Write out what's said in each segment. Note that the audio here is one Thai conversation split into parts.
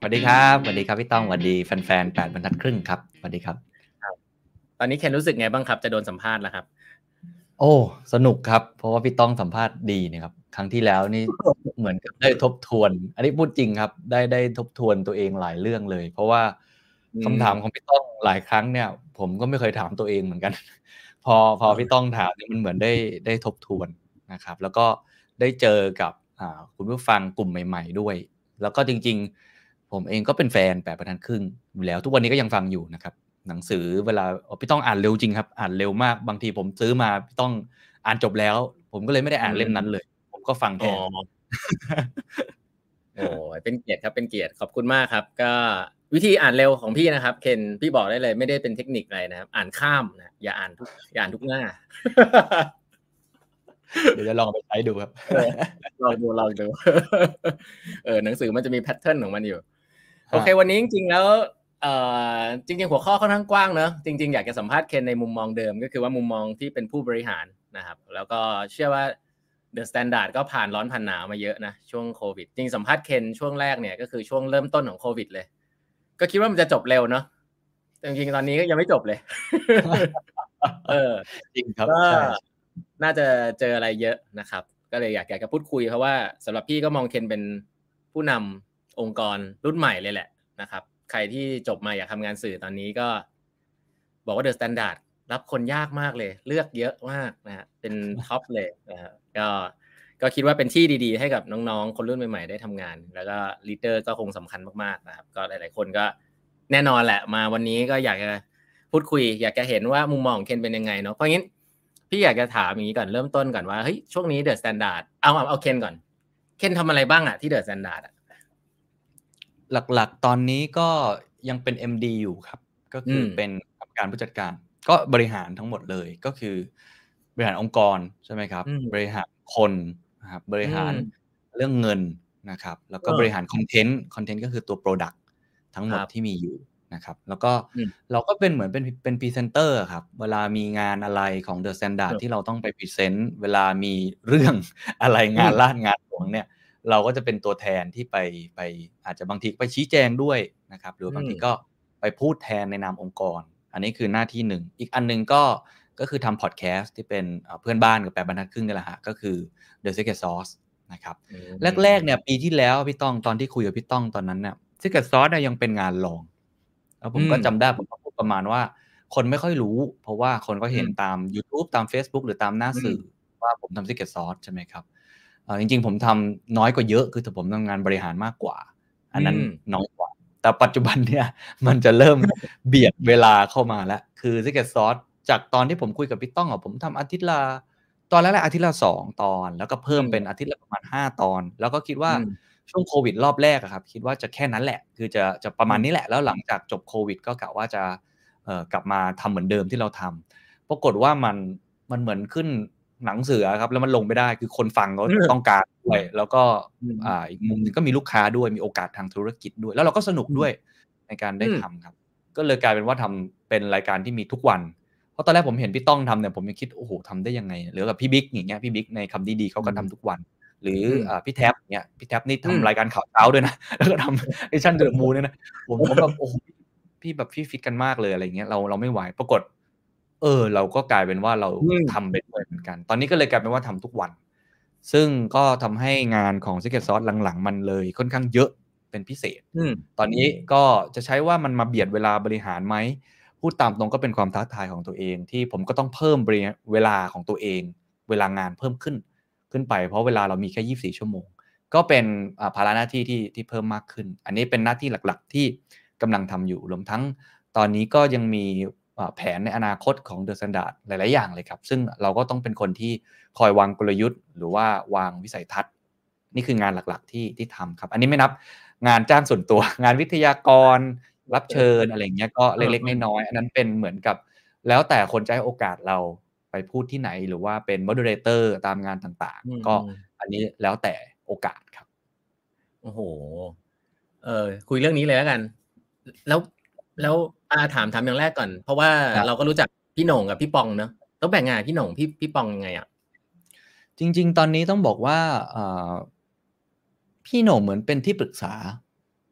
วัสดีครับสวัสดีครับพี่ต้องสวัสดีแฟนๆ8 บรรทัดครึ่งครับสวัสดีครับครับตอนนี้เคนรู้สึกไงบ้างครับจะโดนสัมภาษณ์แล้วครับโอ้สนุกครับเพราะว่าพี่ต้องสัมภาษณ์ดีนะครับครั้งที่แล้วนี่เหมือนกับได้ทบทวนอันนี้พูดจริงครับได้ทบทวนตัวเองหลายเรื่องเลยเพราะว่าอืคำถามของมพี่ต้องหลายครั้งเนี่ยผมก็ไม่เคยถามตัวเองเหมือนกันพอพี่ต้องถามเนี่ยมันเหมือนได้ทบทวนนะครับแล้วก็ได้เจอกับคุณผู้ฟังกลุ่มใหม่ๆด้วยแล้วก็จริงๆผมเองก็เป็นแฟน8 บรรทัดครึ่งอยู่แล้วทุกวันนี้ก็ยังฟังอยู่นะครับ หนังสือเวลาพี่ต้องอ่านเร็วจริงครับอ่านเร็วมากบางทีผมซื้อมาพี่ต้องอ่านจบแล้วผมก็เลยไม่ได้อือ่านเล่มนั้นมเลยผมก็ฟังอ๋อแทนโอ้เป็นเกียรติครับเป็นเกียรติขอบคุณมากครับก็วิธีอ่านเร็วของพี่นะครับเคนพี่บอกได้เลยไม่ได้เป็นเทคนิคอะไรนะครับอ่านข้ามนะอย่าอ่านทุกหน้าเดี๋ยวจะลองไปใช้ดูครับเออลองดูหนังสือมันจะมีแพทเทิร์นของมันอยู่โอเควันนี้จริงๆแล้วเอ่จริงๆหัวข้อค่อนข้างกว้างเนอะจริงๆอยากจะสัมภาษณ์เคนในมุมมองเดิมก็คือว่ามุมมองที่เป็นผู้บริหารนะครับแล้วก็เชื่อว่า The Standard ก็ผ่านร้อนผ่านหนาวมาเยอะนะช่วงโควิดจริงสัมภาษณ์เคนช่วงแรกเนี่ยก็คือช่วงเริ่มต้นของโควิดเลยก็คิดว่ามันจะจบเร็วเนาะแต่จริงๆตอนนี้ก็ยังไม่จบเลยเออจริงครับก็ใช่น่าจะเจออะไรเยอะนะครับก็เลยอยากจะพูดคุยเพราะว่าสำหรับพี่ก็มองเคนเป็นผู้นำองค์กรรุ่นใหม่เลยแหละนะครับใครที่จบมาอยากทำงานสื่อตอนนี้ก็บอกว่า The Standard รับคนยากมากเลยเลือกเยอะมากนะฮะเป็นท็อปเลยนะครับก็คิดว่าเป็นที่ดีๆให้กับน้องๆคนรุ่นใหม่ๆได้ทำงานแล้วก็ลีดเดอร์ก็คงสำคัญมากๆนะครับก็หลายๆคนก็แน่นอนแหละมาวันนี้ก็อยากจะพูดคุยอยากจะเห็นว่ามุมมองของเคนเป็นยังไงเนาะเพราะงั้นพี่อยากจะถามอย่างนี้ก่อนเริ่มต้นก่อนว่าเฮ้ยช่วงนี้เดอะสแตนดาร์ดเอาเคนก่อนเคนทำอะไรบ้างอะที่เดอะสแตนดาร์ดอะหลักๆตอนนี้ก็ยังเป็น MD อยู่ครับก็อืมคือเป็นกรรมการผู้จัดการก็บริหารทั้งหมดเลยก็คือบริหารองค์กรใช่ไหมครับอืมบริหารคนนะครับบอืริหารมเรื่องเงินนะครับแล้วก็บริหารคอนเทนต์ก็คือตัว Product ทั้งหมดที่ครับมีอยู่นะครับแล้วก็อืมเราก็เป็นเหมือนเป็นพรีเซนเตอร์อะครับเวลามีงานอะไรของ The เอ Standard อที่เราต้องไปพรีเซนต์เวลามีเรื่องอะไรอืมงานลาดงานหลวงเนี่ย เราก็จะเป็นตัวแทนที่ไปอาจจะบางทีไปชี้แจงด้วยนะครับหรืออืมบางทีก็ไปพูดแทนในนามองค์กรอันนี้คือหน้าที่หนึ่งอีกอันหนึ่งก็คือทำพอดแคสต์ที่เป็นเพื่อนบ้านกับแปดบรรทัดครึ่งนี่แหละฮะก็คือ The Secret Sauce นะครับอืแรกๆมเนี่ยปีที่แล้วพี่ต้องตอนที่คุยกับพี่ต้องตอนนั้นเนี่ย Secret Sauce เนี่ยยังเป็นงานรองแล้วผมอืมก็จำได้ผมก็พูดประมาณว่าคนไม่ค่อยรู้เพราะว่าคนก็อืมเห็นตามยูทูบตามเฟซบุ๊กหรือตามหน้าอืมสื่อว่าผมทำ Secret Sauce ใช่ไหมครับ จริงๆผมทำน้อยกว่าเยอะคือแต่ผมทำงานบริหารมากกว่าอันนั้นอืมน้อยกว่าแต่ปัจจุบันเนี่ยมันจะเริ่มเบียดเวลาเข้ามาแล้วคือ Secret Sauce จากตอนที่ผมคุยกับพี่ต้องอะผมทำอาทิตย์ละตอนแรกๆอาทิตย์ละ2ตอนแล้วก็อืเพิ่มเป็นมอาทิตย์ละประมาณ5ตอนแล้วก็คิดว่าอืมช่วงโควิดรอบแรกอะครับคิดว่าจะแค่นั้นแหละคือจะประมาณนี้แหละแล้วหลังจากจบโควิดก็กะว่าจะกลับมาทำเหมือนเดิมที่เราทำ ปรากฏว่ามันเหมือนขึ้นหนังเสือครับแล้วมันลงไม่ได้คือคนฟังเขาต้องการด้วยแล้วก็อืมอีกมุมหนึ่งก็มีลูกค้าด้วยมีโอกาสทางธุรกิจด้วยแล้วเราก็สนุกอืมด้วยในการได้อืมทำครับก็เลยกลายเป็นว่าทำเป็นรายการที่มีทุกวันเพราะตอนแรกผมเห็นพี่ต้องทำเนี่ยผมยังคิดโอ้โฮทำได้ยังไงหรือกับพี่บิ๊กอย่างเงี้ยพี่บิ๊กในคำนี้ดีเขาอืมก็ทำทุกวันหรืออืมพี่แท็บอย่างเงี้ยพี่แท็บนี่อืมทำรายการข่าวเช้าด้วยนะแล้วก็ทำ Mission to the Moon ด้วยนะผมแบบโอ้โฮพี่แบบพี่ฟิตกันมากเลยอะไรอย่างเงี้ยเราไม่ไหวปรากฏ เราก็กลายเป็นว่าเราอืมทำไปด้วยเหมือนกัน ตอนนี้ก็เลยกลายเป็นว่าทำทุกวัน ซึ่งก็ทำให้งานของ Secret Sauce หลังๆมันเลยค่อนข้างเยอะเป็นพิเศษอืมตอนนี้ก็จะใช้ว่ามันมาเบียดเวลาบริหารไหม พูดตามตรงก็เป็นความท้าทายของตัวเองที่ผมก็ต้องเพิ่มเวลาของตัวเอง เวลางานเพิ่มขึ้นไปเพราะเวลาเรามีแค่24ชั่วโมง ก็เป็นภาระหน้าที่ที่เพิ่มมากขึ้น อันนี้เป็นหน้าที่หลักๆที่กำลังทำอยู่รวมทั้งตอนนี้ก็ยังมีแผนในอนาคตของ The Standard หลายๆอย่างเลยครับซึ่งเราก็ต้องเป็นคนที่คอยวางกลยุทธ์หรือว่าวางวิสัยทัศน์นี่คืองานหลักๆที่ทำครับอันนี้ไม่นับงานจ้างส่วนตัวงานวิทยากรรับเชิญอะไรอย่างเงี้ยก็เอเล็กอๆน้อยๆอันนั้นเป็นเหมือนกับแล้วแต่คนจะให้โอกาสเราไปพูดที่ไหนหรือว่าเป็น Moderator ตามงานต่างๆก็อืมอืมอันนี้แล้วแต่โอกาสครับโอ้โฮ คุยเรื่องนี้เลยแล้วกันแล้วแล้วถามอย่างแรกก่อนเพราะว่าครับเราก็รู้จักพี่โหน่งกับพี่ปองเนาะต้องแบ่งงานกับพี่โหน่งพี่ปองยังไงอะจริงๆ ตอนนี้ต้องบอกว่าอ่าพี่โหน่งเหมือนเป็นที่ปรึกษา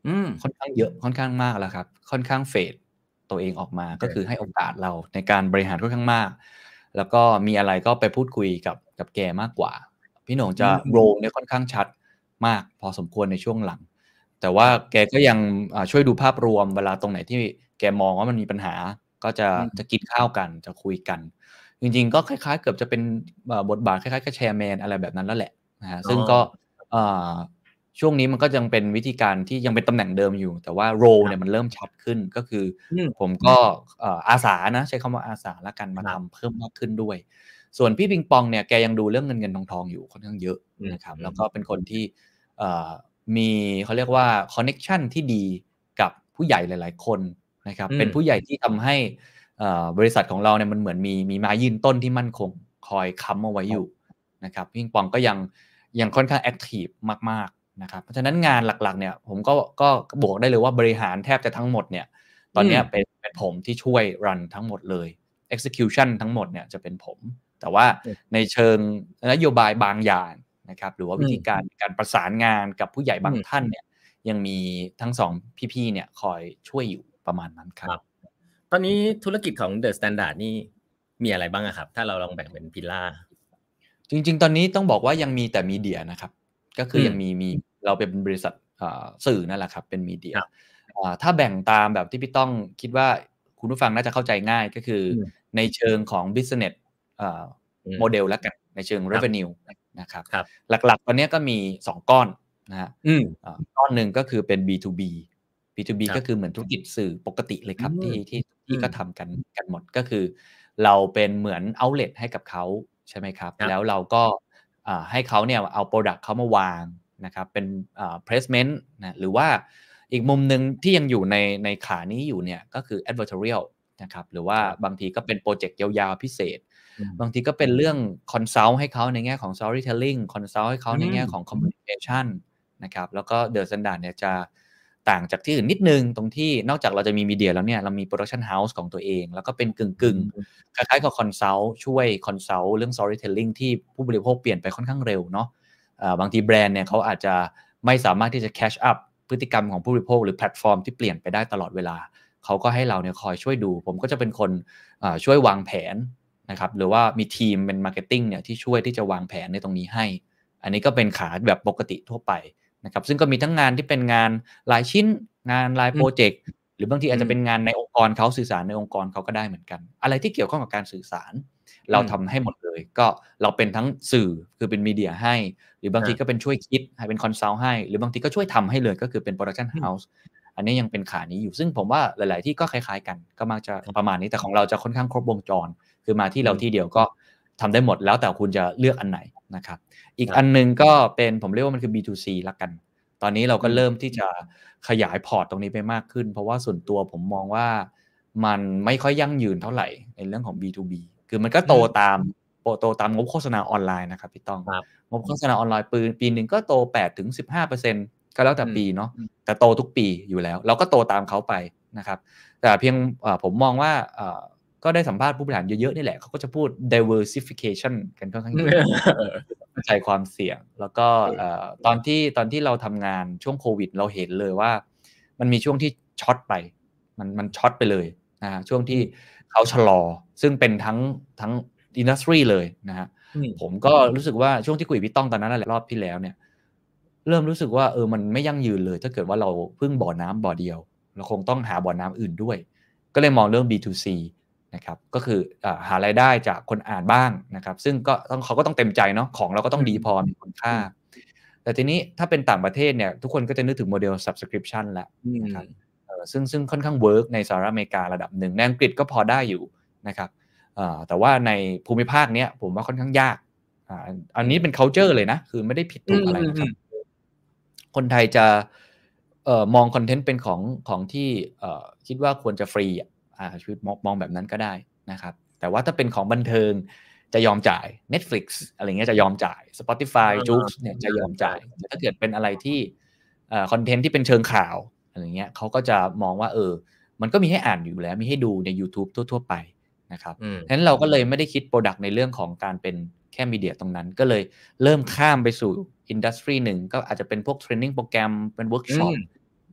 ค่อนข้างเยอะค่อนข้างมากแล้วครับค่อนข้างเฟดตัวเองออกมาก็คือให้โอกาสเราในการบริหารค่อนข้างมากแล้วก็มีอะไรก็ไปพูดคุยกับแกมากกว่าพี่โหน่งจะโรลเนี่ยค่อนข้างชัดมากพอสมควรในช่วงหลังแต่ว่าแกก็ยังช่วยดูภาพรวมเวลาตรงไหนที่แกมองว่ามันมีปัญหาก็จะกินข้าวกันจะคุยกันจริงๆก็คล้ายๆเกือบจะเป็นบทบาทคล้ายๆกับแชร์แมนอะไรแบบนั้นแล้วแหละนะฮะซึ่งก็ช่วงนี้มันก็ยังเป็นวิธีการที่ยังเป็นตำแหน่งเดิมอยู่แต่ว่าโรเนี่ยมันเริ่มชัดขึ้นก็คือผมก็อาสานะใช้คำว่าอาสาละกันมาทำเพิ่มมากขึ้นด้วยส่วนพี่ปิงปองเนี่ยแกยังดูเรื่องเงินทองอยู่ค่อนข้างเยอะนะครับแล้วก็เป็นคนที่มีเขาเรียกว่าคอนเน็กชันที่ดีกับผู้ใหญ่หลายๆคนนะครับเป็นผู้ใหญ่ที่ทำให้บริษัทของเราเนี่ยมันเหมือนมีไม้ยืนต้นที่มั่นคงคอยค้ำเอาไว้อยู่นะครับพี่ปิงปองก็ยังค่อนข้างแอคทีฟมากๆนะครับเพราะฉะนั้นงานหลักๆเนี่ยผมก็บอกได้เลยว่าบริหารแทบจะทั้งหมดเนี่ยตอนนี้เป็นผมที่ช่วยรันทั้งหมดเลย execution ทั้งหมดเนี่ยจะเป็นผมแต่ว่าในเชิงนโยบายบางอย่างนะครับหรือว่าวิธีการประสานงานกับผู้ใหญ่บางท่านเนี่ยยังมีทั้งสองพี่ๆเนี่ยคอยช่วยอยู่ประมาณนั้นครับตอนนี้ธุรกิจของ The Standard นี่มีอะไรบ้างครับถ้าเราลองแบ่งเป็นพิลล่าจริงๆตอนนี้ต้องบอกว่ายังมีแต่มีเดียนะครับก็คือยังมีเราเป็นบริษัทสื่อนั่นแหละครับเป็นมีเดียถ้าแบ่งตามแบบที่พี่ต้องคิดว่าคุณผู้ฟังน่าจะเข้าใจง่ายก็คือในเชิงของ business model แล้วกันในเชิง revenue นะครับหลักๆตอนนี้ก็มี2ก้อนนะฮะก้อนหนึ่งก็คือเป็น B2B B2B ก็คือเหมือนธุรกิจสื่อปกติเลยครับที่ก็ทำกันหมดก็คือเราเป็นเหมือน outlet ให้กับเขาใช่ไหมครับแล้วเราก็ให้เขาเนี่ยเอา product เขามาวางนะครับเป็นplacement นะหรือว่าอีกมุมหนึ่งที่ยังอยู่ในขานี้อยู่เนี่ยก็คือ advertorial นะครับหรือว่าบางทีก็เป็นโปรเจกต์ยาวๆพิเศษบางทีก็เป็นเรื่อง consult ให้เขาในแง่ของ storytelling consult ให้เขาในแง่ของ communication นะครับแล้วก็ The Standard เนี่ยจะต่างจากที่อื่นนิดนึงตรงที่นอกจากเราจะมีมีเดียแล้วเนี่ยเรามี production house ของตัวเองแล้วก็เป็นกึ่งคล้ายๆกับ consult ช่วย consult เรื่อง storytelling ที่ผู้บริโภคเปลี่ยนไปค่อนข้างเร็วเนาะบางทีแบรนด์เนี่ยเขาอาจจะไม่สามารถที่จะ catch up พฤติกรรมของผู้บริโภคหรือแพลตฟอร์มที่เปลี่ยนไปได้ตลอดเวลาเขาก็ให้เราเนี่ยคอยช่วยดูผมก็จะเป็นคนช่วยวางแผนนะครับหรือว่ามีทีมเป็น marketing เนี่ยที่ช่วยที่จะวางแผนในตรงนี้ให้อันนี้ก็เป็นขาแบบปกติทั่วไปนะครับซึ่งก็มีทั้งงานที่เป็นงานรายชิ้นงานรายโปรเจกต์หรือบางทีอาจจะเป็นงานในองค์กรเขาสื่อสารในองค์กรเขาก็ได้เหมือนกันอะไรที่เกี่ยวข้องกับการสื่อสารเราทำให้หมดเลยก็เราเป็นทั้งสื่อคือเป็นมีเดียให้หรือบางทีก็เป็นช่วยคิดให้เป็นคอนซัลท์ให้หรือบางทีก็ช่วยทำให้เลยก็คือเป็นโปรดักชันเฮาส์อันนี้ยังเป็นขานี้อยู่ซึ่งผมว่าหลายๆที่ก็คล้ายๆกันก็มักจะประมาณนี้แต่ของเราจะค่อนข้างครบวงจรคือมาที่เราที่เดียวก็ทำได้หมดแล้วแต่คุณจะเลือกอันไหนนะครับอีกอันนึงก็เป็นผมเรียกว่ามันคือ B2C ละกันตอนนี้เราก็เริ่มที่จะขยายพอร์ตตรงนี้ไปมากขึ้นเพราะว่าส่วนตัวผมมองว่ามันไม่ค่อยยั่งยืนเท่าไหร่ในเรื่องของ B2B คือมันก็โตตามงบโฆษณาออนไลน์นะครับพี่ต้องงบโฆษณาออนไลน์ปีนึงก็โต 8-15% ก็แล้วแต่ปีเนาะแต่โตทุกปีอยู่แล้วเราก็โตตามเขาไปนะครับแต่เพียงผมมองว่าก็ได้สัมภาษณ์ผู้บริหารเยอะๆนี่แหละเขาก็จะพูด diversification กันค่อนข้างเยอะเข้าใจความเสี่ยงแล้วก็ตอนที่เราทำงานช่วงโควิดเราเห็นเลยว่ามันมีช่วงที่ช็อตไปมันช็อตไปเลยนะฮะช่วงที่เขาชะลอซึ่งเป็นทั้งอินดัสทรีเลยนะฮะผมก็รู้สึกว่าช่วงที่คุยกับพี่ต้องตอนนั้นแหละรอบที่แล้วเนี่ยเริ่มรู้สึกว่ามันไม่ยั่งยืนเลยถ้าเกิดว่าเราพึ่งบ่อน้ำบ่อเดียวเราคงต้องหาบ่อน้ำอื่นด้วยก็เลยมองเรื่อง B2C นะครับก็คือหารายได้จากคนอ่านบ้างนะครับซึ่งก็เขาก็ต้องเต็มใจเนาะของเราก็ต้องดีพอมีคุณค่าแต่ทีนี้ถ้าเป็นต่างประเทศเนี่ยทุกคนก็จะนึกถึงโมเดล subscription แล้วนะครับซึ่งค่อนข้างเวิร์กในสหรัฐอเมริการะดับหนึ่งในอังกฤษก็พอได้อยู่นะครับแต่ว่าในภูมิภาคเนี้ยผมว่าค่อนข้างยากอันนี้เป็น culture เลยนะคือไม่ได้ผิดถูกอะไรนะครับคนไทยจะมองคอนเทนต์เป็นของที่คิดว่าควรจะฟรีชีวิตมองแบบนั้นก็ได้นะครับแต่ว่าถ้าเป็นของบันเทิงจะยอมจ่าย Netflix อะไรเงี้ยจะยอมจ่าย Spotify Joox เนี่ยจะยอมจ่ายแต่ถ้าเกิดเป็นอะไรที่คอนเทนต์ที่เป็นเชิงข่าวอะไรเงี้ยเขาก็จะมองว่ามันก็มีให้อ่านอยู่แล้วมีให้ดูใน YouTube ทั่วๆไปนะครับฉะนั้นเราก็เลยไม่ได้คิด product ในเรื่องของการเป็นแค่มีเดียตรงนั้นก็เลยเริ่มข้ามไปสู่อินดัสทรีหนึ่งก็อาจจะเป็นพวกเทรนนิ่งโปรแกรมเป็นเวิร์กช็อปหรือ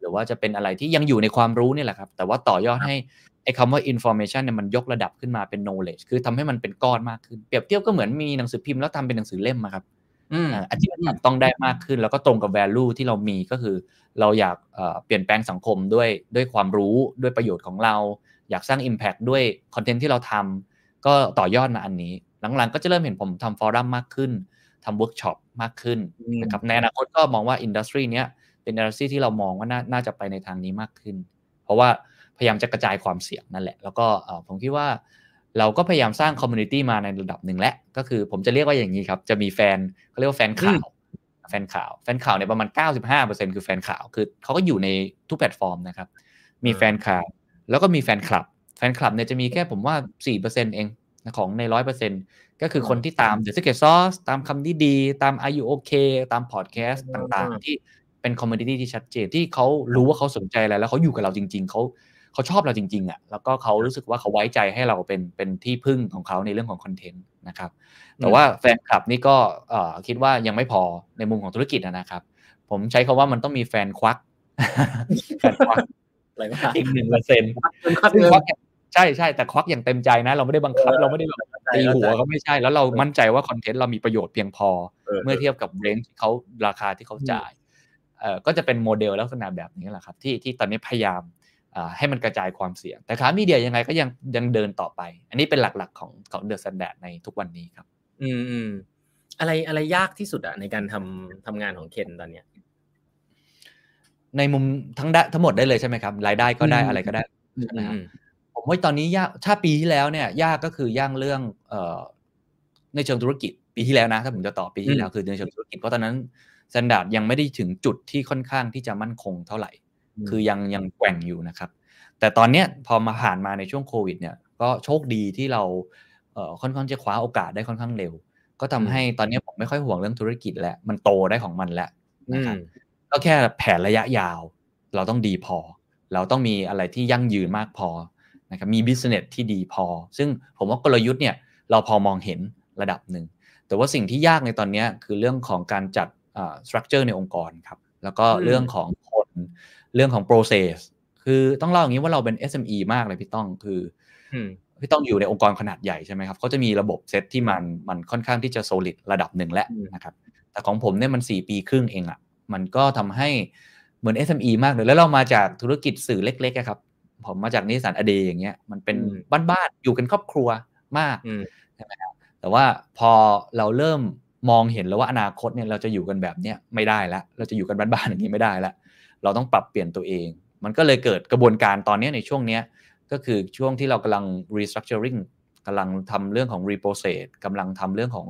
รือว่าจะเป็นอะไรที่ยังอยู่ในความรู้นี่แหละครับแต่ว่าต่อยอดให้ไอ้คำว่า information เนี่ยมันยกระดับขึ้นมาเป็น knowledge คือทำให้มันเป็นก้อนมากขึ้นเปรียบเทียบก็เหมือนมีหนังสือพิมพ์แล้วทำเป็นหนังสือเล่มอะครับอันที่มันต้องได้มากขึ้นแล้วก็ตรงกับ value ที่เรามีก็คือเราอยากเปลี่ยนแปลงสังคมด้วยความรู้ด้วยประโยชน์ของเราอยากสร้าง impact ด้วยคอนเทนต์ที่เราทำก็ต่อยอดมาอันนี้หลังๆก็จะเริ่มเห็นผมทำฟอรัมมากขึ้นทำเวิร์กช็อปมากขึ้นนะครับในอนาคตก็มองว่าอินดัสทรีเนี้ยเป็นอินดัสทรีที่เรามองว่าน่าจะไปในทางนี้มากขึ้นเพราะว่าพยายามจะกระจายความเสี่ยงนั่นแหละแล้วก็ผมคิดว่าเราก็พยายามสร้างคอมมูนิตี้มาในระดับหนึ่งแล้วก็คือผมจะเรียกว่าอย่างนี้ครับจะมีแฟนเขาเรียกว่าแฟนข่าวเนี่ยประมาณ 95% คือแฟนข่าวคือเขาก็อยู่ในทุกแพลตฟอร์มนะครับมีแฟนข่าวแล้วก็มีแฟนคลับเนี่ยจะมีแค่ผมว่า 4% เองของใน 100% ก็คือคนที่ตาม The Secret Sauce ตามคำดีๆตาม Are You OK ตามพอดแคสต์ต่างๆที่เป็นคอมมูนิตี้ที่ชัดเจนที่เขารู้ว่าเขาสนใจอะไรแล้วเขาอยู่กับเราจริงๆเขาชอบเราจริงๆอ่ะแล้วก็เขารู้สึกว่าเขาไว้ใจให้เราเป็นที่พึ่งของเขาในเรื่องของคอนเทนต์นะครับแต่ว่าแฟนคลับนี่ก็คิดว่ายังไม่พอในมุมของธุรกิจนะครับผมใช้คำว่ามันต้องมีแฟนควักแฟนควักอีก 1% ใช่แต่ควักอย่างเต็มใจนะเราไม่ได้บังคับเราไม่ได้แบบตีหัวก็ไม่ใช่แล้วเรามั่นใจว่าคอนเทนต์เรามีประโยชน์เพียงพอเมื่อเทียบกับเรนจ์ที่เขาราคาที่เขาจ่ายก็จะเป็นโมเดลลักษณะแบบนี้แหละครับที่ตอนนี้พยายามให้มันกระจายความเสี่ยงแต่ขามีเดียยังไงก็ยังเดินต่อไปอันนี้เป็นหลักๆของ The Standard ในทุกวันนี้ครับอะไรยากที่สุดในการทำงานของเคนตอนเนี้ยในมุมทั้งหมดได้เลยใช่ไหมครับรายได้ก็ได้อะไรก็ได้ใช่ไหมครับผมว่าตอนนี้ยากถ้าปีที่แล้วเนี่ยยากก็คือย่างเรื่องในเชิงธุรกิจปีที่แล้วนะถ้าผมจะตอบปีที่แล้วคือในเชิงธุรกิจเพราะตอนนั้น Standard ยังไม่ได้ถึงจุดที่ค่อนข้างที่จะมั่นคงเท่าไหร่คือยังแกว่งอยู่นะครับแต่ตอนเนี้ยพอมาผ่านมาในช่วงโควิดเนี่ยก็โชคดีที่เราค่อนข้างจะคว้าโอกาสได้ค่อนข้างเร็วก็ทำให้ตอนนี้ผมไม่ค่อยห่วงเรื่องธุรกิจแล้วมันโตได้ของมันแล้วนะครับก็แค่แผนระยะยาวเราต้องดีพอเราต้องมีอะไรที่ยั่งยืนมากพอนะครับมี business ที่ดีพอซึ่งผมว่ากลยุทธ์เนี่ยเราพอมองเห็นระดับหนึ่งแต่ว่าสิ่งที่ยากในตอนนี้คือเรื่องของการจัดstructure ในองค์กรครับแล้วก็เรื่องของคนเรื่องของ process คือต้องเล่าอย่างนี้ว่าเราเป็น SME มากเลยพี่ต้องคือพี่ต้องอยู่ในองค์กรขนาดใหญ่ใช่ไหมครับเขาจะมีระบบเซตที่มันค่อนข้างที่จะ solid ระดับหนึ่งแล้วนะครับแต่ของผมเนี่ยมัน4 ปีครึ่งเองอะมันก็ทำให้เหมือน SME มากเลยแล้วเรามาจากธุรกิจสื่อเล็กๆครับผมมาจากนิสสันอเดย์อย่างเงี้ยมันเป็นบ้านๆอยู่กันครอบครัวมากใช่ไหมครับแต่ว่าพอเราเริ่มมองเห็นแล้วว่าอนาคตเนี่ยเราจะอยู่กันแบบเนี้ยไม่ได้แล้วเราจะอยู่กันบ้านๆอย่างนี้ไม่ได้แล้วเราต้องปรับเปลี่ยนตัวเองมันก็เลยเกิดกระบวนการตอนนี้ในช่วงนี้ก็คือช่วงที่เรากำลัง restructuring กำลังทำเรื่องของ reprocess กำลังทำเรื่องของ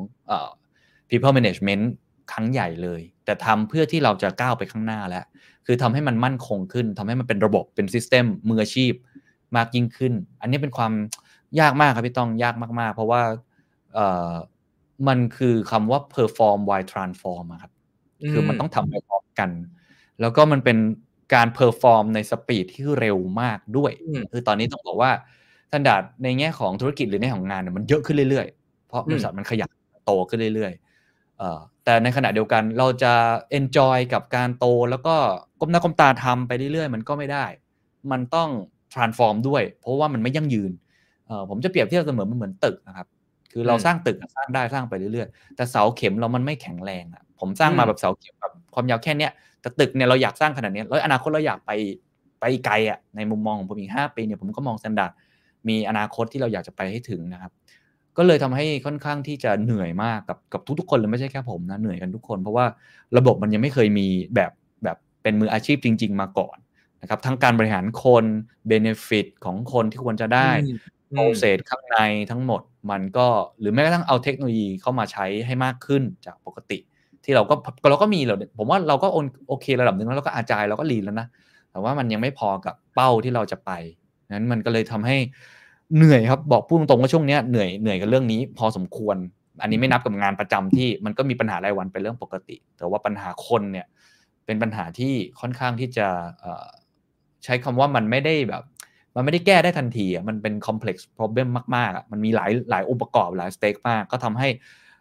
people management ครั้งใหญ่เลยแต่ทำเพื่อที่เราจะก้าวไปข้างหน้าแล้วคือทำให้มันมั่นคงขึ้นทำให้มันเป็นระบบเป็น system มืออาชีพมากยิ่งขึ้นอันนี้เป็นความยากมากครับพี่ต้องยากมากๆเพราะว่ามันคือคำว่า perform while transform ครับคือมันต้องทำไปพร้อมกันแล้วก็มันเป็นการ perform ในสปีดที่เร็วมากด้วยคือตอนนี้ต้องบอกว่าstandard ในแง่ของธุรกิจหรือในของงานเนี่ยมันเยอะขึ้นเรื่อยๆเพราะบริษัทมันขยับโตขึ้นเรื่อยๆแต่ในขณะเดียวกันเราจะ enjoy กับการโตแล้วก็ก้มหน้าก้มตาทำไปเรื่อยๆมันก็ไม่ได้มันต้อง transform ด้วยเพราะว่ามันไม่ยั่งยืนผมจะเปรียบเทียบเสมอมันเหมือนตึกนะครับคือเราสร้างตึกสร้างได้สร้างไปเรื่อยๆแต่เสาเข็มเรามันไม่แข็งแรงอ่ะผมสร้างมาแบบเสาเข็มแบบความยาวแค่เนี้ยแต่ตึกเนี่ยเราอยากสร้างขนาดนี้แล้วอนาคตเราอยากไปไกลอ่ะในมุมมองของผมอีก5 ปีเนี่ยผมก็มองสแตนดาร์ดมีอนาคตที่เราอยากจะไปให้ถึงนะครับก็เลยทำให้ค่อนข้างที่จะเหนื่อยมากกับทุกๆคนเลยไม่ใช่แค่ผมนะเหนื่อยกันทุกคนเพราะว่าระบบมันยังไม่เคยมีแบบเป็นมืออาชีพจริงๆมาก่อนนะครับทั้งการบริหารคนเบเนฟิตของคนที่ควรจะได้โปรเซสข้างในทั้งหมดมันก็หรือแม้กระทั่งเอาเทคโนโลยีเข้ามาใช้ให้มากขึ้นจากปกติที่เราก็มีผมว่าเราก็โอเคระดับนึงแล้วเราก็อาจายเราก็ลีนแล้วนะแต่ว่ามันยังไม่พอกับเป้าที่เราจะไปนั้นมันก็เลยทำให้เหนื่อยครับบอกพูดตรงๆว่าช่วงนี้เหนื่อยกับเรื่องนี้พอสมควรอันนี้ไม่นับกับงานประจำที่มันก็มีปัญหารายวันเป็นเรื่องปกติแต่ว่าปัญหาคนเนี่ยเป็นปัญหาที่ค่อนข้างที่จะใช้คำว่ามันไม่ได้แก้ได้ทันทีอ่ะมันเป็น complex problem มากๆอ่ะมันมีหลายองค์ประกอบหลายสเต็กมากก็ทำให้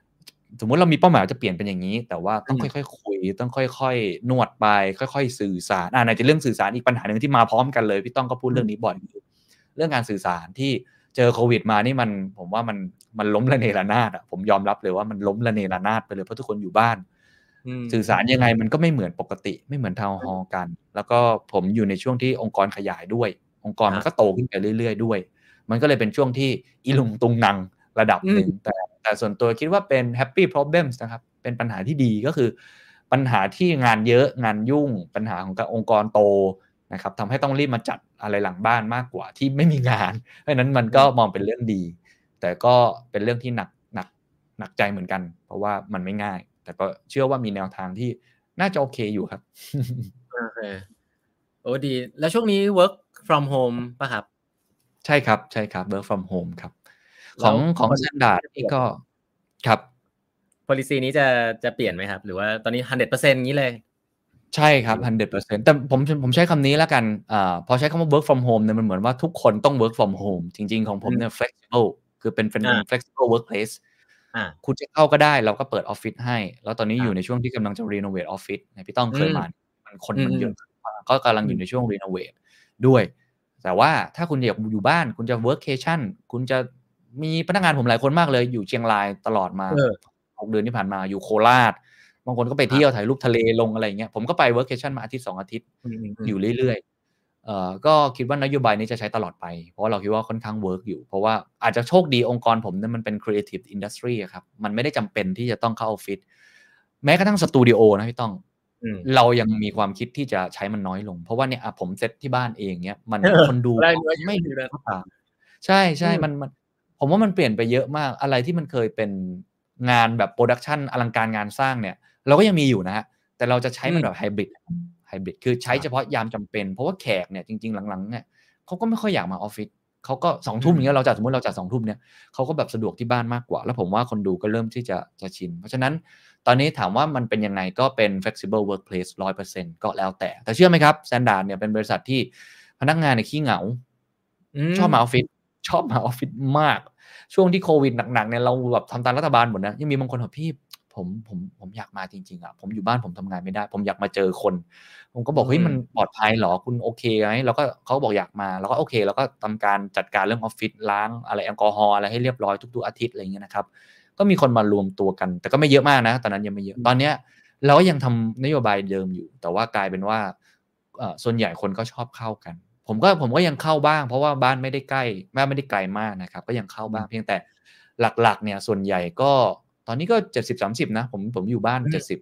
สมมุติเรามีเป้าหมายว่าจะเปลี่ยนเป็นอย่างนี้แต่ว่าต้องค่อยๆคุยต้องค่อยๆนวดไปค่อยๆสื่อสารไหนจะเรื่องสื่อสารอีกปัญหาหนึ่งที่มาพร้อมกันเลยพี่ต้องก็พูดเรื่องนี้บ่อยเรื่องการสื่อสารที่เจอโควิดมานี่ผมว่ามันล้มระเนระนาดอ่ะผมยอมรับเลยว่ามันล้มระเนระนาดไปเลยเพราะทุกคนอยู่บ้านสื่อสารยังไงมันก็ไม่เหมือนปกติไม่เหมือนทาวน์ฮอลล์กันแล้วก็ผมอยู่ในช่วงที่องค์กรขยายด้วยองค์กรมันก็โตขึ้นไปเรื่อยๆด้วยมันก็เลยเป็นช่วงที่อีลุงตุงนังระดับหนึ่งแต่ส่วนตัวคิดว่าเป็น happy problems นะครับเป็นปัญหาที่ดีก็คือปัญหาที่งานเยอะงานยุ่งปัญหาขององค์กรโตนะครับทำให้ต้องรีบมาจัดอะไรหลังบ้านมากกว่าที่ไม่มีงานเพราะฉะนั้นมันก็มองเป็นเรื่องดีแต่ก็เป็นเรื่องที่หนักใจเหมือนกันเพราะว่ามันไม่ง่ายแต่ก็เชื่อว่ามีแนวทางที่น่าจะโอเคอยู่ครับโอเคโอ้ดีแล้วช่วงนี้ work from home ป่ะครับใช่ครับใช่ครับ work from home ครับของ standard นี่ก็ครับ policy นี้จะเปลี่ยนไหมครับหรือว่าตอนนี้ 100% งี้เลยใช่ครับ 100% แต่ผมใช้คำนี้แล้วกันพอใช้คำว่า work from home เนี่ยมันเหมือนว่าทุกคนต้อง work from home จริงๆของผมเนี่ย flexible คือเป็น flexible workplace คุณจะเข้าก็ได้เราก็เปิดออฟฟิศให้แล้วตอนนี้อยู่ในช่วงที่กำลังจะ renovate ออฟฟิศพี่ต้องเคยมามันเยอะก็กำลังอยู่ในช่วง renovate ด้วยแต่ว่าถ้าคุณอยากอยู่บ้านคุณจะ workcation คุณจะมีพนักงานผมหลายคนมากเลยอยู่เชียงรายตลอดมา6 เดือนที่ผ่านมาอยู่โคราชบางคนก็ไปเที่ยวถ่ายรูปทะเลลงอะไรอย่างเงี้ยผมก็ไป workation มาอาทิตย์2 อาทิตย์อยู่เรื่อยๆก็คิดว่านโยบายนี้จะใช้ตลอดไปเพราะเราคิดว่าค่อนข้างเวิร์กอยู่เพราะว่าอาจจะโชคดีองค์กรผมเนี่ยมันเป็น creative industry อะครับมันไม่ได้จำเป็นที่จะต้องเข้าออฟฟิศแม้กระทั่งสตูดิโอนะพี่ต้องเรายังมีความคิดที่จะใช้มันน้อยลงเพราะว่าเนี่ยผมเซตที่บ้านเองเนี่ยมันคนดูไม่เยอะก็ตามใช่ๆมันผมว่ามันเปลี่ยนไปเยอะมากอะไรที่มันเคยเป็นงานแบบโพรดักชันอลังการงานสร้างเนี่ยเราก็ยังมีอยู่นะฮะแต่เราจะใช้มันแบบไฮบริดคือใช้เฉพาะยามจำเป็นเพราะว่าแขกเนี่ยจริงๆหลังๆเนี่ยเขาก็ไม่ค่อยอยากมาออฟฟิศเขาก็2 ทุ่มอย่างเงี้ยสมมุติเราจัด2 ทุ่มเนี่ยเขาก็แบบสะดวกที่บ้านมากกว่าแล้วผมว่าคนดูก็เริ่มที่จะชินเพราะฉะนั้นตอนนี้ถามว่ามันเป็นยังไงก็เป็น flexible workplace 100% ก็แล้วแต่เชื่อไหมครับ Standard เนี่ยเป็นบริษัทที่พนักงานเนี่ยขี้เหงาชอบมาออฟฟิศมากช่วงที่โควิดหนักๆเนี่ยเราแบบทำตามรัฐบาลหมดนะยังมีบางคนบอกพี่ผมอยากมาจริงๆอะผมอยู่บ้านผมทำงานไม่ได้ผมอยากมาเจอคนผมก็บอกเฮ้ยมันปลอดภัยเหรอคุณโอเคไหมแล้วก็เขาบอกอยากมาแล้วก็โอเคแล้วก็ทำการจัดการเรื่องออฟฟิศล้างอะไรแอลกอฮอล์อะไรให้เรียบร้อยทุกๆอาทิตย์อะไรอย่างเงี้ยนะครับก็มีคนมารวมตัวกันแต่ก็ไม่เยอะมากนะตอนนั้นยังไม่เยอะตอนเนี้ยเราก็ยังทำนโยบายเดิมอยู่แต่ว่ากลายเป็นว่าส่วนใหญ่คนก็ชอบเข้ากันผมก็ยังเข้าบ้างเพราะว่าบ้านไม่ได้ไกลมากนะครับก็ยังเข้าบ้างเพียงแต่หลักๆเนี่ยส่วนใหญ่ก็ตอนนี้ก็70-30นะผมอยู่บ้าน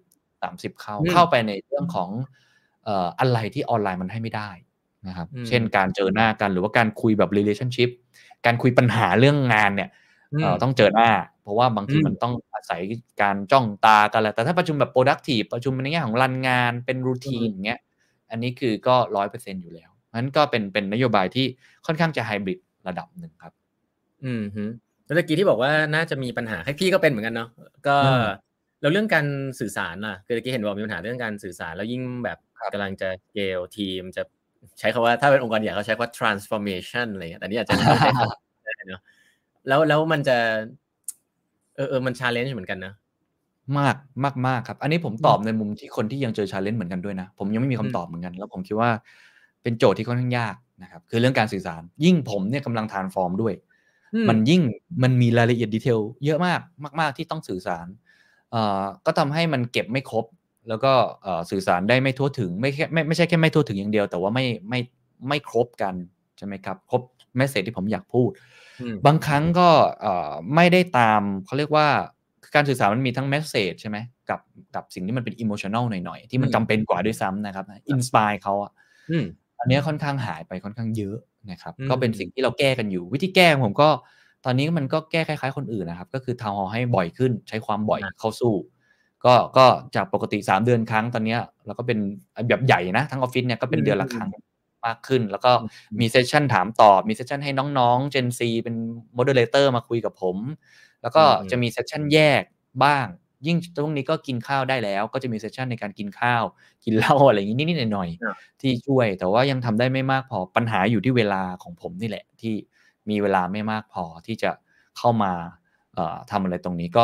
70-30เข้าไปในเรื่องของอะไรที่ออนไลน์มันให้ไม่ได้นะครับเช่นการเจอหน้ากันหรือว่าการคุยแบบ relationship การคุยปัญหาเรื่องงานเนี่ยต้องเจอหน้าเพราะว่าบางทีมันต้องอาศัยการจ้องตากันแหละแต่ถ้าประชุมแบบ productive ประชุมในแง่ของรันงานเป็นรูทีนอย่างเงี้ยอันนี้คือก็ 100% อยู่แล้วนั้นก็เป็นนโยบายที่ค่อนข้างจะไฮบริดระดับหนึ่งครับแล้วเมื่อกี้ที่บอกว่าน่าจะมีปัญหาให้พี่ก็เป็นเหมือนกันเนาะก็แล้วเรื่องการสื่อสารล่ะคือเมื่อกี้เห็นบอกมีปัญหาเรื่องการสื่อสารแล้วยิ่งแบบกำลังจะสเกลทีมจะใช้คำว่าถ้าเป็นองค์กรใหญ่เขาใช้คำว่า transformation อะไรเงี้ยแต่นี่อาจจะไม่ต้องใช้คำได้เนาะแล้วมันจะมัน challenge เหมือนกันนะมากครับอันนี้ผมตอบในมุมที่คนที่ยังเจอ challenge เหมือนกันด้วยนะผมยังไม่มีคำตอบเหมือนกันแล้วผมคิดว่าเป็นโจทย์ที่ค่อนข้างยากนะครับคือเรื่องการสื่อสารยิ่งผมเนี่ยกำลัง transform ด้วยมันมีรายละเอียดดีเทลเยอะมากที่ต้องสื่อสารก็ทำให้มันเก็บไม่ครบแล้วก็สื่อสารได้ไม่ทั่วถึงไม่ใช่แค่ไม่ทั่วถึงอย่างเดียวแต่ว่าไม่ครบกันใช่ไหมครับครบเมสเสจที่ผมอยากพูดบางครั้งก็ไม่ได้ตามเขาเรียกว่าการสื่อสารมันมีทั้งเมสเสจใช่ไหมกับสิ่งที่มันเป็นอิโมชันแนลหน่อยๆที่มันจำเป็นกว่าด้วยซ้ำนะครับอินสไปร์เขาอันนี้ค่อนข้างหายไปค่อนข้างเยอะนะครับก็เป็นสิ่งที่เราแก้กันอยู่วิธีแก้ของผมก็ตอนนี้มันก็แก้คล้ายๆคนอื่นนะครับก็คือทาวน์ฮอลล์ให้บ่อยขึ้นใช้ความบ่อยเข้าสู้ก็จากปกติ3 เดือนครั้งตอนนี้เราก็เป็นแบบใหญ่นะทั้งออฟฟิศเนี่ยก็เป็นเดือนละครั้งมากขึ้นแล้วก็มีเซสชั่นถามตอบมีเซสชั่นให้น้องๆ Gen Z เป็นโมเดเลเตอร์มาคุยกับผมแล้วก็จะมีเซสชั่นแยกบ้างยิ่งตรงนี้ก็กินข้าวได้แล้วก็จะมีเซสชั่นในการกินข้าวกินเหล้าอะไรอย่างนี้นิดๆหน่อยๆที่ช่วยแต่ว่ายังทำได้ไม่มากพอปัญหาอยู่ที่เวลาของผมนี่แหละที่มีเวลาไม่มากพอที่จะเข้ามาทำอะไรตรงนี้ก็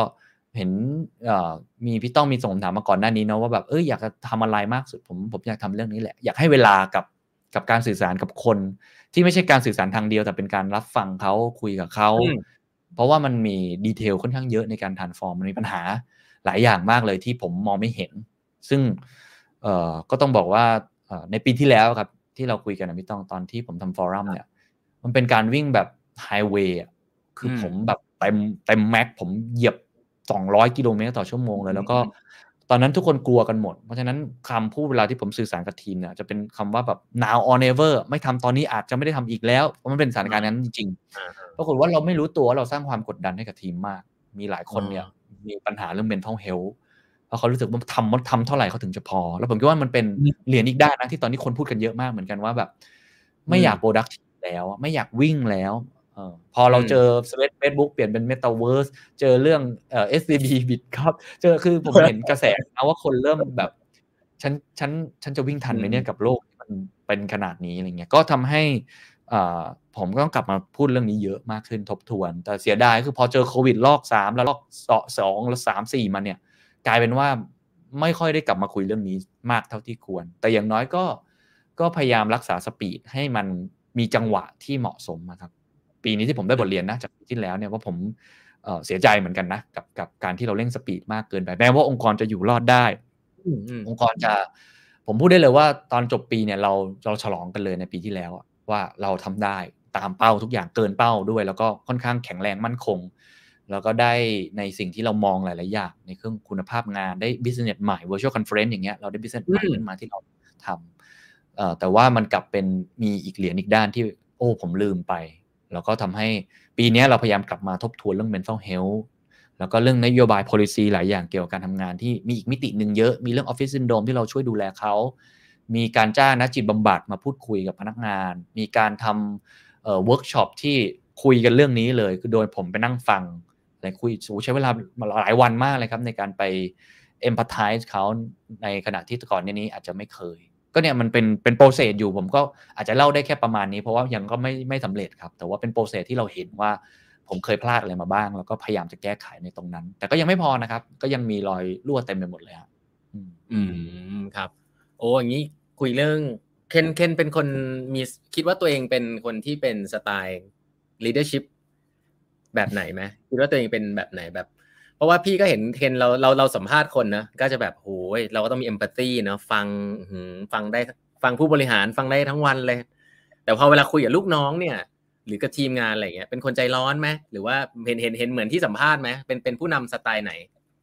เห็นมีพี่ต้องมีส่งคำถามมาก่อนหน้านี้เนาะว่าแบบอยากจะทำอะไรมากสุดผมอยากทำเรื่องนี้แหละอยากให้เวลากับการสื่อสารกับคนที่ไม่ใช่การสื่อสารทางเดียวแต่เป็นการรับฟังเขาคุยกับเขาเพราะว่ามันมีดีเทลค่อนข้างเยอะในการ transform มันมีปัญหาหลายอย่างมากเลยที่ผมมองไม่เห็นซึ่งก็ต้องบอกว่าในปีที่แล้วครับที่เราคุยกันนะพี่ต้องตอนที่ผมทำฟอรัมเนี่ยมันเป็นการวิ่งแบบไฮเวย์คือผมแบบเต็มแม็กผมเหยียบ200 กิโลเมตรต่อชั่วโมงเลยแล้วก็ตอนนั้นทุกคนกลัวกันหมดเพราะฉะนั้นคำพูดเวลาที่ผมสื่อสารกับทีมเนี่ยจะเป็นคำว่าแบบ now or never ไม่ทำตอนนี้อาจจะไม่ได้ทำอีกแล้วเพราะมันเป็นสถานการณ์นั้นจริงๆปรากฏว่าเราไม่รู้ตัวว่าเราสร้างความกดดันให้กับทีมมากมีหลายคนเนี่ยมีปัญหาเรื่อง mental health เพราะเขารู้สึกว่าทำเท่าไหร่เขาถึงจะพอแล้วผมคิดว่ามันเป็นเหรียญอีกด้านนะที่ตอนนี้คนพูดกันเยอะมากเหมือนกันว่าแบบไม่อยาก productive แล้วไม่อยากวิ่งแล้วพอเราเจอ Facebook เปลี่ยนเป็น Metaverse เจอเรื่องSVB บิตครับคือผมเห็นกระแสนะว่าคนเริ่มแบบฉันจะวิ่งทันไหมเนี่ยกับโลกที่มันเป็นขนาดนี้อะไรเงี้ยก็ทำให้ผมก็ต้องกลับมาพูดเรื่องนี้เยอะมากขึ้นทบทวนแต่เสียดายคือพอเจอโควิดรอบ3แล้วรอบ2แล้ว3 4มาเนี่ยกลายเป็นว่าไม่ค่อยได้กลับมาคุยเรื่องนี้มากเท่าที่ควรแต่อย่างน้อยก็พยายามรักษาสปีดให้มันมีจังหวะที่เหมาะสมนะครับปีนี้ที่ผมได้บทเรียนนะจากปีที่แล้วเนี่ยว่าผมเสียใจเหมือนกันนะกับการที่เราเร่งสปีดมากเกินไปแม้ว่าองค์กรจะอยู่รอดได้องค์กรจะผมพูดได้เลยว่าตอนจบปีเนี่ยเราฉลองกันเลยในปีที่แล้วว่าเราทำได้ตามเป้าทุกอย่างเกินเป้าด้วยแล้วก็ค่อนข้างแข็งแรงมั่นคงแล้วก็ได้ในสิ่งที่เรามองหลายๆอย่างในเครื่องคุณภาพงานได้ business ใหม่ virtual conference อย่างเงี้ยเราได้ business ใหม่ขึ้นมาที่เราทำแต่ว่ามันกลับเป็นมีอีกเหรียญอีกด้านที่ผมลืมไปแล้วก็ทำให้ปีนี้เราพยายามกลับมาทบทวนเรื่อง mental health แล้วก็เรื่องนโยบาย policy หลายอย่างเกี่ยวกับการทำงานที่มีอีกมิติหนึ่งเยอะมีเรื่อง office syndrome ที่เราช่วยดูแลเขามีการจ้างนักจิตบำบัดมาพูดคุยกับพนักงานมีการทำเวิร์กช็อปที่คุยกันเรื่องนี้เลยคือโดยผมไปนั่งฟังและคุยใช้เวลาหลายวันมากเลยครับในการไป empathize เขาในขณะที่ก่อนนี้อาจจะไม่เคยก็เนี่ยมันเป็นโปรเซสอยู่ผมก็อาจจะเล่าได้แค่ประมาณนี้เพราะว่ายังก็ไม่สำเร็จครับแต่ว่าเป็นโปรเซสที่เราเห็นว่าผมเคยพลาดอะไรมาบ้างแล้วก็พยายามจะแก้ไขในตรงนั้นแต่ก็ยังไม่พอนะครับก็ยังมีรอยรั่วเต็มไปหมดเลยครับครับโอ้อย่างนี้คุยเรื่องเคนเป็นคนมีคิดว่าตัวเองเป็นคนที่เป็นสไตล์ leadership แบบไหนไหมคิดว่าตัวเองเป็นแบบไหนแบบเพราะว่าพี่ก็เห็นเคนเราสัมภาษณ์คนนะก็จะแบบโหยเราก็ต้องมี empathy เนาะฟังได้ฟังผู้บริหารฟังได้ทั้งวันเลยแต่พอเวลาคุยกับลูกน้องเนี่ยหรือกับทีมงานอะไรเงี้ยเป็นคนใจร้อนไหมหรือว่าเห็นเหมือนที่สัมภาษณ์ไหมเป็นผู้นำสไตล์ไหน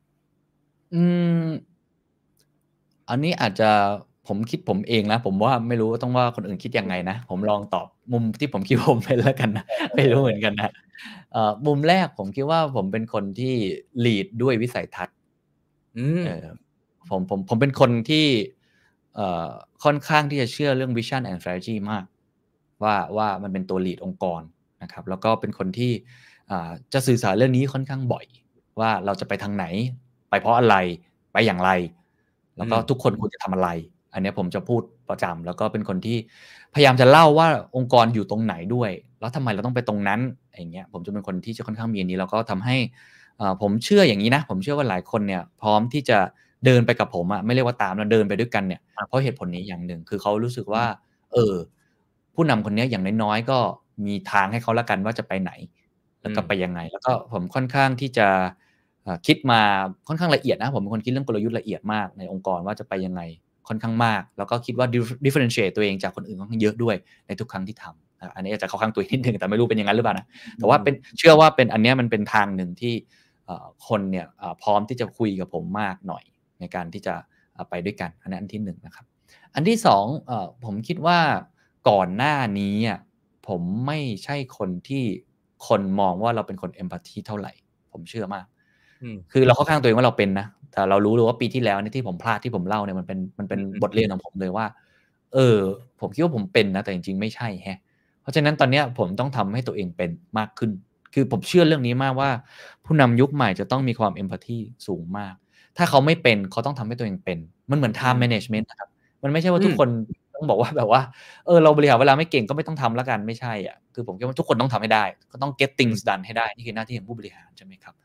อันนี้อาจจะผมคิดผมเองนะผมว่าไม่รู้ต้องว่าคนอื่นคิดยังไงนะผมลองตอบมุมที่ผมคิดว่าผมเป็นแล้วกันนะไม่รู้เหมือนกันนะมุมแรกผมคิดว่าผมเป็นคนที่ lead ด้วยวิสัยทัศน์ผมเป็นคนที่ค่อนข้างที่จะเชื่อเรื่อง vision and strategy มากว่ามันเป็นตัว lead องค์กรนะครับแล้วก็เป็นคนที่จะสื่อสารเรื่องนี้ค่อนข้างบ่อยว่าเราจะไปทางไหนไปเพราะอะไรไปอย่างไรแล้วก็ทุกคนควรจะทำอะไรอันนี้ผมจะพูดประจำแล้วก็เป็นคนที่พยายามจะเล่าว่าองค์กรอยู่ตรงไหนด้วยแล้วทำไมเราต้องไปตรงนั้นอย่างเงี้ยผมจะเป็นคนที่จะค่อนข้างมีอันนี้แล้วก็ทำให้ผมเชื่ออย่างนี้นะผมเชื่อว่าหลายคนเนี่ยพร้อมที่จะเดินไปกับผมไม่เรียกว่าตามแล้วเดินไปด้วยกันเนี่ยเพราะเหตุผลนี้อย่างหนึ่งคือเขารู้สึกว่าผู้นำคนนี้อย่างน้อยๆก็มีทางให้เขาละกันว่าจะไปไหนแล้วก็ไปยังไงแล้วก็ผมค่อนข้างที่จะคิดมาค่อนข้างละเอียดนะผมเป็นคนคิดเรื่องกลยุทธ์ละเอียดมากในองค์กรว่าจะไปยังไงค่อนข้างมากแล้วก็คิดว่า differentiate ตัวเองจากคนอื่นค่อนข้างเยอะด้วยในทุกครั้งที่ทำอันนี้อาจจะเข้าข้างตัวนิดนึงแต่ไม่รู้เป็นอย่างนั้นหรือเปล่านะแต่ว่าเชื่อว่าเป็นอันนี้มันเป็นทางหนึ่งที่คนเนี่ยพร้อมที่จะคุยกับผมมากหน่อยในการที่จะไปด้วยกันอันนั้นอันที่1นะครับอันที่2ผมคิดว่าก่อนหน้านี้ผมไม่ใช่คนที่คนมองว่าเราเป็นคนเอมพัตตีเท่าไหร่ผมเชื่อมากคือเราเข้าข้างตัวเองว่าเราเป็นนะแต่เรารู้เลยว่าปีที่แล้วที่ผมพลาดที่ผมเล่าเนี่ยมันเป็นบทเรียนของผมเลยว่าผมคิดว่าผมเป็นนะแต่จริงๆไม่ใช่แฮะเพราะฉะนั้นตอนนี้ผมต้องทำให้ตัวเองเป็นมากขึ้นคือผมเชื่อเรื่องนี้มากว่าผู้นำยุคใหม่จะต้องมีความเอมพัตตีสูงมากถ้าเขาไม่เป็นเขาต้องทำให้ตัวเองเป็นมันเหมือน time management นะครับมันไม่ใช่ว่าทุกคนต้องบอกว่าแบบว่าเราบริหารเวลาไม่เก่งก็ไม่ต้องทำแล้วกันไม่ใช่คือผมคิดว่าทุกคนต้องทำให้ได้ก็ต้อง get things done ให้ได้นี่คือหน้าที่ของผู้บริหารใช่ไหมครับ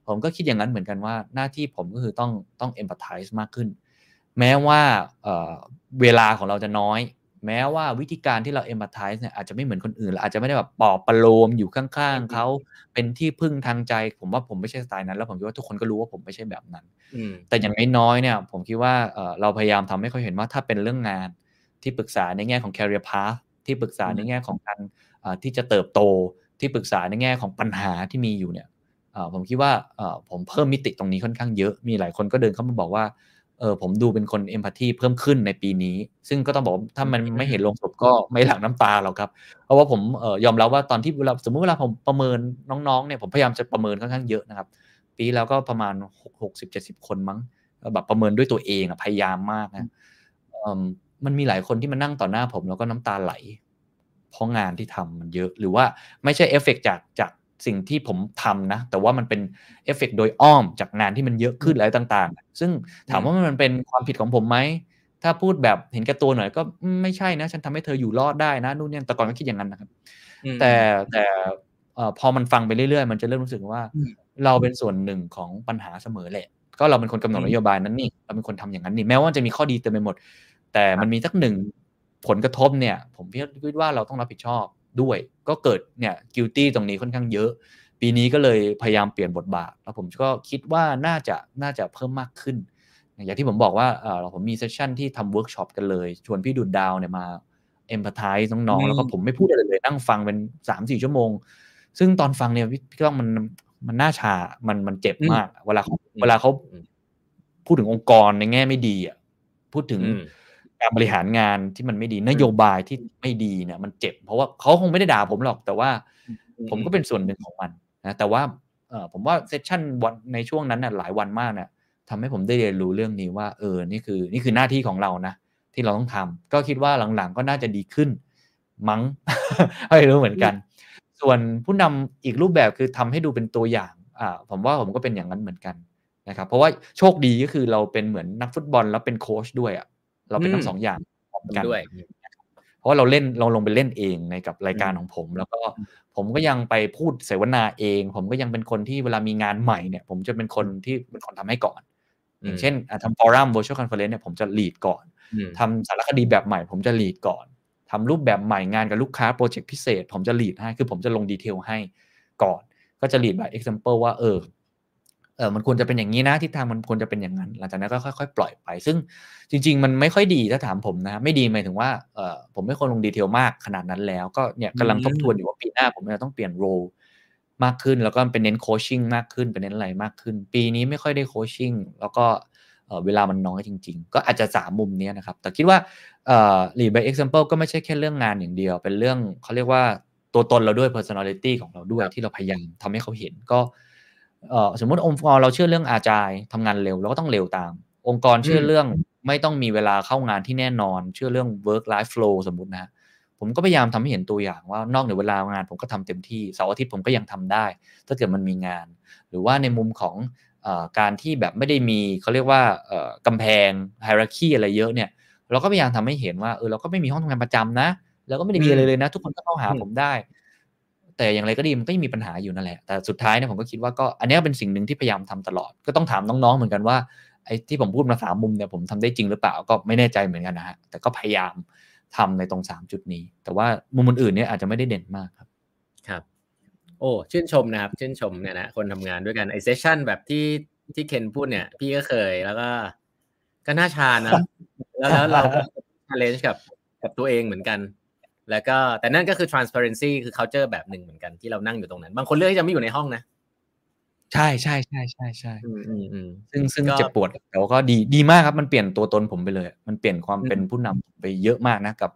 ผมก็คิดอย่างนั้นเหมือนกันว่าหน้าที่ผมก็คือต้อง empathize มากขึ้นแม้ว่าเวลาของเราจะน้อยแม้ว่าวิธีการที่เรา empathize เนี่ยอาจจะไม่เหมือนคนอื่นเราอาจจะไม่ได้แบบปลอบประโลมอยู่ข้างๆเขาเป็นที่พึ่งทางใจผมว่าผมไม่ใช่สไตล์นั้นแล้วผมคิดว่าทุกคนก็รู้ว่าผมไม่ใช่แบบนั้นแต่อย่างน้อยๆเนี่ยผมคิดว่าเราพยายามทำให้เขาเห็นว่าถ้าเป็นเรื่องงานที่ปรึกษาในแง่ของ career path ที่ปรึกษาในแง่ของการที่จะเติบโตที่ปรึกษาในแง่ของปัญหาที่มีอยู่เนี่ยผมคิดว่าผมเพิ่มมิติตรงนี้ค่อนข้างเยอะมีหลายคนก็เดินเข้ามาบอกว่าผมดูเป็นคน empathy เพิ่มขึ้นในปีนี้ซึ่งก็ต้องบอกว่าถ้ามันไม่เห็นลงศพก็ไม่หลั่งน้ำตาหรอกครับเพราะว่าผมยอมรับว่าตอนที่สมมุติเวลาผมประเมินน้องๆเนี่ยผมพยายามจะประเมินค่อนข้างเยอะนะครับปีแล้วก็ประมาณ60-70 คนมั้งแบบประเมินด้วยตัวเองพยายามมากนะมันมีหลายคนที่มานั่งต่อหน้าผมแล้วก็น้ำตาไหลเพราะงานที่ทำมันเยอะหรือว่าไม่ใช่เอฟเฟกต์จากสิ่งที่ผมทำนะแต่ว่ามันเป็นเอฟเฟกต์โดยอ้อมจากงานที่มันเยอะขึ้นอะไรต่างๆซึ่งถามว่ามันเป็นความผิดของผมไหมถ้าพูดแบบเห็นแก่ตัวหน่อยก็ไม่ใช่นะฉันทำให้เธออยู่รอดได้นะนู่นนี่แต่ก่อนก็คิดอย่างนั้นนะครับแต่พอมันฟังไปเรื่อยๆมันจะเริ่มรู้สึกว่าเราเป็นส่วนหนึ่งของปัญหาเสมอแหละก็เราเป็นคนกำหนดนโยบายนั้นนี่เราเป็นคนทำอย่างนั้นนี่แม้ว่าจะมีข้อดีเต็มไปหมดแต่มันมีสักหนึ่งผลกระทบเนี่ยผมคิดว่าเราต้องรับผิดชอบด้วยก็เกิดเนี่ย guilty ตรงนี้ค่อนข้างเยอะปีนี้ก็เลยพยายามเปลี่ยนบทบาทแล้วผมก็คิดว่าน่าจะเพิ่มมากขึ้นอย่างที่ผมบอกว่าผมมีเซสชั่นที่ทำเวิร์กช็อปกันเลยชวนพี่ดุดดาวเนี่ยมา empathize น้องๆแล้วก็ผมไม่พูดอะไรเลยนั่งฟังเป็น 3-4 ชั่วโมงซึ่งตอนฟังเนี่ยพี่ก้องมันน่าชามันเจ็บมากเวลาเขาพูดถึงองค์กรในแง่ไม่ดีอ่ะพูดถึงการบริหารงานที่มันไม่ดีนโยบายที่ไม่ดีเนี่ยมันเจ็บเพราะว่าเขาคงไม่ได้ด่าผมหรอกแต่ว่าผมก็เป็นส่วนหนึ่งของมันนะแต่ว่าผมว่าเซสชั่นวันในช่วงนั้นน่ะหลายวันมากเนี่ยทำให้ผมได้เรียนรู้เรื่องนี้ว่านี่คือหน้าที่ของเรานะที่เราต้องทำก็คิดว่าหลังๆก็น่าจะดีขึ้นมั้ง ไม่รู้เหมือนกันส่วนผู้นำอีกรูปแบบคือทำให้ดูเป็นตัวอย่างผมว่าผมก็เป็นอย่างนั้นเหมือนกันนะครับเพราะว่าโชคดีก็คือเราเป็นเหมือนนักฟุตบอลแล้วเป็นโค้ชด้วยเราเป็นทั้ง2อย่างพร้อมกันเพราะว่าเราลงไปเล่นเองในกับรายการของผมแล้วก็ผมก็ยังไปพูดเสวนาเองผมก็ยังเป็นคนที่เวลามีงานใหม่เนี่ยผมจะเป็นคนที่เป็นคนทำให้ก่อนอย่างเช่นทำฟอรัม virtual conference เนี่ยผมจะ lead ก่อนทำสารคดีแบบใหม่ผมจะ lead ก่อนทำรูปแบบใหม่งานกับลูกค้าโปรเจกต์พิเศษผมจะ lead ให้คือผมจะลงดีเทลให้ก่อนก็จะ lead by example ว่ามันควรจะเป็นอย่างนี้นะทิศทางมันควรจะเป็นอย่างนั้นหลังจากนั้นก็ค่อยๆปล่อยไปซึ่งจริงๆมันไม่ค่อยดีถ้าถามผมนะไม่ดีหมายถึงว่าผมไม่ควรลงดีเทลมากขนาดนั้นแล้วก็เนี่ยกำลังทบทวนอยู่ว่าปีหน้าผมจะต้องเปลี่ยนโรลมากขึ้นแล้วก็เป็นเน้นโคชชิ่งมากขึ้นเป็นเน้นอะไรมากขึ้นปีนี้ไม่ค่อยได้โคชชิ่งแล้วก็เวลามันน้อยจริงๆก็อาจจะ3มุมนี้นะครับแต่คิดว่าlead by example ก็ไม่ใใช่แค่เรื่องงานอย่างเดียวเป็นเรื่องเขาเรียกว่าตัวตนเราด้วย personality ของเราด้วยที่เราพยายามทำให้เขาเห็นก็สมมุติองค์กรเราเชื่อเรื่องอาจายทำงานเร็วเราก็ต้องเร็วตามองค์กรเชื่อเรื่องไม่ต้องมีเวลาเข้างานที่แน่นอนเชื่อเรื่อง work life flow สมมุตินะผมก็พยายามทำให้เห็นตัวอย่างว่านอกเหนือเวลางานผมก็ทำเต็มที่เสาร์อาทิตย์ผมก็ยังทำได้ถ้าเกิดมันมีงานหรือว่าในมุมของการที่แบบไม่ได้มีเขาเรียกว่ากำแพง hierarchy อะไรเยอะเนี่ยเราก็พยายามทำให้เห็นว่าเราก็ไม่มีห้องทำงานประจำนะแล้วก็ไม่ได้มีอะไรเลยนะทุกคนก็เข้าหาผมได้แต่อย่างไรก็ดีมันก็ยังมีปัญหาอยู่นั่นแหละแต่สุดท้ายเนี่ยผมก็คิดว่าก็อันนี้เป็นสิ่งหนึ่งที่พยายามทำตลอดก็ต้องถามน้องๆเหมือนกันว่าไอ้ที่ผมพูดมา3มุมเนี่ยผมทำได้จริงหรือเปล่าก็ไม่แน่ใจเหมือนกันนะฮะแต่ก็พยายามทำในตรง3จุดนี้แต่ว่ามุมอื่นๆเนี่ยอาจจะไม่ได้เด่นมากครับครับโอ้ชื่นชมนะครับชื่นชมเนี่ยนะคนทำงานด้วยกันไอเซสชั่นแบบที่เคนพูดเนี่ยพี่ก็เคยแล้วก็น่าชานะแล้วเราก็ challenge กับตัวเองเหมือนกันแล้วก็แต่นั่นก็คือ transparency คือ culture แบบหนึ่งเหมือนกันที่เรานั่งอยู่ตรงนั้นบางคนเลือกที่จะไม่อยู่ในห้องนะใช่ใช่ใช่ใช่ใช่ซึ่งเจ็บปวดแต่ว่าก็ดีมากครับมันเปลี่ยนตัวตนผมไปเลยมันเปลี่ยนความเป็นผู้นำไปเยอะมากนะกับ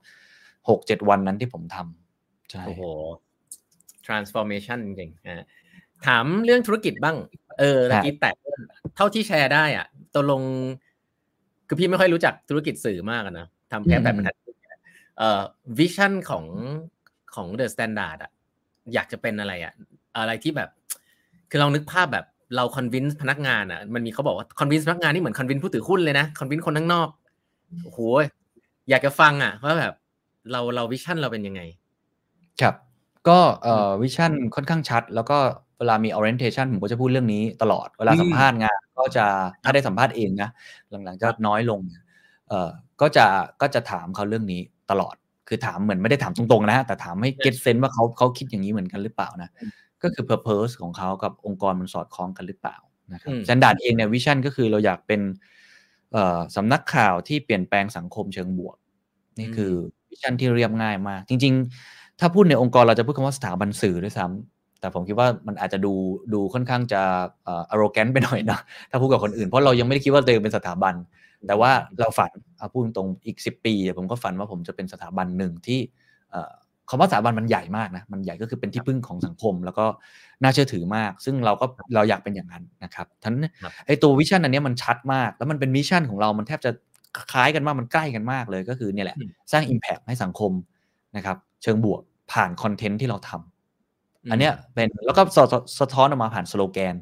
6-7 วันนั้นที่ผมทำใช่โอ้โห transformation จริงๆถามเรื่องธุรกิจบ้างตะกี้แตะเท่าที่แชร์ได้อ่ะตกลงคือพี่ไม่ค่อยรู้จักธุรกิจสื่อมากนะทำแค่แบบบรรทัดวิชั่นของ The Standard อ่ะอยากจะเป็นอะไรอ่ะอะไรที่แบบคือเรานึกภาพแบบเรา convince พนักงานอ่ะมันมีเขาบอกว่า convince พนักงานนี่เหมือน convince ผู้ถือหุ้นเลยนะ convince คนข้างนอกโอ้โหอยากจะฟังอ่ะว่าแบบเราวิชั่นเราเป็นยังไงครับก็วิชั่นค่อนข้างชัดแล้วก็เวลามี orientation ผมก็จะพูดเรื่องนี้ตลอดเวลาสัมภาษณ์งานก็จะถ้าได้สัมภาษณ์เองนะหลังๆจะน้อยลงก็จะถามเขาเรื่องนี้ตลอดคือถามเหมือนไม่ได้ถามตรงๆนะแต่ถามให้ get sense ว่าเขาคิดอย่างนี้เหมือนกันหรือเปล่านะก็คือ purpose ของเขากับองค์กรมันสอดคล้องกันหรือเปล่านะครับ Standard เองเนี่ยวิชั่นก็คือเราอยากเป็นสำนักข่าวที่เปลี่ยนแปลงสังคมเชิงบวกนี่คือวิชั่นที่เรียบง่ายมากจริงๆถ้าพูดในองค์กรเราจะพูดคำว่าสถาบันสื่อด้วยซ้ำแต่ผมคิดว่ามันอาจจะดูค่อนข้างจะarrogant ไปหน่อยนะถ้าพูดกับคนอื่นเพราะเรายังไม่ได้คิดว่าตัวเองเป็นสถาบันแต่ว่าเราฝันพูดตรงอีก10 ปีผมก็ฝันว่าผมจะเป็นสถาบันหนึ่งที่คำว่าสถาบันมันใหญ่มากนะมันใหญ่ก็คือเป็นที่พึ่งของสังคมแล้วก็น่าเชื่อถือมากซึ่งเราอยากเป็นอย่างนั้นนะครับทั้งไอตัววิชั่นอันนี้มันชัดมากแล้วมันเป็นมิชชั่นของเรามันแทบจะคล้ายกันมากมันใกล้กันมากเลยก็คือเนี่ยแหละสร้าง impact ให้สังคมนะครับเชิงบวกผ่านคอนเทนต์ที่เราทำอันเนี้ยเป็นแล้วก็สะท้อนออกมาผ่านสโลแกน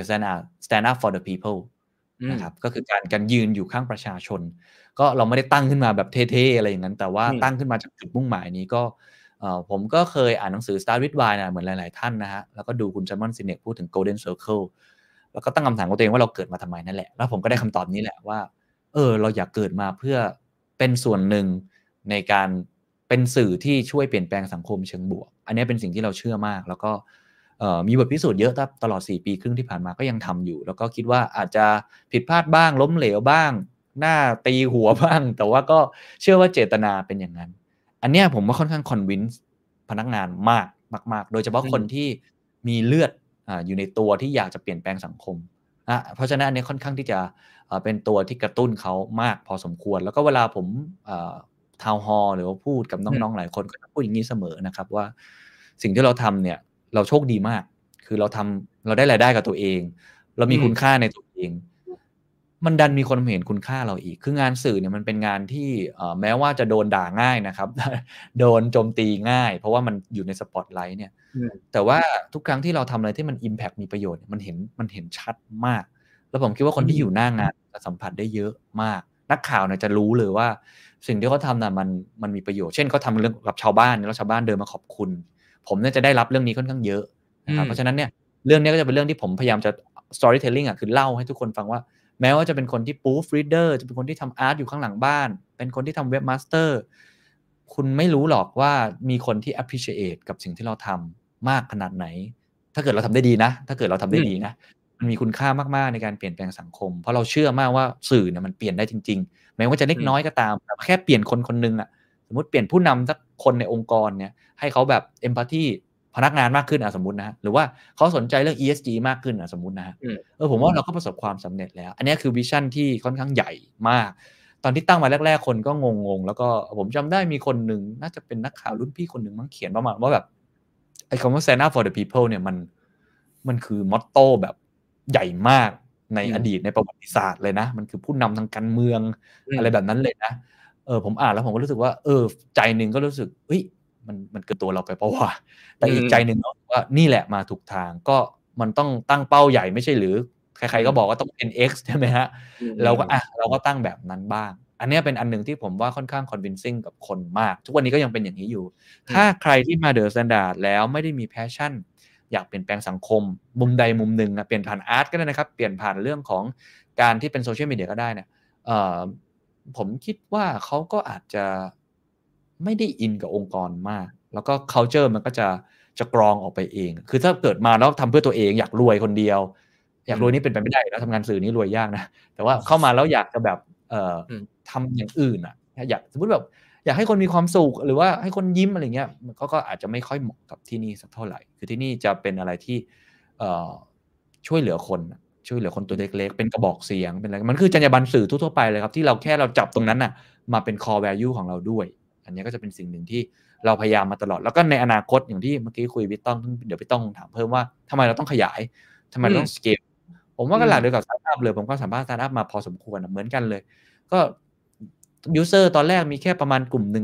stand up for the people นะครับก็คือการยืนอยู่ข้างประชาชนก็เราไม่ได้ตั้งขึ้นมาแบบเท่ๆอะไรอย่างนั้นแต่ว่าตั้งขึ้นมาจากจุดมุ่งหมายนี้ก็ผมก็เคยอ่านหนังสือ Start with Why นะเหมือนหลายๆท่านนะฮะแล้วก็ดูคุณไซมอนซิเนกพูดถึง Golden Circle แล้วก็ตั้งคำถามกับตัวเองว่าเราเกิดมาทำไมนั่นแหละแล้วผมก็ได้คำตอบนี้แหละว่าเราอยากเกิดมาเพื่อเป็นส่วนหนึ่งในการเป็นสื่อที่ช่วยเปลี่ยนแปลงสังคมเชิงบวกอันนี้เป็นสิ่งที่เราเชื่อมากแล้วก็มีบทพิสูจน์เยอะตลอด4 ปีครึ่งที่ผ่านมาก็ยังทำอยู่แล้วก็คิดว่าอาจจะผิดพลาดบ้างล้มเหลวบ้างหน้าตีหัวบ้างแต่ว่าก็เชื่อว่าเจตนาเป็นอย่างนั้นอันเนี้ยผมว่าค่อนข้างคอนวินส์พนักงานมากโดยเฉพาะคนที่มีเลือดอยู่ในตัวที่อยากจะเปลี่ยนแปลงสังคมเพราะฉะนั้นอันนี้ค่อนข้างที่จะเป็นตัวที่กระตุ้นเขามากพอสมควรแล้วก็เวลาผมทาวน์ฮอลล์หรือว่าพูดกับน้องๆหลายคนก็จะพูดอย่างนี้เสมอนะครับว่าสิ่งที่เราทำเนี่ยเราโชคดีมากคือเราได้รายได้กับตัวเองเรามีคุณค่าในตัวเองมันดันมีคนเห็นคุณค่าเราอีกคืองานสื่อเนี่ยมันเป็นงานที่แม้ว่าจะโดนด่าง่ายนะครับ โดนโจมตีง่ายเพราะว่ามันอยู่ในสปอตไลท์เนี่ยแต่ว่าทุกครั้งที่เราทำอะไรที่มัน impact มีประโยชน์มันเห็นชัดมากแล้วผมคิดว่าคนที่อยู่หน้างานจะสัมผัสได้เยอะมากนักข่าวเนี่ยจะรู้เลยว่าสิ่งที่เขาทำน่ะมันมีประโยชน์เช่นเขาทำเรื่องกับชาวบ้านแล้วชาวบ้านเดินมาขอบคุณผมเนี่ยจะได้รับเรื่องนี้ค่อนข้างเยอะนะครับเพราะฉะนั้นเนี่ยเรื่องนี้ก็จะเป็นเรื่องที่ผมพยายามจะ storytelling คือเล่าให้ทุกคนฟังว่าแม้ว่าจะเป็นคนที่ proof reader จะเป็นคนที่ทำอาร์ตอยู่ข้างหลังบ้านเป็นคนที่ทำเว็บมาสเตอร์คุณไม่รู้หรอกว่ามีคนที่ appreciate กับสิ่งที่เราทำมากขนาดไหนถ้าเกิดเราทำได้ดีนะมันมีคุณค่ามากๆในการเปลี่ยนแปลงสังคมเพราะเราเชื่อมากว่าสื่อเนี่ยมันเปลี่ยนได้จริงๆแม้ว่าจะเล็กน้อยก็ตามแต่แค่เปลี่ยนคนนึงสมมติเปลี่ยนผู้นำสักคนในองค์กรเนี่ยให้เขาแบบ empathy พนักงานมากขึ้นสมมุตินะหรือว่าเขาสนใจเรื่อง ESG มากขึ้นสมมุตินะผมว่าเราก็ประสบความสำเร็จแล้วอันนี้คือวิชั่นที่ค่อนข้างใหญ่มากตอนที่ตั้งมาแรกๆคนก็งงแล้วก็ผมจำได้มีคนหนึ่งน่าจะเป็นนักข่าวรุ่นพี่คนหนึ่งมั้งเขียนประมาณว่าแบบไอ้คำว่า stand up for the people เนี่ยมันคือมอตโต้แบบใหญ่มากในอดีตในประวัติศาสตร์เลยนะมันคือผู้นำทางการเมืองอะไรแบบนั้นเลยนะผมอ่านแล้วผมก็รู้สึกว่าใจนึงก็รู้สึกเฮ้ยมันเกินตัวเราไปเปล่าวะแต่อีกใจนึงก็ว่านี่แหละมาถูกทางก็มันต้องตั้งเป้าใหญ่ไม่ใช่หรือใครๆก็บอกว่าต้อง 10x ใช่ไหมฮะเราก็ตั้งแบบนั้นบ้างอันนี้เป็นอันนึงที่ผมว่าค่อนข้าง convincing กับคนมากทุกวันนี้ก็ยังเป็นอย่างนี้อยู่ถ้าใครที่มา The Standard แล้วไม่ได้มี passion อยากเปลี่ยนแปลงสังคมมุมใดมุมหนึ่งเปลี่ยนผ่านอาร์ตก็ได้นะครับเปลี่ยนผ่านเรื่องของการที่เป็นโซเชียลมีเดียก็ได้เนี่ยผมคิดว่าเขาก็อาจจะไม่ได้อินกับองค์กรมากแล้วก็ culture มันก็จะกรองออกไปเองคือถ้าเกิดมาแล้วทำเพื่อตัวเองอยากรวยคนเดียวอยากรวยนี่เป็นไปไม่ได้แล้วทำงานสื่อนี่รวยยากนะแต่ว่าเข้ามาแล้วอยากจะแบบทำอย่างอื่นอยากสมมติแบบอยากให้คนมีความสุขหรือว่าให้คนยิ้มอะไรเงี้ยมันก็อาจจะไม่ค่อยเหมาะกับที่นี่สักเท่าไหร่คือที่นี่จะเป็นอะไรที่ช่วยเหลือคนตัวเล็กๆเป็นกระบอกเสียงเป็นอะไรมันคือจรรยาบรรณสื่อทั่วๆไปเลยครับที่เราจับตรงนั้นมาเป็น core value ของเราด้วยอันนี้ก็จะเป็นสิ่งหนึ่งที่เราพยายามมาตลอดแล้วก็ในอนาคตอย่างที่เมื่อกี้คุยพี่ต้องเดี๋ยวพี่ต้องถามเพิ่มว่าทำไมเราต้องขยายทำไมเราต้อง scale ผมว่าก็หลักเดียวกับสตาร์ทอัพเลยผมก็สัมภาษณ์สตาร์ทอัพมาพอสมควรเหมือนกันเลยก็ยูเซอร์ตอนแรกมีแค่ประมาณกลุ่มนึง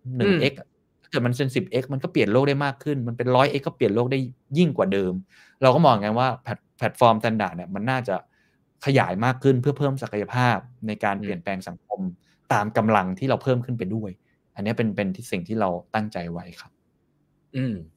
1x ถ้าเกิดมันเป็น 10x มันก็เปลี่ยนโลกได้มากขึ้นมันเป็น 100x ก็เปลี่ยนโลกได้ยิ่งกว่าเดิมเราก็มองกันว่าแพลตฟอร์ม Standard เนี่ยมันน่าจะขยายมากขึ้นเพื่อเพิ่มศักยภาพในการเปลี่ยนแปลงสังคมตามกำลังที่เราเพิ่มขึ้นไปด้วยอันนี้เป็นที่สิ่งที่เราตั้งใจไว้ครับ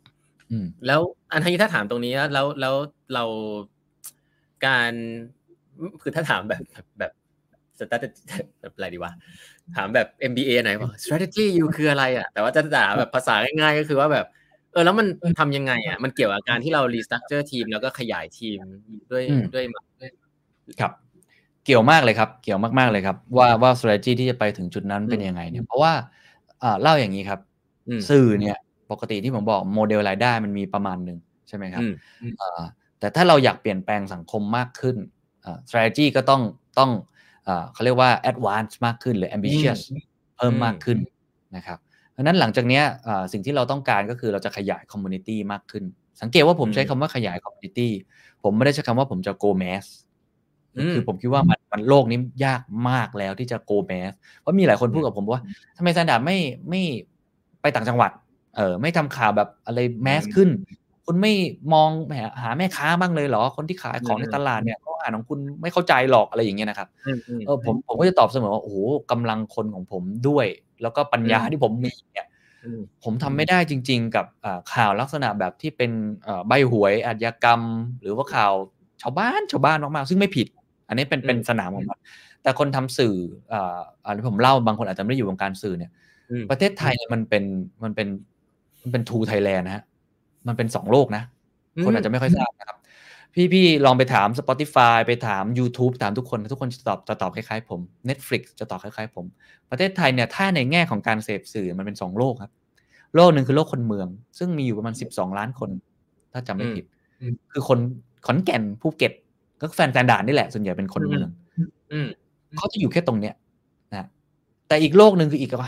แล้วอันนี้ถ้าถามตรงนี้แล้วเราการคือถ้าถามแบบแบบอะไรดีวะถามแบบ MBA ไหนบอก strategy อยู่คืออะไรอ่ะแต่ว่าจะด่าแบบภาษาง่ายๆก็คือว่าแบบแล้วมันทำยังไงอ่ะมันเกี่ยวกับการที่เรา restructure ทีมแล้วก็ขยายทีมด้วยครับเกี่ยวมากเลยครับเกี่ยวมากๆเลยครับว่า strategy ที่จะไปถึงจุดนั้นเป็นยังไงเนี่ยเพราะว่าเล่าอย่างนี้ครับสื่อเนี่ยปกติที่ผมบอกโมเดลรายได้มันมีประมาณหนึ่งใช่ไหมครับแต่ถ้าเราอยากเปลี่ยนแปลงสังคมมากขึ้นstrategy ก็ต้องเขาเรียกว่า advance มากขึ้นหรือ ambitious เพิ่มมากขึ้นนะครับดังนั้นหลังจากนี้สิ่งที่เราต้องการก็คือเราจะขยาย community มากขึ้นสังเกตว่าผมใช้คำว่าขยาย community ผมไม่ได้ใช้คำว่าผมจะ go mass คือผมคิดว่ามันโลกนี้ยากมากแล้วที่จะ go mass เพราะมีหลายคนพูดกับผมว่าทำไมStandardไม่ไปต่างจังหวัดไม่ทำข่าวแบบอะไรแมสขึ้นคุณไม่มองหาแม่ค้าบ้างเลยเหรอคนที่ขายของในตลาดเนี่ยเขาอ่านของคุณไม่เข้าใจหรอกอะไรอย่างเงี้ยนะครับผมก็จะตอบเสมอว่าโอ้โหกำลังคนของผมด้วยแล้วก็ปัญญาที่ผมมีเนี่ยผมทำไม่ได้จริงๆกับข่าวลักษณะแบบที่เป็นใบหวยอาชญากรรมหรือว่าข่าวชาวบ้านมากๆซึ่งไม่ผิดอันนี้เป็นสนามของมันแต่คนทำสื่อผมเล่าบางคนอาจจะไม่ได้อยู่วงการสื่อเนี่ยประเทศไทยมันเป็นทูไทยแลนด์นะฮะมันเป็น2โลกนะคนอาจจะไม่ค่อยทราบนะครับพี่ลองไปถาม Spotify ไปถาม YouTube ถามทุกคนจะตอบคล้ายๆผม Netflix จะตอบคล้ายๆผมประเทศไทยเนี่ยถ้าในแง่ของการเสพสื่อมันเป็น2โลกครับโลกนึงคือโลกคนเมืองซึ่งมีอยู่ประมาณ12ล้านคนถ้าจำไม่ผิดคือคนขอนแก่นภูเก็ตก็แฟนแตนดาร์ดนี่แหละส่วนใหญ่เป็นคนเมืองเขาจะอยู่แค่ตรงเนี้ยนะแต่อีกโลกหนึ่งคืออีก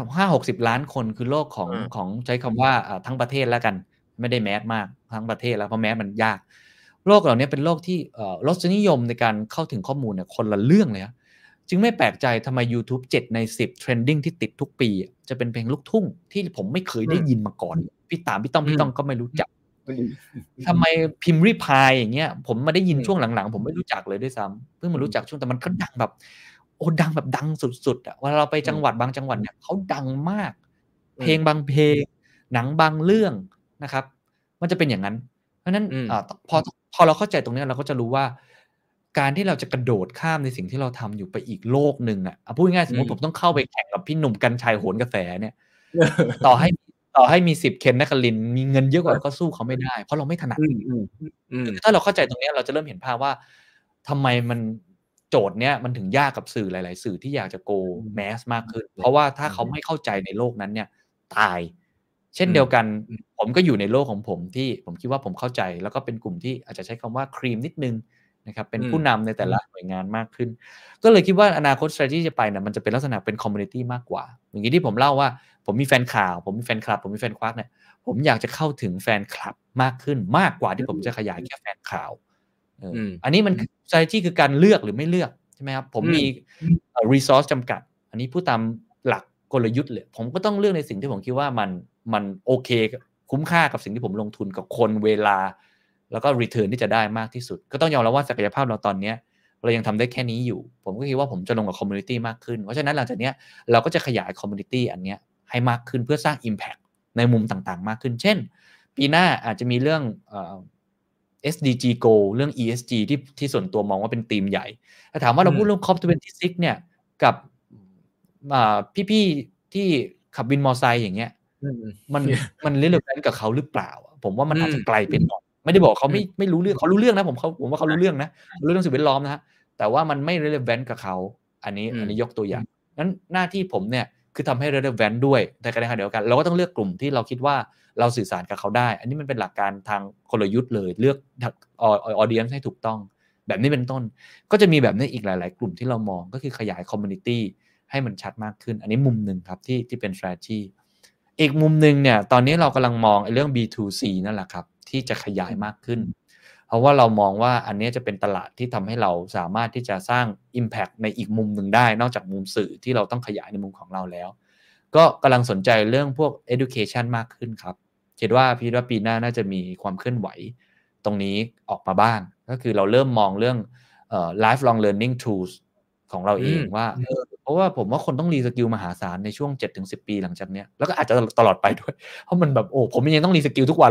60 ล้านคนคือโลกของใช้คำว่าทั้งประเทศแล้วกันไม่ได้แมสมากทั้งประเทศแล้วเพราะแมสมันยากโลกเหล่านี้เป็นโลกที่รสนิยมในการเข้าถึงข้อมูลเนี่ยคนละเรื่องเลยครับจึงไม่แปลกใจทำไม YouTube 7 ใน 10 trending ที่ติดทุกปีจะเป็นเพลงลูกทุ่งที่ผมไม่เคยได้ยินมาก่อนพี่ต้องก็ไม่รู้จักทำไมพิมพ์ริพายอย่างเงี้ยผมมาได้ยินช่วงหลังๆผมไม่รู้จักเลยด้วยซ้ำเพิ่งมารู้จักช่วงแต่มันก็ดังแบบดังแบบดังสุดๆอ่ะเวลาเราไปจังหวัดบางจังหวัดเนี่ยเขาดังมากเพลงบางเพลงหนังบางเรื่องนะครับมันจะเป็นอย่างนั้นเพราะนั้นพอเราเข้าใจตรงนี้เราก็จะรู้ว่าการที่เราจะกระโดดข้ามในสิ่งที่เราทำอยู่ไปอีกโลกหนึ่งอ่ะพูดง่ายๆสมมติผมต้องเข้าไปแข่งกับพี่หนุ่มกรรชัยโหนกระแสเนี่ยต่อให้มี10เคนนครินทร์มีเงินเยอะกว่าก็สู้เขาไม่ได้เพราะเราไม่ถนัดถ้าเราเข้าใจตรงนี้เราจะเริ่มเห็นภาพว่าทำไมมันโจทย์เนี้ยมันถึงยากกับสื่อหลายๆสื่อที่อยากจะ go mass มากขึ้นเพราะว่าถ้าเขาไม่เข้าใจในโลกนั้นเนี่ยตายเช่นเดียวกันผมก็อยู่ในโลกของผมที่ผมคิดว่าผมเข้าใจแล้วก็เป็นกลุ่มที่อาจจะใช้คำว่าครีมนิดนึงนะครับเป็นผู้นำในแต่ละหน่วยงานมากขึ้นก็เลยคิดว่าอนาคต strategy จะไปเนี่ยมันจะเป็นลักษณะเป็น community มากกว่าอย่างที่ผมเล่าว่าผมมีแฟนข่าวผมมีแฟนคลับผมมีแฟนควักเนี่ยผมอยากจะเข้าถึงแฟนคลับมากขึ้นมากกว่าที่ผมจะขยายแค่แฟนข่าวอันนี้มัน strategy คือการเลือกหรือไม่เลือกใช่ไหมครับผมมีresource จำกัดอันนี้พูดตามหลักกลยุทธ์เลยผมก็ต้องเลือกในสิ่งที่ผมคิดว่ามันโอเคคุ้มค่ากับสิ่งที่ผมลงทุนกับคนเวลาแล้วก็ return ที่จะได้มากที่สุดก็ต้องยอมรับว่าศักยภาพเราตอนนี้เรายังทำได้แค่นี้อยู่ผมก็คิดว่าผมจะลงกับ community มากขึ้นเพราะฉะนั้นหลังจากนี้เราก็จะขยาย community อันนี้ให้มากขึ้นเพื่อสร้าง impact ในมุมต่างๆมากขึ้นเช่นปีหน้าอาจจะมีเรื่องSDG Goal เรื่อง ESG ที่ส่วนตัวมองว่าเป็นธีมใหญ่ถ้าถามว่าเราพูดเรื่อง COP26 เนี่ยกับพี่ๆที่ขับวินมอไซค์อย่างเงี้ยมันrelevant กับเขาหรือเปล่าผมว่ามันอาจจะไกลไปหน่อยไม่ได้บอกเขาไม่รู้เรื่องเขารู้เรื่องนะผมว่าเขารู้เรื่องนะรู้เรื่องสิ่งแวดล้อมนะฮะแต่ว่ามันไม่ relevant กับเขาอันนี้ยกตัวอย่างนั้นหน้าที่ผมเนี่ยคือทำให้ relevant ด้วยแต่ขณะเดียวกันเราก็ต้องเลือกกลุ่มที่เราคิดว่าเราสื่อสารกับเขาได้อันนี้มันเป็นหลักการทางกลยุทธ์เลยเลือกaudience ให้ถูกต้องแบบนี้เป็นต้นก็จะมีแบบนี้อีกหลายๆกลุ่มที่เรามองก็คือขยาย community ให้มันชัดมากขึ้นอันนี้มุมหนึ่งครับที่เป็น strategy อีกมุมหนึ่งเนี่ยตอนนี้เรากำลังมองเรื่อง B2C นั่นแหละครับที่จะขยายมากขึ้นเพราะว่าเรามองว่าอันนี้จะเป็นตลาดที่ทำให้เราสามารถที่จะสร้าง impact ในอีกมุมหนึ่งได้นอกจากมุมสื่อที่เราต้องขยายในมุมของเราแล้วก็กำลังสนใจเรื่องพวก education มากขึ้นครับคิดว่าปีหน้าน่าจะมีความเคลื่อนไหวตรงนี้ออกมาบ้างก็คือเราเริ่มมองเรื่องlifelong learning tools ของเราเองว่าเพราะว่าผมว่าคนต้องรีสกิลมหาศาลในช่วง 7-10 ปีหลังจากนี้แล้วก็อาจจะตลอดไปด้วยเพราะมันแบบผมยังต้องรีสกิลทุกวันเลย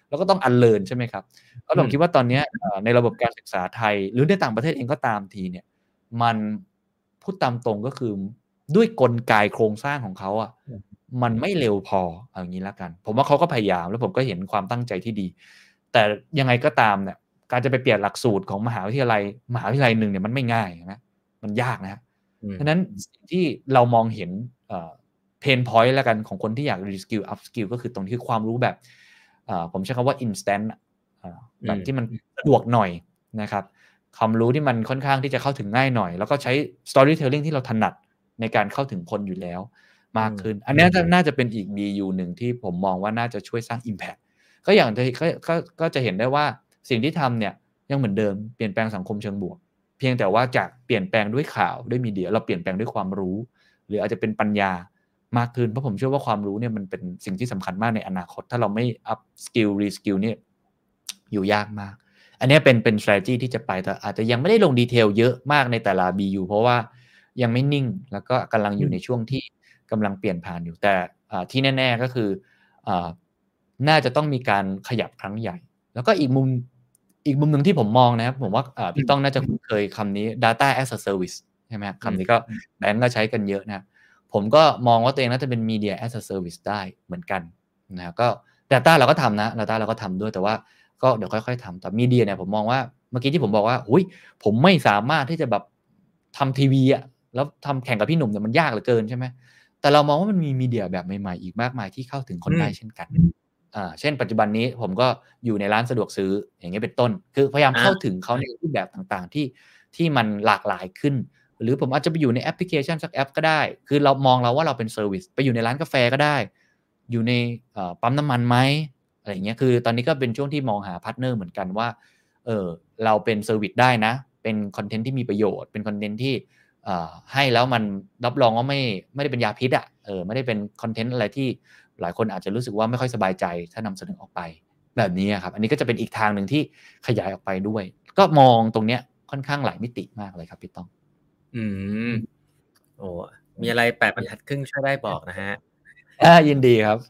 แล้วก็ต้องอันเลิร์นใช่ไหมครับก็ผมคิดว่าตอนนี้ในระบบการศึกษาไทยหรือในต่างประเทศเองก็ตามทีเนี่ยมันพูดตามตรงก็คือด้วยกลไกโครงสร้างของเขาอ่ะมันไม่เร็วพออย่างนี้ละกันผมว่าเขาก็พยายามแล้วผมก็เห็นความตั้งใจที่ดีแต่ยังไงก็ตามเนี่ยการจะไปเปลี่ยนหลักสูตรของมหาวิทยาลัยหนึ่งเนี่ยมันไม่ง่ายนะมันยากนะเพราะนั้นสิ่งที่เรามองเห็นเพนพอยต์แล้วกันของคนที่อยากรีสกิลอัพสกิลก็คือตรงที่ความรู้แบบผมใช้คำว่า instant แบบที่มันสะดวกหน่อยนะครับความรู้ที่มันค่อนข้างที่จะเข้าถึงง่ายหน่อยแล้วก็ใช้ storytelling ที่เราถนัดในการเข้าถึงคนอยู่แล้วมากขึ้นอันนี้น่าจะเป็นอีก BU หนึ่งที่ผมมองว่าน่าจะช่วยสร้าง impact ก็อย่างก็จะเห็นได้ว่าสิ่งที่ทำเนี่ยยังเหมือนเดิมเปลี่ยนแปลงสังคมเชิงบวกเพียงแต่ว่าจากเปลี่ยนแปลงด้วยข่าวด้วยมีเดียเราเปลี่ยนแปลงด้วยความรู้หรืออาจจะเป็นปัญญามากขึ้นเพราะผมเชื่อว่าความรู้เนี่ยมันเป็นสิ่งที่สำคัญมากในอนาคตถ้าเราไม่ up skill re skill เนี่ยอยู่ยากมากอันนี้เป็น strategy ที่จะไปแต่อาจจะยังไม่ได้ลงดีเทลเยอะมากในแต่ละ BU เพราะว่ายังไม่นิ่งแล้วก็กำลังอยู่ในช่วงที่กำลังเปลี่ยนผ่านอยู่แต่ที่แน่ๆก็คือน่าจะต้องมีการขยับครั้งใหญ่แล้วก็อีกมุมหนึ่งที่ผมมองนะครับผมว่าพี่ต้องน่าจะคุ้นเคยคำนี้ data as a service ใช่ไหมคำนี้ก็แบงก์ก็ใช้กันเยอะนะผมก็มองว่าตัวเองน่าจะเป็น media as a service ได้เหมือนกันนะก็ data เราก็ทำนะ data เราก็ทำด้วยแต่ว่าก็เดี๋ยวค่อยๆทำแต่ media เนี่ยผมมองว่าเมื่อกี้ที่ผมบอกว่าผมไม่สามารถที่จะแบบทำทีวีอ่ะแล้วทำแข่งกับพี่หนุ่มเนี่ยมันยากเหลือเกินใช่ไหมแต่เรามองว่ามันมีมีเดียแบบใหม่ๆอีกมากมายที่เข้าถึงคนได้เช่นกันเช่นปัจจุบันนี้ผมก็อยู่ในร้านสะดวกซื้ออย่างเงี้ยเป็นต้นคือพยายามเข้าถึงเขาในรูปแบบต่างๆที่มันหลากหลายขึ้นหรือผมอาจจะไปอยู่ในแอปพลิเคชันสักแอปก็ได้คือเรามองเราว่าเราเป็นเซอร์วิสไปอยู่ในร้านกาแฟก็ได้อยู่ในปั๊มน้ำมันไหมอะไรอย่างเงี้ยคือตอนนี้ก็เป็นช่วงที่มองหาพาร์ทเนอร์เหมือนกันว่าเราเป็นเซอร์วิสได้นะเป็นคอนเทนต์ที่มีประโยชน์เป็นคอนเทนต์ที่ให้แล้วมันรับรองว่าไม่ได้เป็นยาพิษไม่ได้เป็นคอนเทนต์อะไรที่หลายคนอาจจะรู้สึกว่าไม่ค่อยสบายใจถ้านำเสนอออกไปแบบนี้ครับอันนี้ก็จะเป็นอีกทางหนึ่งที่ขยายออกไปด้วยก็มองตรงเนี้ยค่อนข้างหลายมิติมากเลยครับพี่ต้องโอ้มีอะไร8 บรรทัดครึ่งช่วยได้บอกนะฮะยินดีครับ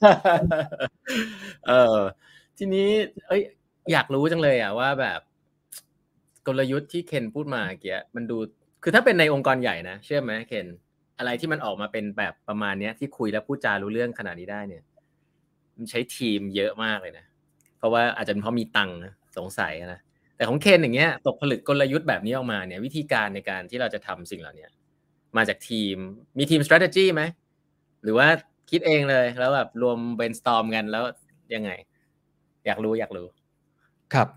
ทีนี้อยากรู้จังเลยว่าแบบกลยุทธ์ที่เคนพูดมาเมื่อกี้มันดูคือถ้าเป็นในองค์กรใหญ่นะเชื่อไหมเคนอะไรที่มันออกมาเป็นแบบประมาณนี้ที่คุยแล้วพูดจารู้เรื่องขนาดนี้ได้เนี่ยมันใช้ทีมเยอะมากเลยนะเพราะว่าอาจจะเป็นเพราะมีตังค์นะสงสัยนะแต่ของเคนอย่างเงี้ยตกผลึกกลยุทธ์แบบนี้ออกมาเนี่ยวิธีการในการที่เราจะทำสิ่งเหล่านี้มาจากทีมมีทีม strategy ไหมหรือว่าคิดเองเลยแล้วแบบรวม brainstorm กันแล้วยังไงอยากรู้ครับ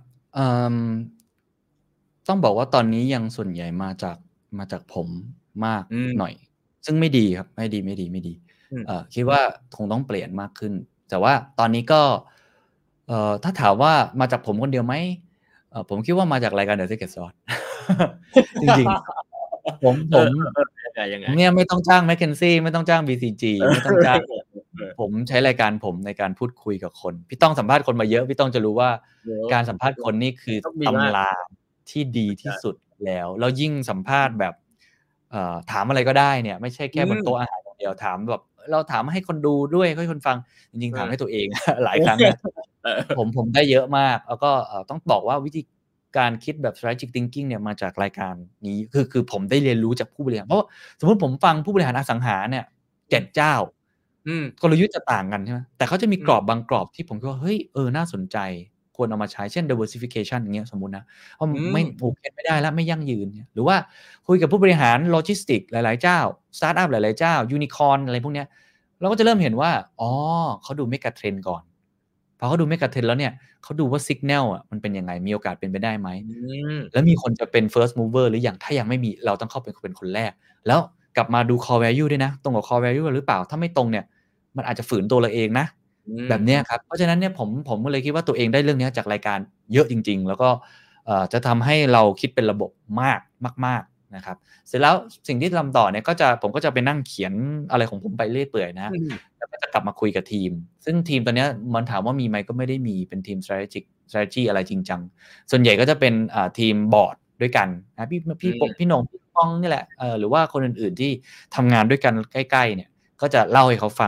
ต้องบอกว่าตอนนี้ยังส่วนใหญ่มาจากผมมากหน่อยซึ่งไม่ดีครับไม่ดีคิดว่าคงต้องเปลี่ยนมากขึ้นแต่ว่าตอนนี้ก็ถ้าถามว่ามาจากผมคนเดียวไหมผมคิดว่ามาจากรายการ The Secret Sauce จริงๆผมเนี่ยไม่ต้องจ้าง McKinsey ไม่ต้องจ้าง BCG ไม่ต้องจ้างผมใช้รายการผมในการพูดคุยกับคนพี่ต้องสัมภาษณ์คนมาเยอะพี่ต้องจะรู้ว่าการสัมภาษณ์คนนี่คือตำราที่ดีที่สุดแล้วยิ่งสัมภาษณ์แบบถามอะไรก็ได้เนี่ยไม่ใช่แค่บนโต๊ะอาหารอย่างเดียวถามแบบเราถามให้คนดูด้วยให้คนฟังจริงๆถามให้ตัวเองหลายครั้งนะผมได้เยอะมากแล้วก็ต้องบอกว่าวิธีการคิดแบบ strategic thinking เนี่ยมาจากรายการนี้คือผมได้เรียนรู้จากผู้บริหารเพราะสมมติผมฟังผู้บริหารอสังหาเนี่ย7เจ้ากลยุทธ์จะต่างกันใช่ไหมแต่เขาจะมีกรอบบางกรอบที่ผมคิดว่าเฮ้ยน่าสนใจควรเอามาใช้เช่น diversification อย่างเงี้ยสมมุตินะเพราะไม่โอเคไม่ได้แล้วไม่ยั่งยืนหรือว่าคุยกับผู้บริหารโลจิสติกหลายๆเจ้าสตาร์ทอัพหลายๆเจ้ายูนิคอร์นอะไรพวกเนี้ยเราก็จะเริ่มเห็นว่าเขาดูเมกะเทรนด์ก่อนพอเขาดูเมกะเทรนด์แล้วเนี่ยเขาดูว่าซิกแนลมันเป็นยังไงมีโอกาสเป็นไปได้ไหมแล้วมีคนจะเป็น first mover หรือยังถ้ายังไม่มีเราต้องเข้าเป็นคนแรกแล้วกลับมาดู core value ด้วยนะตรงกับ core value หรือเปล่าถ้าไม่ตรงเนี่ยมันอาจจะฝืนตัวเราเองนะแบบนี้ครับเพราะฉะนั้นเนี่ยผมก็เลยคิดว่าตัวเองได้เรื่องนี้จากรายการเยอะจริงๆแล้วก็จะทำให้เราคิดเป็นระบบมากนะครับเสร็จแล้วสิ่งที่ทำต่อเนี่ยผมก็จะไปนั่งเขียนอะไรของผมไปเรื่อยเปื่อยนะแล้วก็จะกลับมาคุยกับทีมซึ่งทีมตอนนี้มันถามว่ามีไหมก็ไม่ได้มีเป็นทีม strategy อะไรจริงจังส่วนใหญ่ก็จะเป็นทีมบอร์ดด้วยกันนะพี่หนงพี่ป้องนี่แหละหรือว่าคนอื่นๆที่ทำงานด้วยกันใกล้ๆเนี่ยก็จะเล่าให้เขาฟังว่า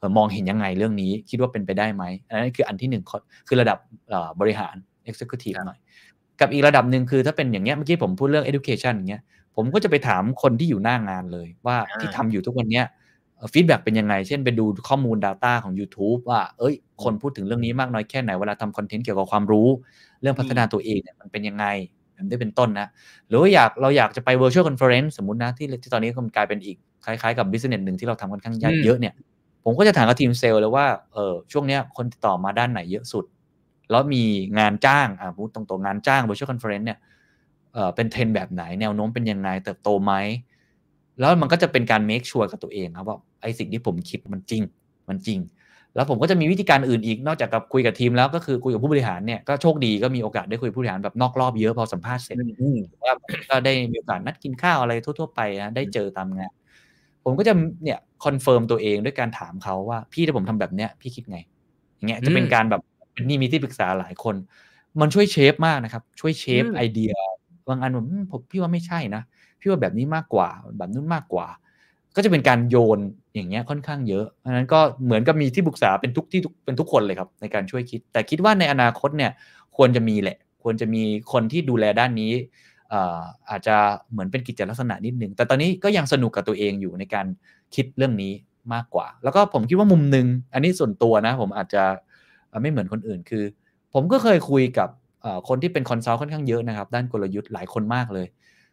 มองเห็นยังไงเรื่องนี้คิดว่าเป็นไปได้ไหมอันนั้นคืออันที่1คือระดับบริหาร executive หน่อยกับอีกระดับหนึ่งคือถ้าเป็นอย่างเงี้ยเมื่อกี้ผมพูดเรื่อง education อย่างเงี้ยผมก็จะไปถามคนที่อยู่หน้างานเลยว่าที่ทำอยู่ทุกวันเนี้ยฟีดแบ็กเป็นยังไงเช่นไปดูข้อมูล Data ของ YouTube ว่าคนพูดถึงเรื่องนี้มากน้อยแค่ไหนเวลาทำคอนเทนต์เกี่ยวกับความรู้เรื่องพัฒนาตัวเองเนี่ยมันเป็นยังไงแบบนี้เป็นต้นนะหรือว่าเราอยากจะไป virtual conference สมมุตินะที่ตอนนี้มันกลายเป็นอีกคล้ายๆกับ business หนึ่งที่เราทำค่อนข้างเยอะเนี่ยผมก็จะถามกับทีมเซลล์เลยว่าช่วงเนี้ยคนติดต่อมาด้านไหนเยอะสุดแล้วมีงานจ้างพูดตรงๆงานจ้าง virtual conference เนี่ยเป็นเทรนด์แบบไหนแนวโน้มเป็นยังไงเติบโตไหมแล้วมันก็จะเป็นการ make sure กับตัวเองครับว่าไอ้สิ่งที่ผมคิดมันจริงแล้วผมก็จะมีวิธีการอื่นอีกนอกจากกับคุยกับทีมแล้วก็คือคุยกับผู้บริหารเนี่ยก็โชคดีก็มีโอกาสได้คุยกับผู้บริหารแบบนอกรอบเยอะพอสัมภาษณ์เสร็จว่าก็ได้มีโอกาสนัดกินข้าวอะไรทั่วๆไปนะได้เจอตามงานผมก็จะเนี่ยคอนเฟิร์มตัวเองด้วยการถามเขาว่าพี่ถ้าผมทำแบบเนี้ยพี่คิดไงอย่างเงี้ยจะเป็นการแบบนี่มีที่ปรึกษาหลายคนมันช่วยเชฟมากนะครับช่วยเชฟไอเดียบางอันผมพี่ว่าไม่ใช่นะพี่ว่าแบบนี้มากกว่าแบบนู้นมากกว่าก็จะเป็นการโยนอย่างเงี้ยค่อนข้างเยอะเพราะนั้นก็เหมือนกับมีที่ปรึกษาเป็นทุกคนเลยครับในการช่วยคิดแต่คิดว่าในอนาคตเนี่ยควรจะมีแหละควรจะมีคนที่ดูแลด้านนี้อาจจะเหมือนเป็นกิจลักษณะนิดนึงแต่ตอนนี้ก็ยังสนุกกับตัวเองอยู่ในการคิดเรื่องนี้มากกว่าแล้วก็ผมคิดว่ามุมนึงอันนี้ส่วนตัวนะผมอาจจะไม่เหมือนคนอื่นคือผมก็เคยคุยกับคนที่เป็นคอนซัลท์ค่อนข้างเยอะนะครับด้านกลยุทธ์หลายคนมากเลย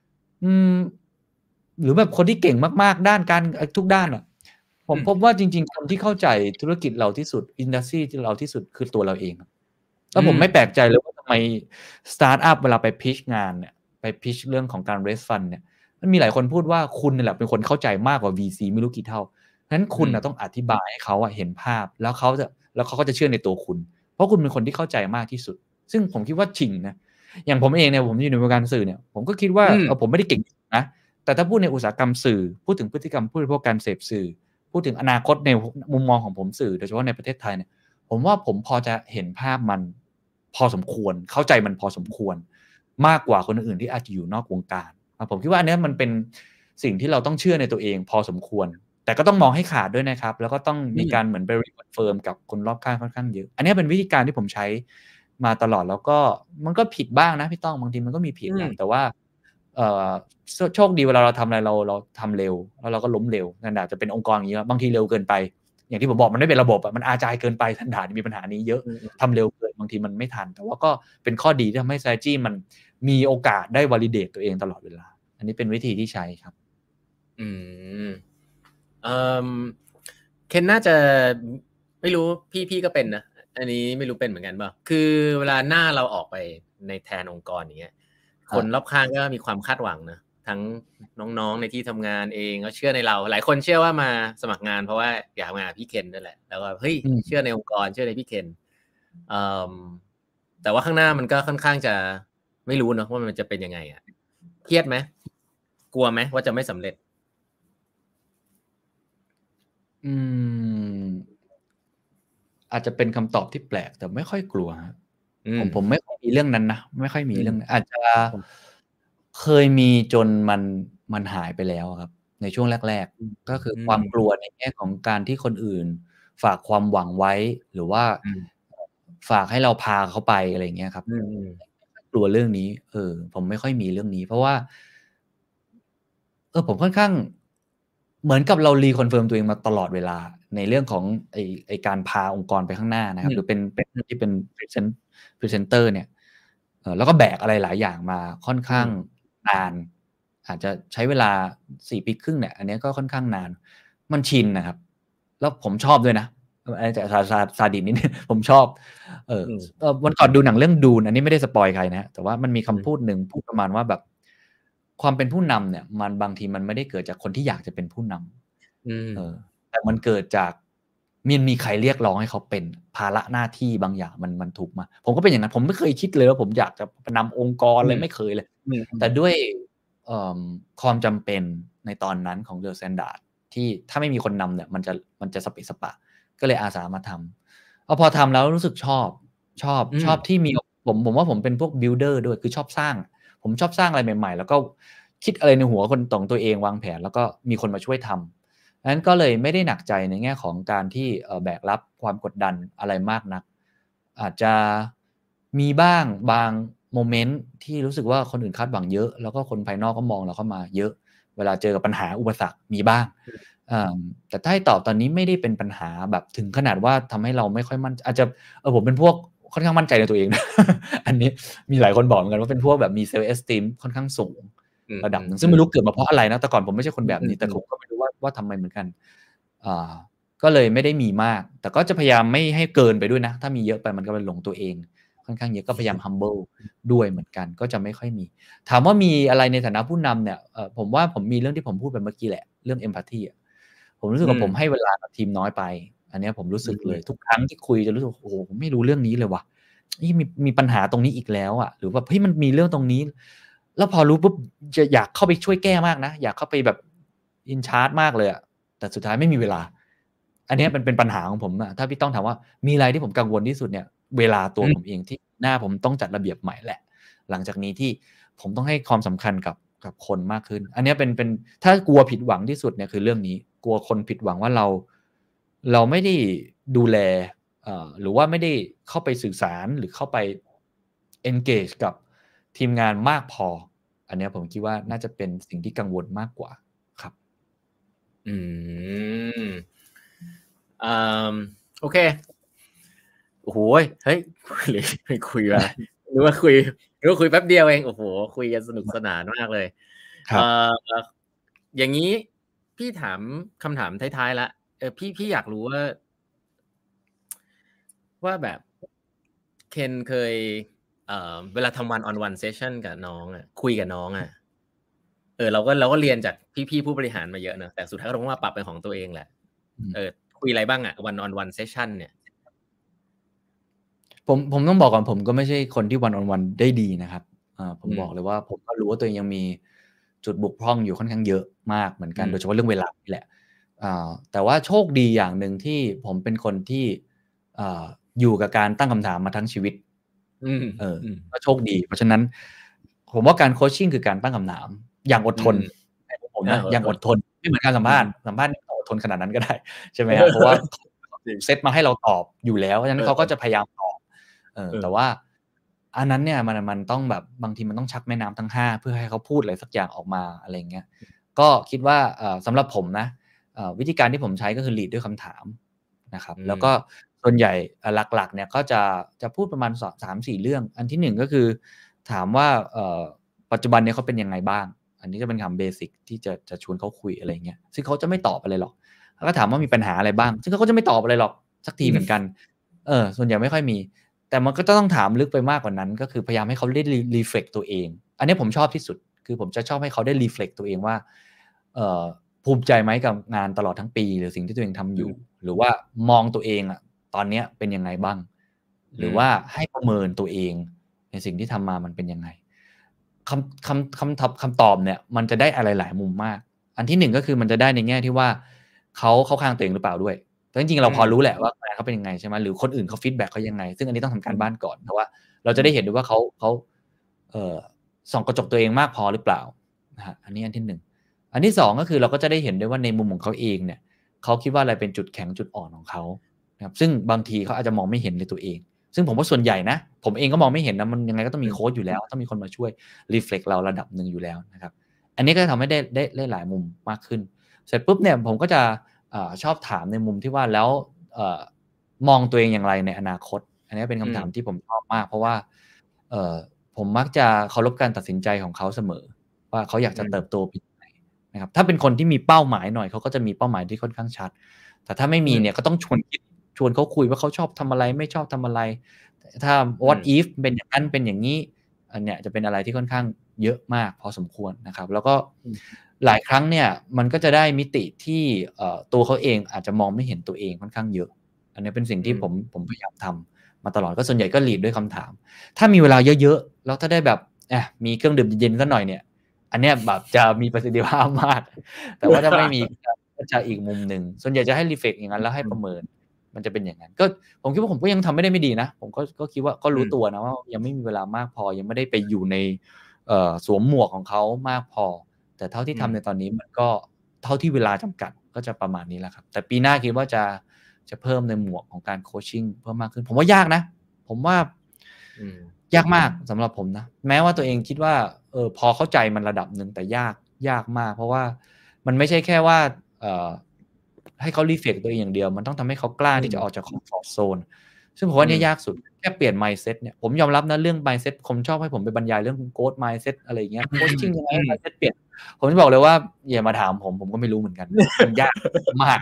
หรือแบบคนที่เก่งมากๆด้านการทุกด้านอ่ะผมพบว่าจริงๆคนที่เข้าใจธุรกิจเราที่สุดอินดัสทรีที่เราที่สุดคือตัวเราเองแล้วผมไม่แปลกใจเลยว่าทำไมสตาร์ทอัพเวลาไปพิชงานเนี่ยไปพิชเรื่องของการ raise fund เนี่ยมันมีหลายคนพูดว่าคุณนี่แหละเป็นคนเข้าใจมากกว่า VC ไม่รู้กี่เท่างั้นคุณต้องอธิบายให้เขาเห็นภาพแล้วเขาก็จะเชื่อในตัวคุณเพราะคุณเป็นคนที่เข้าใจมากที่สุดซึ่งผมคิดว่าจริงนะอย่างผมเองเนี่ยผมอยู่ในวงการสื่อเนี่ยผมก็คิดว่าผมไม่ได้เก่งนะแต่ถ้าพูดในอุตสาหกรรมสื่อพูดถึงพฤติกรรมผู้บริโภคการเสพสื่อพูดถึงอนาคตในมุมมองของผมสื่อโดยเฉพาะในประเทศไทยเนี่ยผมว่าผมพอจะเห็นภาพมันพอสมควรเข้าใจมันพอสมควรมากกว่าคนอื่นที่อาจจะอยู่นอกวงการผมคิดว่าอันนี้มันเป็นสิ่งที่เราต้องเชื่อในตัวเองพอสมควรแต่ก็ต้องมองให้ขาดด้วยนะครับแล้วก็ต้องมีการเหมือนไปรีคอนเฟิร์มกับคนรอบข้างค่อนข้างเยอะอันนี้เป็นวิธีการที่ผมใช้มาตลอดแล้วก็มันก็ผิดบ้างนะพี่ต้องบางทีมันก็มีผิดนะแต่ว่าโชคดีเวลาเราทำอะไรเราทำเร็วแล้วเราก็ล้มเร็วนั่นอาจจะเป็นองค์กรอย่างนี้บางทีเร็วเกินไปอย่างที่ผมบอกมันไม่เป็นระบบมันอาจายเกินไปทันด่านมีปัญหานี้เยอะทำเร็วเกินบางทีมันไม่ทันแต่ว่าก็เป็นข้อดีที่ทำให้ strategy มันมีโอกาสได้ validate ตัวเองตลอดเวลาอันนี้เป็นวิธีที่ใช้ครับเคนน่าจะไม่รู้พี่ก็เป็นนะอันนี้ไม่รู้เป็นเหมือนกันป่ะคือเวลาหน้าเราออกไปในแทนองค์กรอย่างเงี้ยคนรอบข้างก็มีความคาดหวังนะทั้งน้องๆในที่ทำงานเองก็เชื่อในเราหลายคนเชื่อว่ามาสมัครงานเพราะว่าอยากมาพี่เคนนั่นแหละแล้วก็เฮ้ยเชื่อในองค์กรเชื่อในพี่เคนแต่ว่าข้างหน้ามันก็ค่อนข้างจะไม่รู้เนอะว่ามันจะเป็นยังไงอ่ะเครียดไหมกลัวไหมว่าจะไม่สำเร็จอาจจะเป็นคำตอบที่แปลกแต่ไม่ค่อยกลัวผมไม่ค่อยมีเรื่องนั้นนะไม่ค่อยมีเรื่องนั้นอาจจะเคยมีจนมันหายไปแล้วครับในช่วงแรกๆก็คือความกลัวในแง่ของการที่คนอื่นฝากความหวังไว้หรือว่าฝากให้เราพาเขาไปอะไรอย่างเงี้ยครับกลัวเรื่องนี้ผมไม่ค่อยมีเรื่องนี้เพราะว่าผมค่อนข้างเหมือนกับเรารีคอนเฟิร์มตัวเองมาตลอดเวลาในเรื่องของไอการพาองค์กรไปข้างหน้านะครับหรือเป็นที่เป็นพรีเซนเตอร์เนี่ยแล้วก็แบกอะไรหลายอย่างมาค่อนข้างนานอาจจะใช้เวลา4 ปีครึ่งเนี่ยอันนี้ก็ค่อนข้างนานมันชินนะครับแล้วผมชอบด้วยนะอันนี้จะซาดิสนิดนึงผมชอบวันก่อนดูหนังเรื่องดูนอันนี้ไม่ได้สปอยใครนะแต่ว่ามันมีคำพูดหนึ่งพูดประมาณว่าแบบความเป็นผู้นำเนี่ยมันบางทีมันไม่ได้เกิดจากคนที่อยากจะเป็นผู้นำแต่มันเกิดจากมีใครเรียกร้องให้เขาเป็นภาระหน้าที่บางอย่างมันถูกมาผมก็เป็นอย่างนั้นผมไม่เคยคิดเลยว่าผมอยากจะนำองค์กรเลยไม่เคยเลยแต่ด้วยความจำเป็นในตอนนั้นของ The Standard ที่ถ้าไม่มีคนนำเนี่ยมันจะสเปะสปะก็เลยอาสามาทำพอทำแล้วรู้สึกชอบที่มีผมว่าผมเป็นพวก builder ด้วยคือชอบสร้างผมชอบสร้างอะไรใหม่ๆแล้วก็คิดอะไรในหัวคนตรงตัวเองวางแผนแล้วก็มีคนมาช่วยทนั้นก็เลยไม่ได้หนักใจในแง่ของการที่แบกรับความกดดันอะไรมากนักอาจจะมีบ้างบางโมเมนต์ที่รู้สึกว่าคนอื่นคาดหวังเยอะแล้วก็คนภายนอกก็มองเราเข้ามาเยอะเวลาเจอกับปัญหาอุปสรรคมีบ้างแต่ถ้าให้ตอบตอนนี้ไม่ได้เป็นปัญหาแบบถึงขนาดว่าทำให้เราไม่ค่อยมั่นอาจจะผมเป็นพวกค่อนข้างมั่นใจในตัวเองนะ อันนี้มีหลายคนบอกเหมือนกันว่าเป็นพวกแบบมีเซลล์เอสติมค่อนข้างสูงระดับหนึ่งซึ่งไม่รู้เกิดมาเพราะอะไรนะแต่ก่อนผมไม่ใช่คนแบบนี้แต่ผมก็ไม่รู้ว่าทำไมเหมือนกันก็เลยไม่ได้มีมากแต่ก็จะพยายามไม่ให้เกินไปด้วยนะถ้ามีเยอะไปมันก็เป็นหลงตัวเองค่อนข้างเยอะก็พยายาม humble ด้วยเหมือนกันก็จะไม่ค่อยมีถามว่ามีอะไรในฐานะผู้นำเนี่ยผมว่าผมมีเรื่องที่ผมพูดไปเมื่อกี้แหละเรื่อง empathy ผมรู้สึกว่าผมให้เวลากับทีมน้อยไปอันนี้ผมรู้สึกเลยทุกครั้งที่คุยจะรู้สึกโอ้โหผมไม่รู้เรื่องนี้เลยว่ะนี่มีปัญหาตรงนี้อีกแล้วอ่ะหรือว่าเฮ้ยมันมีเรื่องตรงนี้แล้วพอรู้ปุ๊บจะอยากเข้าไปช่วยแก้มากนะอยากเข้าไปแบบอินชาร์จมากเลยอ่ะแต่สุดท้ายไม่มีเวลาอันนี้เป็นปัญหาของผมอะถ้าพี่ต้องถามว่ามีอะไรที่ผมกังวลที่สุดเนี่ยเวลาตัวผมเองที่หน้าผมต้องจัดระเบียบใหม่แหละหลังจากนี้ที่ผมต้องให้ความสำคัญกับคนมากขึ้นอันนี้เป็นถ้ากลัวผิดหวังที่สุดเนี่ยคือเรื่องนี้กลัวคนผิดหวังว่าเราไม่ได้ดูแลหรือว่าไม่ได้เข้าไปสื่อสารหรือเข้าไป engage กับทีมงานมากพออันนี้ผมคิดว่าน่าจะเป็นสิ่งที่กังวลมากกว่าครับโอเคโอ้โหเฮ้ยคุยมาหรือว่าคุยแป๊บเดียวเองโอ้โหคุยกันสนุกสนานมากเลยอย่างนี้พี่ถามคำถามท้ายๆละพี่อยากรู้ว่าแบบเคนเคยเวลาทำวันออนวันเซสชั่นกับน้องอ่ะคุยกับน้องอ่ะเราก็เรียนจากพี่ผู้บริหารมาเยอะนะแต่สุดท้ายก็ต้องมาปรับเป็นของตัวเองแหละคุยอะไรบ้างอ่ะวันออนวันเซสชั่นเนี่ยผมต้องบอกก่อนผมก็ไม่ใช่คนที่วันออนวันได้ดีนะครับผมบอกเลยว่าผมก็รู้ว่าตัวเองยังมีจุดบกพร่องอยู่ค่อนข้างเยอะมากเหมือนกันโดยเฉพาะเรื่องเวลานี่แหละแต่ว่าโชคดีอย่างหนึ่งที่ผมเป็นคนที่อยู่กับการตั้งคำถามมาทั้งชีวิตก็โชคดีเพราะฉะนั้นผมว่าการโคชชิ่งคือการตั้งคำถามอย่างอดทนผมนะอย่างอดทนไม่เหมือนการสัมภาษณ์อดทนขนาดนั้นก็ได้ใช่ไหมครับเพราะว่าเซตมาให้เราตอบอยู่แล้วเพราะฉะนั้นเขาก็จะพยายามตอบแต่ว่าอันนั้นเนี่ยมันต้องแบบบางทีมันต้องชักแม่น้ำทั้ง5เพื่อให้เขาพูดอะไรสักอย่างออกมาอะไรเงี้ยก็คิดว่าสำหรับผมนะวิธีการที่ผมใช้ก็คือ lead ด้วยคำถามนะครับแล้วก็ส่วนใหญ่หลักๆเนี่ยก็จะพูดประมาณ 3-4 เรื่องอันที่1ก็คือถามว่าปัจจุบันนี้เขาเป็นยังไงบ้างอันนี้จะเป็นคำเบสิกที่จะชวนเขาคุยอะไรเงี้ยซึ่งเขาจะไม่ตอบอะไรหรอกแล้วก็ถามว่ามีปัญหาอะไรบ้างซึ่งเขาก็จะไม่ตอบอะไรหรอกสักทีเหมือนกันส่วนใหญ่ไม่ค่อยมีแต่มันก็ต้องถามลึกไปมากกว่านั้นก็คือพยายามให้เขาได้รีเฟล็กตัวเองอันนี้ผมชอบที่สุดคือผมจะชอบให้เขาได้รีเฟล็กตัวเองว่าภูมิใจไหมกับงานตลอดทั้งปีหรือสิ่งที่ตัวเองทำอยู่หรือว่ามองตัวเองอะตอนนี้เป็นยังไงบ้างหรือว่าให้ประเมินตัวเองในสิ่งที่ทำมามันเป็นยังไงคำตอบเนี่ยมันจะได้อะไรหลายมุมมากอันที่1ก็คือมันจะได้ในแง่ที่ว่าเขาข้างตัวเองหรือเปล่าด้วยแต่จริงๆเราพอรู้แหละว่างานเขาเป็นยังไงใช่ไหมหรือคนอื่นเขาฟีดแบ็กเขายังไงซึ่งอันนี้ต้องทำการบ้านก่อนแต่ว่าเราจะได้เห็นด้วยว่าเขาส่องกระจกตัวเองมากพอหรือเปล่านะฮะอันนี้อันที่1อันที่2ก็คือเราก็จะได้เห็นด้วยว่าในมุมของเขาเองเนี่ยเขาคิดว่าอะไรเป็นจุดแข็งจุดอ่อนของเขานะครับซึ่งบางทีเขาอาจจะมองไม่เห็นในตัวเองซึ่งผมว่าส่วนใหญ่นะผมเองก็มองไม่เห็นนะมันยังไงก็ต้องมีโค้ชอยู่แล้วต้องมีคนมาช่วยรีเฟล็กเราระดับหนึ่งอยู่แล้วนะครับอันนี้ก็ทำให้ได้หลายมุมมากขึ้นเสร็จปุ๊บเนี่ยผมก็จะชอบถามในมุมที่ว่าแล้วมองตัวเองอย่างไรในอนาคตอันนี้เป็นคำถามที่ผมชอบมากเพราะว่าผมมักจะเคารพการตัดสินใจของเขาเสมอว่าเขาอยากจะเติบโตไปไหนนะครับถ้าเป็นคนที่มีเป้าหมายหน่อยเขาก็จะมีเป้าหมายที่ค่อนข้างชัดแต่ถ้าไม่มีเนี่ยก็ต้องชวนเขาคุยว่าเขาชอบทำอะไรไม่ชอบทำอะไรถ้า what if เป็นอย่างนั้นเป็นอย่างนี้อันเนี้ยจะเป็นอะไรที่ค่อนข้างเยอะมากพอสมควรนะครับแล้วก็หลายครั้งเนี่ยมันก็จะได้มิติที่ตัวเขาเองอาจจะมองไม่เห็นตัวเองค่อนข้างเยอะอันนี้เป็นสิ่งที่ผมพยายามทำมาตลอดก็ส่วนใหญ่ก็ลีดด้วยคำถามถ้ามีเวลาเยอะๆแล้วถ้าได้แบบมีเครื่องดื่มเย็นๆสักหน่อยเนี่ยอันเนี้ยแบบจะมีประสิทธิภาพมากแต่ว่าถ้าไม่มีก็จะอีกมุมหนึ่งส่วนใหญ่จะให้รีเฟล็กอย่างนั้นแล้วให้ประเมินมันจะเป็นอย่างนั้นก็ผมคิดว่าผมก็ยังทำไม่ได้ไม่ดีนะผมก็คิดว่าก็รู้ตัวนะว่ายังไม่มีเวลามากพอยังไม่ได้ไปอยู่ในสวมหมวกของเขามากพอแต่เท่าที่ทำในตอนนี้มันก็เท่าที่เวลาจำกัดก็ก็จะประมาณนี้แหละครับแต่ปีหน้าคิดว่าจะเพิ่มในหมวกของการโคชชิ่งเพิ่มมากขึ้นผมว่ายากนะผมว่ายากมากสำหรับผมนะแม้ว่าตัวเองคิดว่าพอเข้าใจมันระดับหนึ่งแต่ยากมากเพราะว่ามันไม่ใช่แค่ว่าให้เขารีเฟกตัวเองอย่างเดียวมันต้องทำให้เขากล้าที่จะออกจากคอมฟอร์ตโซนซึ่งผมว่านี่ยากสุดแค่เปลี่ยน mindset เนี่ยผมยอมรับนะเรื่อง mindset ผมชอบให้ผมไปบรรยายเรื่อง growth mindset อะไรอย่างเงี้ย coaching ยังไง mindset เปลี่ยนผมจะบอกเลยว่าอย่ามาถามผมก็ไม่รู้เหมือนกันมันยากมาก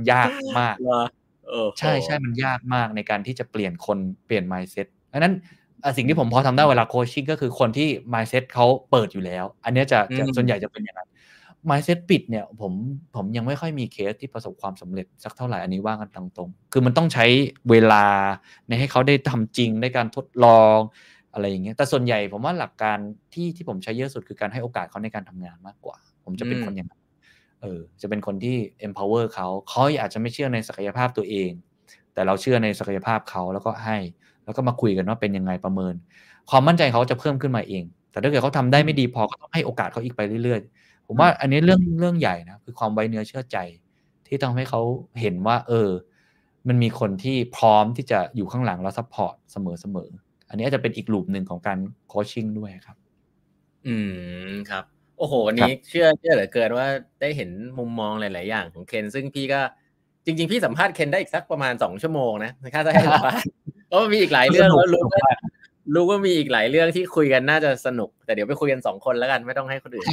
ใช่มันยากมากในการที่จะเปลี่ยนคนเปลี่ยน mindset ดังนั้นสิ่งที่ผมพอทำได้เวลา coaching ก็คือคนที่ mindset เขาเปิดอยู่แล้วอันนี้จะส่วนใหญ่จะเป็นอย่างนั้นmindset ปิดเนี่ยผมยังไม่ค่อยมีเคสที่ประสบความสำเร็จสักเท่าไหร่อันนี้ว่ากันตรงๆคือมันต้องใช้เวลาในให้เขาได้ทำจริงได้การทดลองอะไรอย่างเงี้ยแต่ส่วนใหญ่ผมว่าหลักการที่ผมใช้เยอะสุดคือการให้โอกาสเขาในการทำงานมากกว่าผมจะเป็นคนอย่างนั้นจะเป็นคนที่ empower เขาอาจจะไม่เชื่อในศักยภาพตัวเองแต่เราเชื่อในศักยภาพเขาแล้วก็มาคุยกันว่าเป็นยังไงประเมินความมั่นใจเขาจะเพิ่มขึ้นมาเองแต่ถ้าเกิดเขาทำได้ไม่ดีพอก็ต้องให้โอกาสเขาอีกไปเรื่อยๆผมว่าอันนี้เรื่องใหญ่นะคือความไว้เนื้อเชื่อใจที่ต้องให้เขาเห็นว่ามันมีคนที่พร้อมที่จะอยู่ข้างหลังแล้วซัพพอร์ตเสมออันนี้อาจจะเป็นอีกลูปหนึ่งของการโคชชิ่งด้วยครับครับโอ้โหวันนี้เชื่อเหลือเกินว่าได้เห็นมุมมองหลายๆอย่างของเคนซึ่งพี่ก็จริงๆพี่สัมภาษณ์เคนได้อีกสักประมาณ2 ชั่วโมงนะถ้าจะให้สัมภาษณ์เพราะมีอีกหลายเรื่องแล้วรู้ว่ามีอีกหลายเรื่องที่คุยกันน่าจะสนุกแต่เดี๋ยวไปคุยกัน2 คนแล้วกันไม่ต้องให้คนอื่น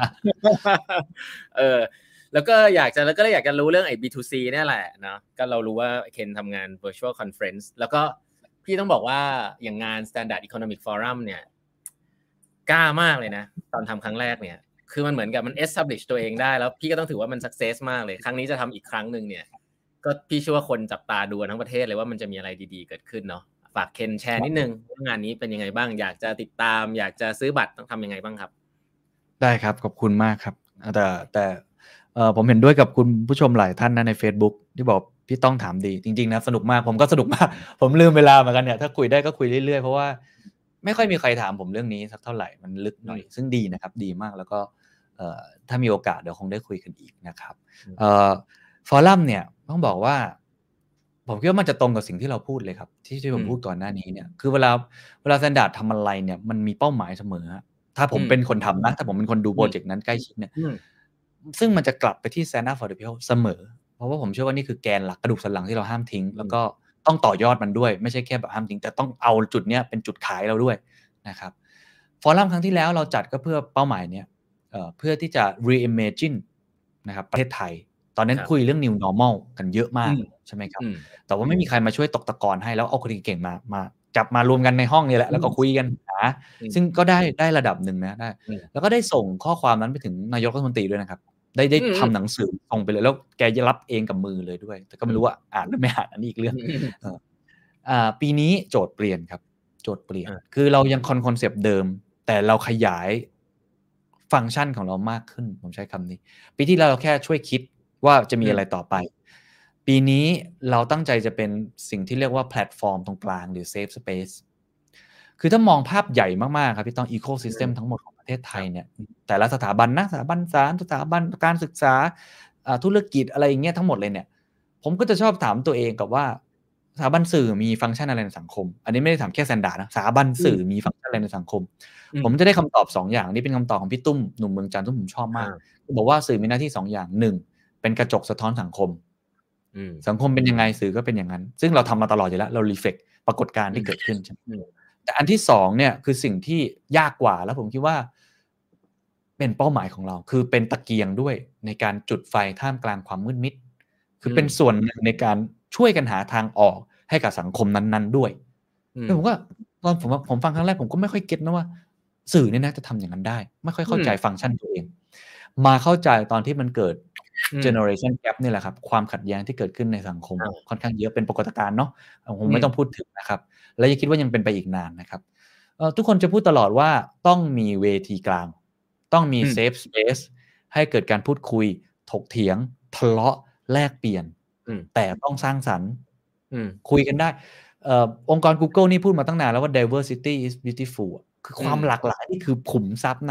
แล้วก็เลยอยากจะรู้เรื่องไอ้ B2C เนี่ยแหละนะก็เรารู้ว่าเคนทำงาน virtual conference แล้วก็พี่ต้องบอกว่าอย่างงาน Standard Economic Forum เนี่ยกล้ามากเลยนะตอนทำครั้งแรกเนี่ยคือมันเหมือนกับมัน establish ตัวเองได้แล้วพี่ก็ต้องถือว่ามัน success มากเลยครั้งนี้จะทำอีกครั้งนึงเนี่ยก็พี่เชื่อว่าคนจับตาดูทั้งประเทศเลยว่ามันจะมีอะไรดีๆเกิดขึ้นเนาะฝากเคนแชร์นิดนึงว่างานนี้เป็นยังไงบ้างอยากจะติดตามอยากจะซื้อบัตรต้องทำยังไงบ้างครับได้ครับขอบคุณมากครับแต่ผมเห็นด้วยกับคุณผู้ชมหลายท่านนะใน Facebook ที่บอกพี่ต้องถามดีจริงๆนะสนุกมากผมก็สนุกมากผมลืมเวลาเหมือนกันเนี่ยถ้าคุยได้ก็คุยเรื่อยๆเพราะว่าไม่ค่อยมีใครถามผมเรื่องนี้สักเท่าไหร่มันลึกหน่อยซึ่งดีนะครับดีมากแล้วก็ถ้ามีโอกาสเดี๋ยวคงได้คุยกันอีกนะครับฟอรัมเนี่ยต้องบอกว่าผมคิดว่ามันจะตรงกับสิ่งที่เราพูดเลยครับที่ผมพูดก่อนหน้านี้เนี่ยคือเวลาStandardทำอะไรเนี่ยมันมีเป้าหมายเสมอถ้าผมเป็นคนทำนะถ้าผมเป็นคนดูโปรเจกต์นั้นใกล้ชิดเนี่ยซึ่งมันจะกลับไปที่ Stand up for the people เสมอเพราะว่าผมเชื่อว่านี่คือแกนหลักกระดูกสันหลังที่เราห้ามทิ้งแล้วก็ต้องต่อยอดมันด้วยไม่ใช่แค่แบบห้ามทิ้งแต่ต้องเอาจุดเนี้ยเป็นจุดขายเราด้วยนะครับฟอรัมครั้งที่แล้วเราจัดก็เพื่อเป้าหมายเนี้ยเพื่อที่จะ reimagine นะครับประเทศไทยตอนนั้นคุยเรื่อง new normal กันเยอะมากใช่ไหมครับแต่ว่าไม่มีใครมาช่วยตกตะกอนให้แล้วเอาคนเก่งมาจับมารวมกันในห้องนี่แหละแล้วก็คุยกันซึ่งก็ได้ระดับหนึ่งนะได้แล้วก็ได้ส่งข้อความนั้นไปถึงนายกรัฐมนตรีด้วยนะครับได้ทำหนังสือส่งไปเลยแล้วแกจะรับเองกับมือเลยด้วยแต่ก็ไม่รู้ว่าอ่านหรือไม่อ่านอันนี้อีกเรื่องปีนี้โจทย์เปลี่ยนครับโจทย์เปลี่ยนคือเรายังคอนเซปต์เดิมแต่เราขยายฟังก์ชันของเรามากขึ้นผมใช้คำนี้ปีที่แล้วเราแค่ช่วยคิดว่าจะมีอะไรต่อไปปีนี้เราตั้งใจจะเป็นสิ่งที่เรียกว่าแพลตฟอร์มตรงกลางหรือ Safe Space คือถ้ามองภาพใหญ่มากๆครับพี่ต้องอีโคซิสเต็มทั้งหมดของประเทศไทยเนี่ยแต่ละสถาบันนะสถาบันศาลสถาบันการศึกษาธุรกิจอะไรอย่างเงี้ยทั้งหมดเลยเนี่ยผมก็จะชอบถามตัวเองกับว่าสถาบันสื่อมีฟังก์ชันอะไรในสังคมอันนี้ไม่ได้ถามแค่แซนดาร์ดนะสถาบันสื่อมีฟังก์ชันอะไรในสังคมผมจะได้คำตอบ2อย่างนี่เป็นคำตอบของพี่ตุ้มหนุ่มเมืองจันทร์ที่ผมชอบมากบอกว่าสื่อมีหน้าที่2อย่าง1เป็นกระจกสะท้อนสังคมสังคมเป็นยังไงสื่อก็เป็นอย่างนั้นซึ่งเราทำมาตลอดอยู่แล้วเรารีเฟล็กปรากฏการณ์ที่เกิดขึ้นใช่ไหมแต่อันที่2เนี่ยคือสิ่งที่ยากกว่าแล้วผมคิดว่าเป็นเป้าหมายของเราคือเป็นตะเกียงด้วยในการจุดไฟท่ามกลางความมืดมิดคือเป็นส่วนหนึ่งในการช่วยกันหาทางออกให้กับสังคมนั้นๆด้วยแล้วผมก็ตอนผมฟังครั้งแรกผมก็ไม่ค่อยเก็ตนะว่าสื่อเนี่ยนะจะทำอย่างนั้นได้ไม่ค่อยเข้าใจฟังก์ชันตัวเองมาเข้าใจตอนที่มันเกิดgeneration gap นี่แหละครับความขัดแย้งที่เกิดขึ้นในสังคมค่อนข้างเยอะเป็นปรากฏการณ์เนาะผมไม่ต้องพูดถึงนะครับและยังคิดว่ายังเป็นไปอีกนานนะครับทุกคนจะพูดตลอดว่าต้องมีเวทีกลางต้องมี safe space ให้เกิดการพูดคุยถกเถียงทะเลาะแลกเปลี่ยนแต่ต้องสร้างสรรค์คุยกันได้องค์กร Google นี่พูดมาตั้งนานแล้วว่า diversity is beautiful คือความหลากหลายนี่คือขุมทรัพย์นะฮะใน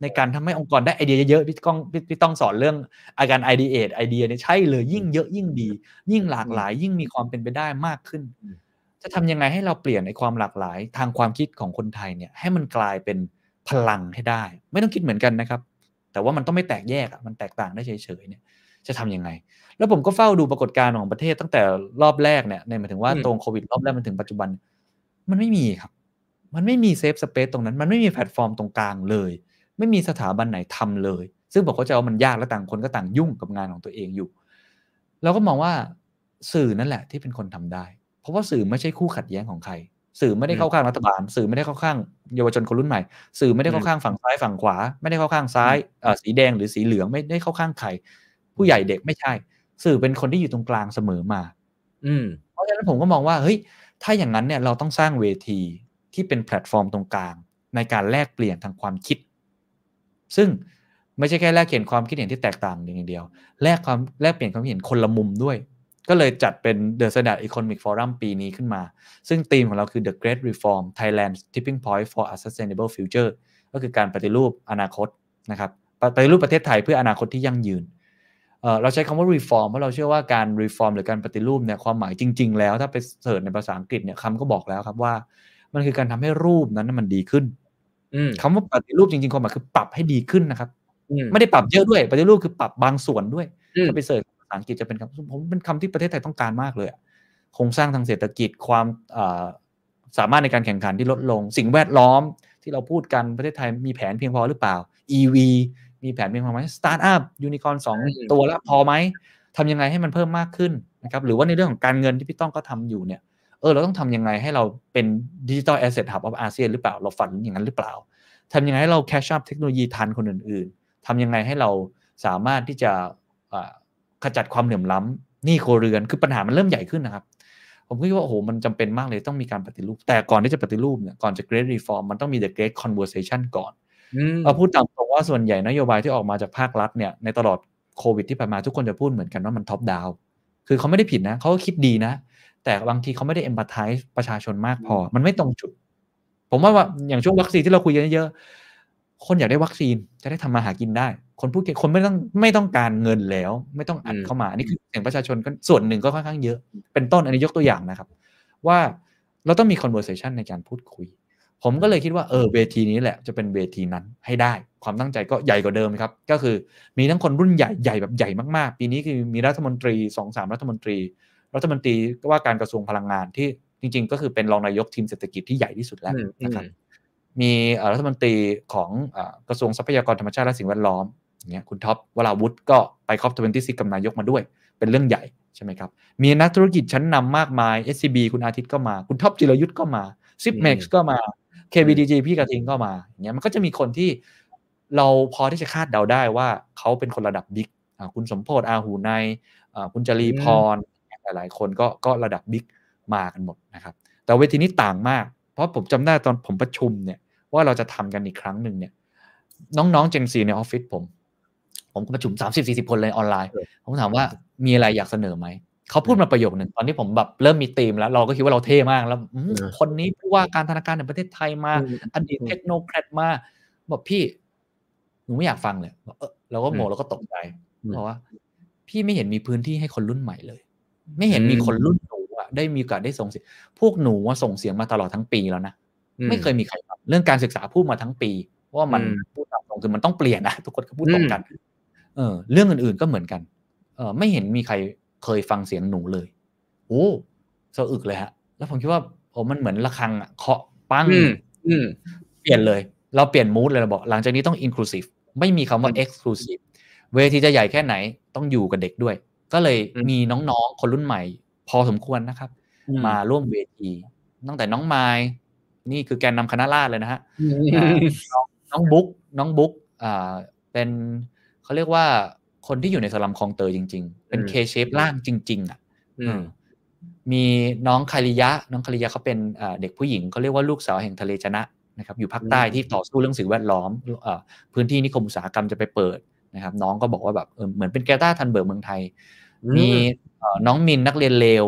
ในการทำให้องค์กรได้ไอเดียเยอะๆพี่ต้องสอนเรื่องอาการ ideate ไอเดียเนี่ยใช่เลยยิ่งเยอะยิ่งดียิ่งหลากหลายยิ่งมีความเป็นไปได้มากขึ้นจะทำยังไงให้เราเปลี่ยนในความหลากหลายทางความคิดของคนไทยเนี่ยให้มันกลายเป็นพลังให้ได้ไม่ต้องคิดเหมือนกันนะครับแต่ว่ามันต้องไม่แตกแยกมันแตกต่างได้เฉยๆเนี่ยจะทำยังไงแล้วผมก็เฝ้าดูปรากฏการณ์ของประเทศตั้งแต่รอบแรกเนี่ยหมายถึงว่าตรงโควิดรอบแรกมันถึงปัจจุบันมันไม่มีครับมันไม่มีเซฟสเปซตรงนั้นมันไม่มีแพลตฟอร์มตรงกลางเลยไม่มีสถาบันไหนทำเลยซึ่งผมเข้าใจว่ามันยากและต่างคนก็ต่างยุ่งกับงานของตัวเองอยู่เราก็มองว่าสื่อนั่นแหละที่เป็นคนทำได้เพราะว่าสื่อไม่ใช่คู่ขัดแย้งของใครสื่อไม่ได้เข้าข้างรัฐบาลสื่อไม่ได้เข้าข้างเยาวชนคนรุ่นใหม่สื่อไม่ได้เข้าข้างฝั่งซ้ายฝั่งขวาไม่ได้เข้าข้างซ้ายสีแดงหรือสีเหลืองไม่ได้เข้าข้างใครผู้ใหญ่เด็กไม่ใช่สื่อเป็นคนที่อยู่ตรงกลางเสมอมาเพราะฉะนั้นผมก็มองว่าเฮ้ยถ้าอย่างนั้นเนี่ยเราต้องสร้างเวทีที่เป็นแพลตฟอร์มตรงกลางในการแลกเปลี่ยนทางความคิดซึ่งไม่ใช่แค่แลกเปลี่ยนความคิดเห็นที่แตกต่างอย่างเดียวแลกเปลี่ยนความคิดเห็นคนละมุมด้วยก็เลยจัดเป็น The Standard Economic Forum ปีนี้ขึ้นมาซึ่งธีมของเราคือ The Great Reform Thailand's Tipping Point for a Sustainable Future ก็คือการปฏิรูปอนาคตนะครับปฏิรูปประเทศไทยเพื่ออนาคตที่ยั่งยืนเราใช้คำว่า reform เพราะเราเชื่อว่าการ reform หรือการปฏิรูปเนี่ยความหมายจริงๆแล้วถ้าไปเสิร์ชในภาษาอังกฤษเนี่ยคำก็บอกแล้วครับว่ามันคือการทำให้รูปนั้นมันดีขึ้นคำว่าปฏิรูปจริงๆความหมายคือปรับให้ดีขึ้นนะครับไม่ได้ปรับเยอะด้วยปฏิรูปคือปรับบางส่วนด้วยถ้าไปเสิร์ชภาษาอังกฤษจะเป็นคำผมเป็นคำที่ประเทศไทยต้องการมากเลยโครงสร้างทางเศรษฐกิจความสามารถในการแข่งขันที่ลดลงสิ่งแวดล้อมที่เราพูดกันประเทศไทยมีแผนเพียงพอหรือเปล่า EV มีแผนเพียงพอไหมสตาร์ทอัพยูนิคอร์น2ตัวแล้วพอไหมทำยังไงให้มันเพิ่มมากขึ้นนะครับหรือว่าในเรื่องของการเงินที่พี่ต้องก็ทำอยู่เนี่ยเราต้องทำยังไงให้เราเป็นดิจิทัลแอสเซทฮับของอาเซียนหรือเปล่าเราฝันอย่างนั้นหรือเปล่าทำยังไงให้เราแคชอัพเทคโนโลยีทันคนอื่นๆทำยังไงให้เราสามารถที่จะขจัดความเหลื่อมล้ำหนี้ครัวเรือนคือปัญหามันเริ่มใหญ่ขึ้นนะครับผมคิดว่าโอ้โหมันจำเป็นมากเลยต้องมีการปฏิรูปแต่ก่อนที่จะปฏิรูปเนี่ยก่อนจะ Great Reform มันต้องมี The Great Conversation ก่อนพูดตามตรงว่าส่วนใหญ่นโยบายที่ออกมาจากภาครัฐเนี่ยในตลอดโควิดที่ผ่านมาทุกคนจะพูดเหมือนกันว่ามันท็อปดาวน์คือเขาไม่ได้ผิดนะเขาก็คิดดีนะแต่บางทีเขาไม่ได้ empathize ประชาชนมากพอมันไม่ตรงจุดผมว่าอย่างช่วงวัคซีนที่เราคุยกันเยอะคนอยากได้วัคซีนจะได้ทำมาหากินได้คนพูดคนไม่ต้องการเงินแล้วไม่ต้องอัดเข้ามานี่คือเสียงประชาชนก็ส่วนหนึ่งก็ค่อนข้างเยอะเป็นต้นอันนี้ยกตัวอย่างนะครับว่าเราต้องมี conversation ในการพูดคุยผมก็เลยคิดว่าเวทีนี้แหละจะเป็นเวทีนั้นให้ได้ความตั้งใจก็ใหญ่กว่าเดิมครับก็คือมีทั้งคนรุ่นใหญ่แบบใหญ่มากๆปีนี้คือมีรัฐมนตรี 2-3 รัฐมนตรีว่าการกระทรวงพลังงานที่จริงๆก็คือเป็นรองนายกทีมเศรษฐกิจที่ใหญ่ที่สุดแล้วนะครับมีรัฐมนตรีของกระทรวงทรัพยากรธรรมชาติและสิ่งแวดล้อมอย่างเงี้ยคุณท็อปวราวุฒิก็ไปCOP26กับนายกมาด้วยเป็นเรื่องใหญ่ใช่ไหมครับมีนักธุรกิจชั้นนำมากมาย SCB คุณอาทิตย์ก็มาคุณท็อปจิรยุทธ์ก็มา Sipmex ก็มา KBDG พี่กระทิงก็มาอย่างเงี้ยมันก็จะมีคนที่เราพอที่จะคาดเดาได้ว่าเขาเป็นคนระดับบิ๊กคุณสมโพธิ์อาหูในคุณจรีพรหลายๆคนก็ระดับบิ๊กมากันหมดนะครับแต่เวทีนี้ต่างมากเพราะผมจำได้ตอนผมประชุมเนี่ยว่าเราจะทำกันอีกครั้งหนึ่งเนี่ยน้องๆ Gen Z ในออฟฟิศผมก็ประชุม 30-40 คนเลยออนไลน์ผมถามว่ามีอะไรอยากเสนอไหมเขาพูดมาประโยคหนึ่งตอนที่ผมแบบเริ่มมีธีมแล้วเราก็คิดว่าเราเท่มากแล้วคนนี้ผู้ว่าการธนาคารแห่งประเทศไทยมาอดีตเทคโนแครดมาบอกพี่หนูไม่อยากฟังเลยเราก็โมเราก็ตกใจบอกว่าพี่ไม่เห็นมีพื้นที่ให้คนรุ่นใหม่เลยไม่เห็นมีคนรุ่นหนูได้มีโอกาสได้ส่งเสียงพวกหนูส่งเสียงมาตลอดทั้งปีแล้วนะไม่เคยมีใครเรื่องการศึกษาพูดมาทั้งปีว่ามันพูดตามตรงคือมันต้องเปลี่ยนนะทุกคนก็พูดตรงกันเรื่องอื่นๆก็เหมือนกันไม่เห็นมีใครเคยฟังเสียงหนูเลยโอ้สะอึกเลยฮะแล้วผมคิดว่ามันเหมือนระฆังเคาะปังเปลี่ยนเลยเราเปลี่ยนมูดเลยเราบอกหลังจากนี้ต้อง inclusive ไม่มีคำว่า exclusive เวทีจะใหญ่แค่ไหนต้องอยู่กับเด็กด้วยก็เลยมีน้องๆคนรุ่นใหม่พอสมควรนะครับมาร่วมเวทีตั้งแต่น้องไมล์นี่คือแกนนำคณะราษฎรเลยนะฮะน้องบุ๊กเป็นเขาเรียกว่าคนที่อยู่ในสลัมคลองเตยจริงๆเป็น K-shape ล่างจริงๆมีน้องคาริยะเขาเป็นเด็กผู้หญิงเขาเรียกว่าลูกสาวแห่งทะเลชนะนะครับอยู่ภาคใต้ที่ต่อสู้เรื่องสิ่งแวดล้อมพื้นที่นิคมอุตสาหกรรมจะไปเปิดนะครับน้องก็บอกว่าแบบเหมือนเป็นแกต้าทันเบิร์กเมืองไทยมีน้องมินนักเรียนเลว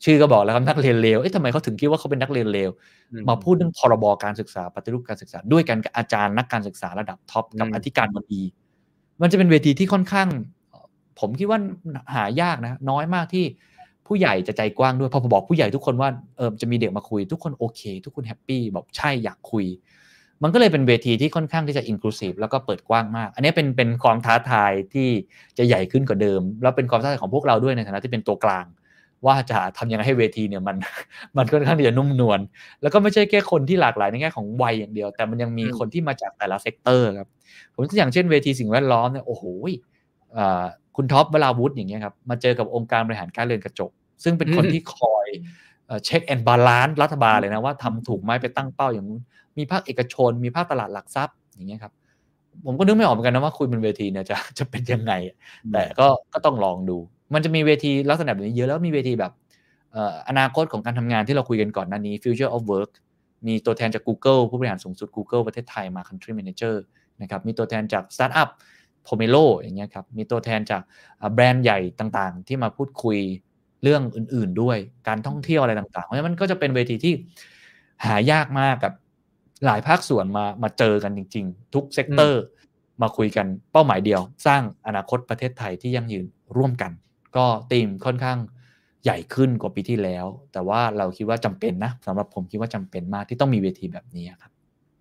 ชื่อก็บอกแล้วครับนักเรียนเลวทำไมเขาถึงคิดว่าเขาเป็นนักเรียนเลวมาพูดเรื่องพรบการศึกษาปฏิรูปการศึกษาด้วยกันกับอาจารย์นักการศึกษาระดับท็อปกับอธิการบดีมันจะเป็นเวทีที่ค่อนข้างผมคิดว่าหายากนะน้อยมากที่ผู้ใหญ่จะใจกว้างด้วยพอผมบอกผู้ใหญ่ทุกคนว่าจะมีเด็กมาคุยทุกคนโอเคทุกคนแฮปปี้บอกใช่อยากคุยมันก็เลยเป็นเวทีที่ค่อนข้างที่จะ inclusive แล้วก็เปิดกว้างมากอันนี้เป็นความท้าทายที่จะใหญ่ขึ้นกว่าเดิมแล้วเป็นความท้าทายของพวกเราด้วยในฐานะที่เป็นตัวกลางว่าจะทำยังไงให้เวทีเนี่ยมันค่อนข้างที่จะนุ่มนวลแล้วก็ไม่ใช่แค่คนที่หลากหลายในแง่ของวัยอย่างเดียวแต่มันยังมีคนที่มาจากแต่ละเซกเตอร์ครับผมตัวอย่างเช่นเวทีสิ่งแวดล้อมเนี่ยโอ้โหคุณท็อปวราวุฒิอย่างเงี้ยครับมาเจอกับองค์การบริหารการเรือนกระจกซึ่งเป็นคนที่คอยเช็คแอนด์บาลานซ์รัฐบาลเลยนะว่าทำถูกไหมไปตั้งเป้าอย่างนู้นมีภาคเอกชนมีภาคตลาดหลักทรัพย์อย่างเงี้ยครับผมก็นึกไม่ออกเหมือนกันนะว่าคุยบนเวทีเนี่ยจะเป็นยังไงแต่ก็ต้องลองดูมันจะมีเวทีลักษณะแบบนี้เยอะแล้วมีเวทีแบบอนาคตของการทำงานที่เราคุยกันก่อนหน้านี้ Future of Work มีตัวแทนจาก Google ผู้บริหารสูงสุด Google ประเทศไทยมา Country Manager นะครับมีตัวแทนจาก Startup Pomelo อย่างเงี้ยครับมีตัวแทนจากแบรนด์ใหญ่ต่างๆที่มาพูดคุยเรื่องอื่นๆด้วยการท่องเที่ยวอะไรต่างๆเพราะฉะนั้นมันก็จะเป็นเวทีที่หายากมากกับหลายภาคส่วนมาเจอกันจริงๆทุกเซกเตอร์มาคุยกันเป้าหมายเดียวสร้างอนาคตประเทศไทยที่ยั่งยืนร่วมกันก็ธีมค่อนข้างใหญ่ขึ้นกว่าปีที่แล้วแต่ว่าเราคิดว่าจำเป็นนะสำหรับผมคิดว่าจำเป็นมากที่ต้องมีเวทีแบบนี้ครับ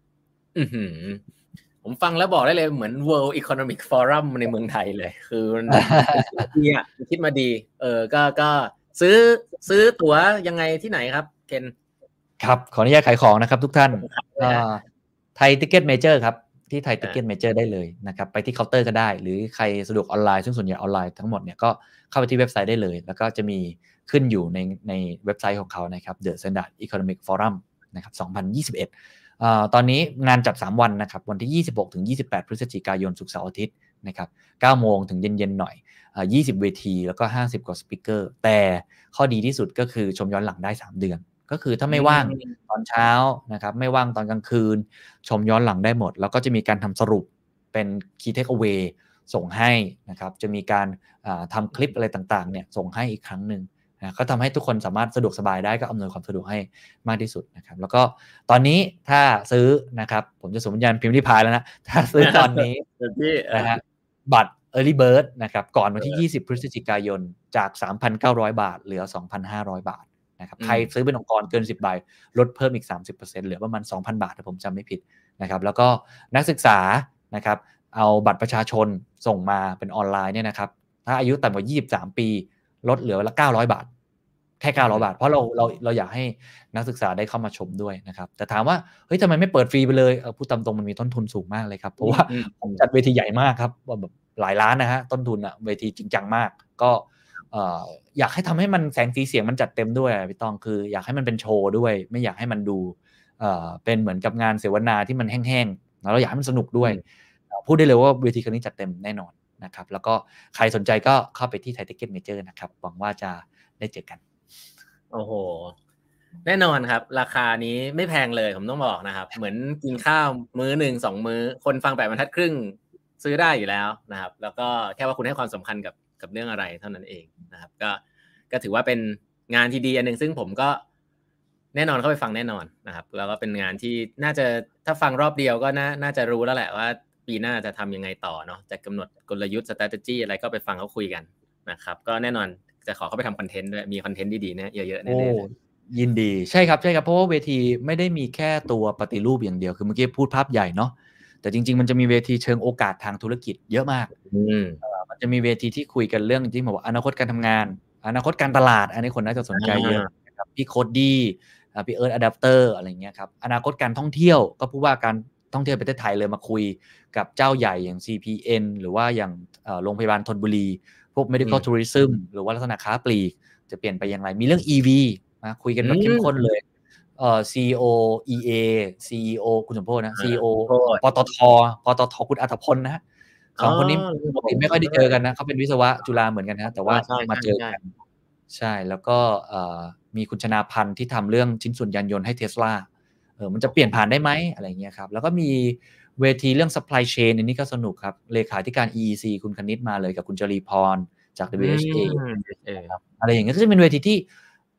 ผมฟังแล้วบอกได้เลยเหมือน World Economic Forum ในเมืองไทยเลยคือมันดีอ่ะคิดมาดีก็ซื้อตั๋วยังไงที่ไหนครับเคนครับขออนุญาตขายของนะครับทุกท่านไทยทิกเก็ตเมเจอร์ครับที่ไทยทิกเก็ตเมเจอร์ได้เลยนะครับไปที่เคาน์เตอร์ก็ได้หรือใครสะดวกออนไลน์ซึ่งส่วนใหญ่ออนไลน์ทั้งหมดเนี่ยก็เข้าไปที่เว็บไซต์ได้เลยแล้วก็จะมีขึ้นอยู่ในเว็บไซต์ของเขานะครับ The Standard Economic Forum นะครับ2021ตอนนี้งานจัด3วันนะครับวันที่26ถึง28พฤศจิกายนศุกร์เสาร์อาทิตย์นะครับ9โมงถึงเย็นๆหน่อย20เวทีแล้วก็50กว่าสปีกเกอร์แต่ข้อดีที่สุดก็คือชมย้อนหลังได้3เดือนก็คือถ้าไม่ว่างตอนเช้านะครับไม่ว่างตอนกลางคืนชมย้อนหลังได้หมดแล้วก็จะมีการทำสรุปเป็น Key Takeaway ส่งให้นะครับจะมีการทำคลิปอะไรต่างๆเนี่ยส่งให้อีกครั้งหนึ่งนะก็ทำให้ทุกคนสามารถสะดวกสบายได้ก็อำนวยความสะดวกให้มากที่สุดนะครับแล้วก็ตอนนี้ถ้าซื้อนะครับผมจะสมญาณพิมพ์ริพายแล้วนะถ้าซื้อตอนนี้นะฮะบัตร Early Bird นะครับก่อนวันที่20พฤศจิกายนจาก 3,900 บาทเหลือ 2,500 บาทนะครับใครซื้อเป็นองค์กรเกิน10ใบลดเพิ่มอีก 30% เหลือประมาณ 2,000 บาทถ้าผมจำไม่ผิดนะครับแล้วก็นักศึกษานะครับเอาบัตรประชาชนส่งมาเป็นออนไลน์เนี่ยนะครับถ้าอายุต่ำกว่า23ปีลดเหลือละ900 บาทแค่900 บาทเพราะเราอยากให้นักศึกษาได้เข้ามาชมด้วยนะครับแต่ถามว่าเฮ้ยทำไมไม่เปิดฟรีไปเลยพูดตามตรงมันมีต้นทุนสูงมากเลยครับเพราะว่าผมจัดเวทีใหญ่มากครับแบบหลายล้านนะฮะต้นทุนอะเวทีจริงจังมากก็อยากให้ทำให้มันแสงสีเสียงมันจัดเต็มด้วยพี่ต้องคืออยากให้มันเป็นโชว์ด้วยไม่อยากให้มันดูเป็นเหมือนกับงานเสวนาที่มันแห้งๆแล้วเราอยากให้มันสนุกด้วยพูดได้เลยว่าเวทีครั้งนี้จัดเต็มแน่นอนนะครับแล้วก็ใครสนใจก็เข้าไปที่ไทยทิกเก็ตเมเจอร์นะครับหวังว่าจะได้เจอกันโอ้โหแน่นอนครับราคานี้ไม่แพงเลยผมต้องบอกนะครับเหมือนกินข้าวมื้อ1-2มื้อคนฟัง8 บรรทัดครึ่งซื้อได้อยู่แล้วนะครับแล้วก็แค่ว่าคุณให้ความสำคัญกับเรื่องอะไรเท่านั้นเองนะครับก็ถือว่าเป็นงานที่ดีอันนึงซึ่งผมก็แน่นอนเข้าไปฟังแน่นอนนะครับแล้วก็เป็นงานที่น่าจะถ้าฟังรอบเดียวก็น่าจะรู้แล้วแหละว่าปีหน้าจะทำยังไงต่อเนาะจะกำหนดกลยุทธ์ strategy อะไรก็ไปฟังเขาคุยกันนะครับก็แน่นอนจะขอเข้าไปทำคอนเทนต์ด้วยมีคอนเทนต์ดีๆเนี่ยเยอะๆแน่ๆยินดีใช่ครับเพราะว่าเวทีไม่ได้มีแค่ตัวปฏิรูปอย่างเดียวคือเมื่อกี้พูดภาพใหญ่เนาะแต่จริงๆมันจะมีเวทีเชิงโอกาสทางธุรกิจเยอะมากมันจะมีเวทีที่คุยกันเรื่องที่บอกว่าอนาคตการทำงานอนาคตการตลาดอันนี้คนน่าจะสนใจเยอะนะครับพี่โคดดี้พี่เอิร์ธอะแดปเตอร์อะไรเงี้ยครับอนาคตการท่องเที่ยวก็พูดว่าการท่องเที่ยวประเทศไทยเลยมาคุยกับเจ้าใหญ่อย่าง CPN หรือว่าอย่างโรงพยาบาลธนบุรีพวก medical tourism หรือว่าลักษณะค้าปลีกจะเปลี่ยนไปอย่างไรมีเรื่อง EV นะคุยกันแบบเข้มข้นเลยCEO EA CEO คุณสมโพธิ์นะ CEO ปตทคุณอัธพลนะฮะสองคนนี้ปกติไม่ค่อยได้เจอกันนะเขาเป็นวิศวะจุฬาเหมือนกันนะแต่ว่ามาเจอกันใช่แล้วก็มีคุณชนาพันธ์ที่ทำเรื่องชิ้นส่วนยานยนต์ให้ Tesla มันจะเปลี่ยนผ่านได้ไหมอะไรเงี้ยครับแล้วก็มีเวทีเรื่อง supply chain อันนี้ก็สนุกครับเลขาธิการ EEC คุณคณิตมาเลยกับคุณจรีพรจาก WHA อะไรอย่างเงี้ยก็จะเป็นเวทีที่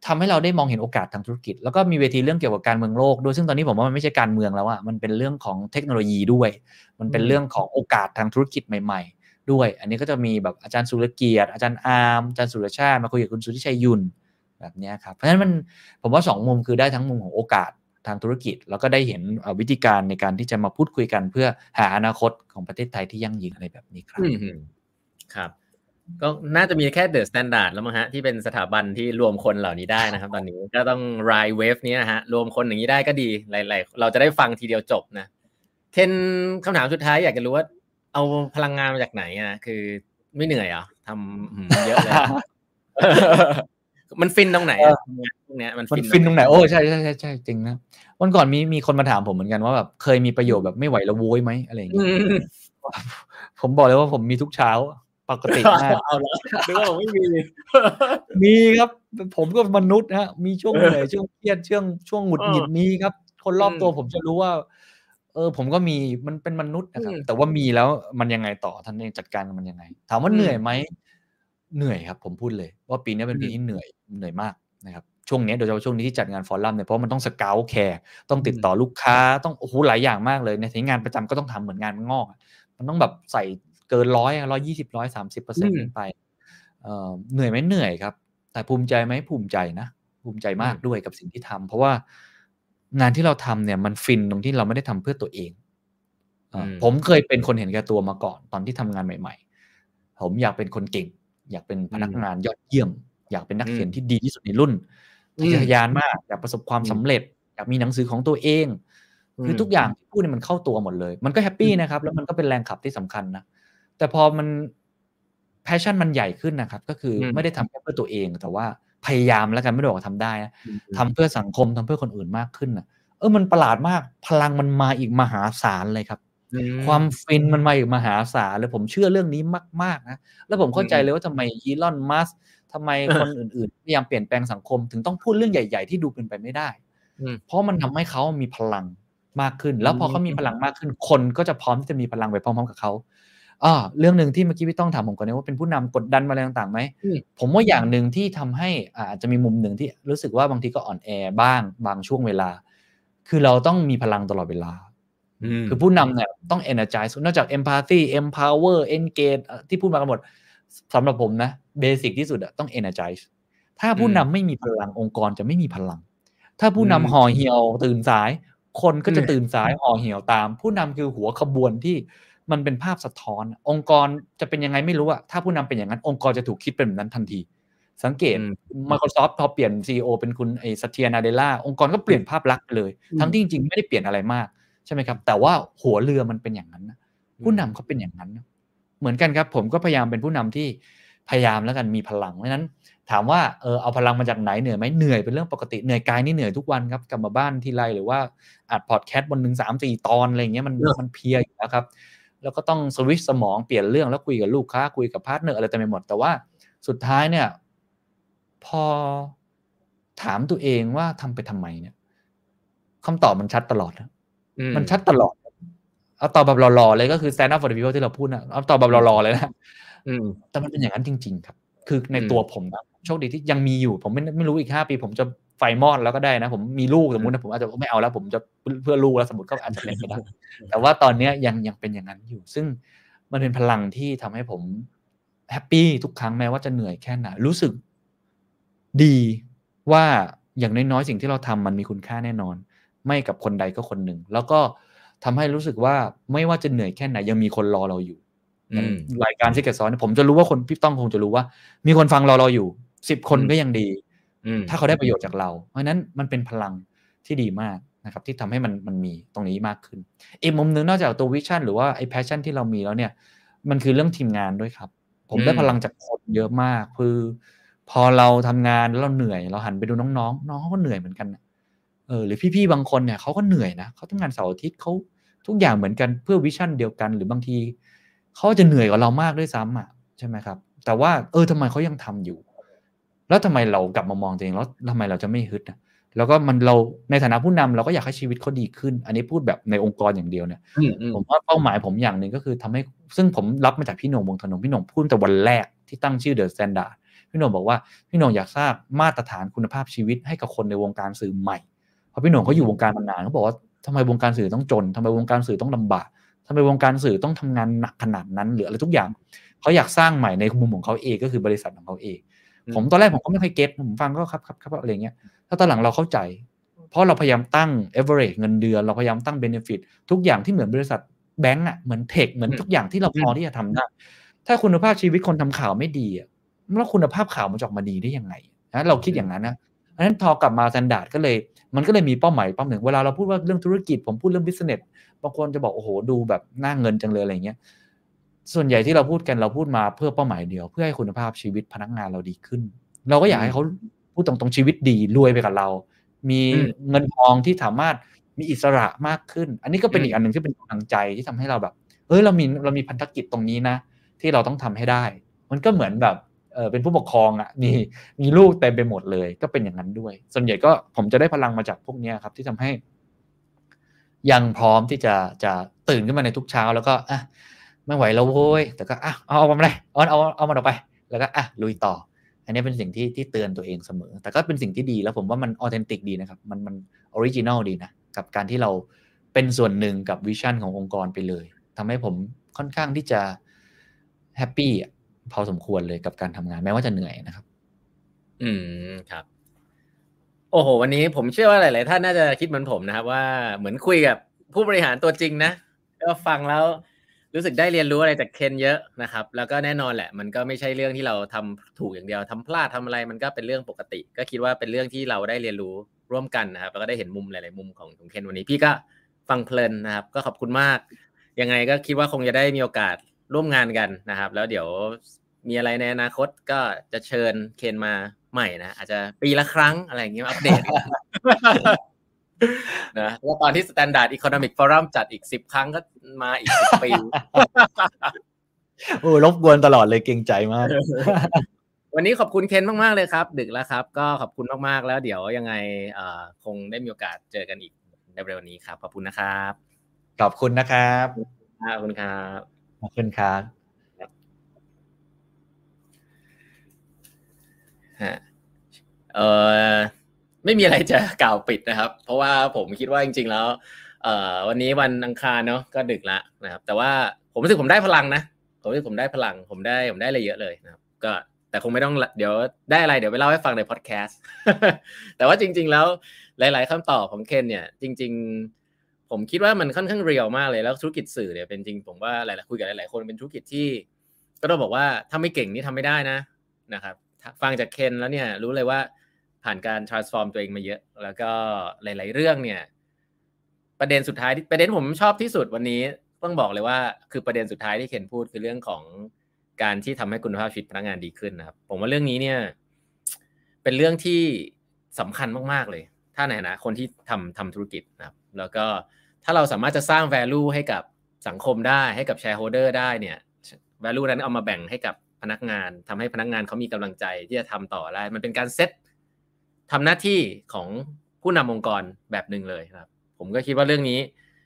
ทำให้เราได้มองเห็นโอกาสทางธุรกิจแล้วก็มีเวทีเรื่องเกี่ยวกับการเมืองโลกด้วยซึ่งตอนนี้ผมว่ามันไม่ใช่การเมืองแล้วอะมันเป็นเรื่องของเทคโนโลยีด้วยมันเป็นเรื่องของโอกาสทางธุรกิจใหม่ๆด้วยอันนี้ก็จะมีแบบอาจารย์สุรเกียรติอาจารย์อาร์มอาจารย์สุรชาติมาคุยกับคุณสุทธิชัยยุนแบบนี้ครับเพราะฉะนั้นผมว่า2มุมคือได้ทั้งมุมของโอกาสทางธุรกิจแล้วก็ได้เห็นวิธีการในการที่จะมาพูดคุยกันเพื่อหาอนาคตของประเทศไทยที่ยั่งยืนอะไรแบบนี้ครับครับก็น่าจะมีแค่เดอะสแตนดาร์ดแล้วมั้งฮะที่เป็นสถาบันที่รวมคนเหล่านี้ได้นะครับตอนนี้ก็ต้องไรเวฟนี้นะฮะรวมคนอย่างนี้ได้ก็ดีหลายๆเราจะได้ฟังทีเดียวจบนะเทนคำถามสุดท้ายอยากจะรู้ว่าเอาพลังงานมาจากไหนอ่ะคือไม่เหนื่อยอ่ะทำเยอะเลยมันฟินตรงไหนอ่ะตรงเนี้ยมันฟินตรงไหนโอ้ใช่ใช่จริงนะวันก่อนมีคนมาถามผมเหมือนกันว่าแบบเคยมีประโยชน์แบบไม่ไหวแล้วโว้ยไหมอะไรอย่างเงี้ยผมบอกเลยว่าผมมีทุกเช้าปกติมากเอาละหรือว่าผมไม่มีครับผมก็มนุษย์ฮะมีช่วงเหนื่อยช่วงเครียดช่วงหงุดหงิดมีครับคนรอบตัวผมจะรู้ว่าผมก็มีมันเป็นมนุษย์นะครับแต่ว่ามีแล้วมันยังไงต่อท่านเองจัดการมันยังไงถามว่าเหนื่อยไหมเหนื่อยครับผมพูดเลยว่าปีนี้เป็นปีที่เหนื่อยมากนะครับช่วงนี้โดยเฉพาะช่วงนี้ที่จัดงานฟอรัมเนี่ยเพราะมันต้องสเกาต์แคร์ต้องติดต่อลูกค้าต้องโอ้โหหลายอย่างมากเลยในที่งานประจำก็ต้องทำเหมือนงานงอกมันต้องแบบใส่เกิน120 130%ขึ้นไปเหนื่อยไหมเหนื่อยครับแต่ภูมิใจไหมภูมิใจนะภูมิใจมากด้วยกับสิ่งที่ทำเพราะว่างานที่เราทำเนี่ยมันฟินตรงที่เราไม่ได้ทำเพื่อตัวเองผมเคยเป็นคนเห็นแก่ตัวมาก่อนตอนที่ทำงานใหม่ๆผมอยากเป็นคนเก่งอยากเป็นพนักงานยอดเยี่ยมอยากเป็นนักเขียนที่ดีที่สุดในรุ่นทะยานมากอยากประสบความสำเร็จอยากมีหนังสือของตัวเองคือทุกอย่างที่พูดเนี่ยมันเข้าตัวหมดเลยมันก็แฮปปี้นะครับแล้วมันก็เป็นแรงขับที่สำคัญนะแต่พอมันแพชชั่นมันใหญ่ขึ้นนะครับก็คือไม่ได้ทำแค่เพื่อตัวเองแต่ว่าพยายามแล้วกันไม่ได้บอกว่าทำได้นะทำเพื่อสังคมทำเพื่อคนอื่นมากขึ้นนะมันประหลาดมากพลังมันมาอีกมหาศาลเลยครับความฟินมันมาอีกมหาศาลเลยผมเชื่อเรื่องนี้มากๆนะแล้วผมเข้าใจเลยว่าทำไมอีลอนมัสก์ทำไมคนอื่นๆพยายามเปลี่ยนแปลงสังคมถึงต้องพูดเรื่องใหญ่ๆที่ดูเป็นไปไม่ได้เพราะมันทำให้เขามีพลังมากขึ้นแล้วพอเขามีพลังมากขึ้นคนก็จะพร้อมที่จะมีพลังไปพร้อมๆกับเขาเรื่องนึงที่เมื่อกี้พี่ต้องถามผมก่อนนะว่าเป็นผู้นำกดดันอะไรต่างๆไหมผมว่าอย่างนึงที่ทำให้อาจจะมีมุมหนึ่งที่รู้สึกว่าบางทีก็อ่อนแอบ้างบางช่วงเวลาคือเราต้องมีพลังตลอดเวลาคือผู้นำเนี่ยต้อง energize นอกจาก empathy empower engage ที่พูดมากันหมดสำหรับผมนะเบสิกที่สุดต้อง energize ถ้าผู้นำไม่มีพลังองค์กรจะไม่มีพลังถ้าผู้นำห่อเหี่ยวตื่นสายคนก็จะตื่นสายห่อเหี่ยวตามผู้นำคือหัวขบวนที่มันเป็นภาพสะท้อนองค์กรจะเป็นยังไงไม่รู้อะถ้าผู้นำเป็นอย่างนั้นองค์กรจะถูกคิดเป็นแบบนั้นทันทีสังเกต Microsoft พอเปลี่ยน CEO เป็นคุณซัตเทีย นาเดลล่าองค์กรก็เปลี่ยนภาพลักษณ์ไปเลยทั้งที่จริงๆไม่ได้เปลี่ยนอะไรมากใช่ไหมครับแต่ว่าหัวเรือมันเป็นอย่างนั้นผู้นำเขาเป็นอย่างนั้นเหมือนกันครับผมก็พยายามเป็นผู้นำที่พยายามแล้วกันมีพลังเพราะฉะนั้นถามว่าเอาพลังมาจากไหนเหนื่อยไหมเหนื่อยเป็นเรื่องปกติเหนื่อยกายนี่เหนื่อยทุกวันครับกลับมาบ้านทีไรหรือว่าอัดพอดแคสต์วันนึง 3-4 ตอนอะไรอย่างเงี้ยมันเพลียอยู่แล้วครับแล้วก็ต้องสวิตช์สมองเปลี่ยนเรื่องแล้วคุยกับลูกค้าคุยกับพาร์ทเนอร์อะไรเต็มไปหมดแต่ว่าสุดท้ายเนี่ยพอถามตัวเองว่าทำไปทำไมเนี่ยคำตอบมันชัดตลอดมันชัดตลอดเอาตอบแบบหล่อๆเลยก็คือ stand up for the people ที่เราพูดนะเอาตอบแบบหล่อๆเลยนะแต่มันเป็นอย่างนั้นจริงๆครับคือในตัวผมนะโชคดีที่ยังมีอยู่ผมไม่รู้อีก5 ปีผมจะไฟมอดแล้วก็ได้นะผมมีลูกสมมุตินะผมอาจจะไม่เอาแล้วผมจะเพื่อลูกแล้วสมมุติก็อาจจะเป็นไปได้แต่ว่าตอนนี้ยังเป็นอย่างนั้นอยู่ซึ่งมันเป็นพลังที่ทำให้ผมแฮปปี้ทุกครั้งแม้ว่าจะเหนื่อยแค่ไหนรู้สึกดีว่าอย่างน้อยๆสิ่งที่เราทำมันมีคุณค่าแน่นอนไม่กับคนใดก็คนหนึ่งแล้วก็ทำให้รู้สึกว่าไม่ว่าจะเหนื่อยแค่ไหนยังมีคนรอเราอยู่รายการSecret Sauceผมจะรู้ว่าคนพี่ต้องคงจะรู้ว่ามีคนฟังเราอยู่10 คนก็ยังดีถ้าเขาได้ประโยชน์จากเราเพราะนั้นมันเป็นพลังที่ดีมากนะครับที่ทำให้มันมีตรงนี้มากขึ้นอีกมุมนึงนอกจากตัววิชั่นหรือว่าไอ้แพชชั่นที่เรามีแล้วเนี่ยมันคือเรื่องทีมงานด้วยครับผมได้พลังจากคนเยอะมากคือพอเราทำงานแล้วเราเหนื่อยเราหันไปดูน้องเขาก็เหนื่อยเหมือนกันหรือพี่ๆบางคนเนี่ยเขาก็เหนื่อยนะเขาทำงานเสาร์อาทิตย์เขาทุกอย่างเหมือนกันเพื่อวิชั่นเดียวกันหรือบางทีเขาจะเหนื่อยกว่าเรามากด้วยซ้ำใช่ไหมครับแต่ว่าทำไมเขายังทำอยู่แล้วทำไมเรากลับมามองตัวเองแล้วทำไมเราจะไม่ฮึดแล้วก็เราในฐานะผู้นำเราก็อยากให้ชีวิตเขาดีขึ้นอันนี้พูดแบบในองค์กรอย่างเดียวเนี่ยผมว่าเป้าหมายผมอย่างหนึ่งก็คือทำให้ซึ่งผมรับมาจากพี่หน่งวงธนงพี่หน่งพูดแต่วันแรกที่ตั้งชื่อ The Standard พี่โหน่งบอกว่าพี่โหน่งอยากสร้างมาตรฐานคุณภาพชีวิตให้กับคนในวงการสื่อใหม่เพราะพี่โหน่งเขาอยู่วงการมานานเขาบอกว่าทำไมวงการสื่อต้องจนทำไมวงการสื่อต้องลำบากทำไมวงการสื่อต้องทำงานหนักขนาดนั้นหรืออะไรทุกอย่างเขาอยากสร้างใหม่ในมุมของเขาเองก็คือบริษัทของเขาเองผมตอนแรกผมก็ไม่ค่อยเก็ตผมฟังก็ครับอะไรเงี้ยถ้าตอนหลังเราเข้าใจเพราะเราพยายามตั้ง average เงินเดือนเราพยายามตั้ง benefit ทุกอย่างที่เหมือนบริษัทแบงก์อ่ะเหมือนเทคเหมือนทุกอย่างที่เราพอที่จะทำได้ถ้าคุณภาพชีวิตคนทำข่าวไม่ดีอ่ะแล้วคุณภาพข่าวมันจะออกมาดีได้ยังไงนะเราคิดอย่างนั้นนะเพราะฉะนั้นพอกลับมา standard มันก็เลยมีเป้าหมายเป้าหนึ่งเวลาเราพูดว่าเรื่องธุรกิจผมพูดเรื่อง business บางคนจะบอกโอ้โหดูแบบน่าเงินจังเลยอะไรเงี้ยส่วนใหญ่ที่เราพูดกันเราพูดมาเพื่อเป้าหมายเดียวเพื่อให้คุณภาพชีวิตพนักงานเราดีขึ้นเราก็อยากให้เขาพูดตรงๆชีวิตดีรวยไปกับเรามีเงินทองที่สามารถมีอิสระมากขึ้นอันนี้ก็เป็นอีกอันนึงที่เป็นกำลังใจที่ทำให้เราแบบเรามีพันธกิจตรงนี้นะที่เราต้องทำให้ได้มันก็เหมือนแบบเป็นผู้ปกครองอ่ะมีลูกเต็มไปหมดเลยก็เป็นอย่างนั้นด้วยส่วนใหญ่ก็ผมจะได้พลังมาจากพวกนี้ครับที่ทำให้ยังพร้อมที่จะตื่นขึ้นมาในทุกเช้าแล้วก็ไม่ไหวแล้วโว้ยแต่ก็เอามาเลยเอามันออกไปแล้วก็ลุยต่ออันนี้เป็นสิ่งที่เตือนตัวเองเสมอแต่ก็เป็นสิ่งที่ดีแล้วผมว่ามันออเทนติกดีนะครับมันออริจินอลดีนะกับการที่เราเป็นส่วนหนึ่งกับวิชั่นขององค์กรไปเลยทำให้ผมค่อนข้างที่จะแฮปปี้พอสมควรเลยกับการทำงานแม้ว่าจะเหนื่อยนะครับครับโอ้โหวันนี้ผมเชื่อว่าหลายๆท่านน่าจะคิดเหมือนผมนะครับว่าเหมือนคุยกับผู้บริหารตัวจริงนะก็ฟังแล้วรู้สึกได้เรียนรู้อะไรจากเคนเยอะนะครับแล้วก็แน่นอนแหละมันก็ไม่ใช่เรื่องที่เราทำถูกอย่างเดียวทำพลาดทำอะไรมันก็เป็นเรื่องปกติก็คิดว่าเป็นเรื่องที่เราได้เรียนรู้ร่วมกันนะครับแล้วก็ได้เห็นมุมหลายๆมุมของเคนวันนี้พี่ก็ฟังเพลินนะครับก็ขอบคุณมากยังไงก็คิดว่าคงจะได้มีโอกาสร่วมงานกันนะครับแล้วเดี๋ยวมีอะไรในอนาคตก็จะเชิญเคนมาใหม่นะอาจจะปีละครั้งอะไรอย่างเงี้ยอัปเดตนะแล้วตอนที่ Standard Economic Forum จัดอีก10 ครั้งก็มาอีก10 ปีโอ้รบกวนตลอดเลยเกรงใจมากวันนี้ขอบคุณเคนมากๆเลยครับดึกแล้วครับก็ขอบคุณมากๆแล้วเดี๋ยวยังไงคงได้มีโอกาสเจอกันอีกในเร็วนี้ครับขอบคุณนะครับขอบคุณนะครับขอบคุณครับขอบคุณครับไม่มีอะไรจะกล่าวปิดนะครับเพราะว่าผมคิดว่าจริงๆแล้ววันนี้วันอังคารเนาะก็ดึกแล้วนะครับแต่ว่าผมรู้สึกผมได้พลังนะผมรู้สึกผมได้พลังผมได้อะไรเยอะเลยนะครับก็แต่คงไม่ต้องเดี๋ยวได้อะไรเดี๋ยวไปเล่าให้ฟังในพอดแคสต์ แต่ว่าจริงๆแล้วหลายๆคำตอบของเคนเนี่ยจริงๆผมคิดว่ามันค่อนข้างเรียลมากเลยแล้วธุรกิจสื่อเนี่ยเป็นจริงผมว่าหลายๆคุยกับหลายๆคนเป็นธุรกิจที่ก็ต้องบอกว่าถ้าไม่เก่งนี่ทำไม่ได้นะครับฟังจากเคนแล้วเนี่ยรู้เลยว่าผ่านการ transform ตัวเองมาเยอะแล้วก็หลายๆเรื่องเนี่ยประเด็นสุดท้ายประเด็นผมชอบที่สุดวันนี้ต้องบอกเลยว่าคือประเด็นสุดท้ายที่เคนพูดคือเรื่องของการที่ทำให้คุณภาพชีวิตพนักงานดีขึ้นนะครับผมว่าเรื่องนี้เนี่ยเป็นเรื่องที่สำคัญมากๆเลยถ้าในฐานะคนที่ทำธุรกิจนะครับแล้วก็ถ้าเราสามารถจะสร้าง value ให้กับสังคมได้ให้กับ shareholder ได้เนี่ย value นั้นเอามาแบ่งให้กับพนักงานทำให้พนักงานเขามีกำลังใจที่จะทำต่อได้มันเป็นการเซตทำหน้าที่ของผู้นำองค์กรแบบหนึ่งเลยครับผมก็คิดว่าเรื่องนี้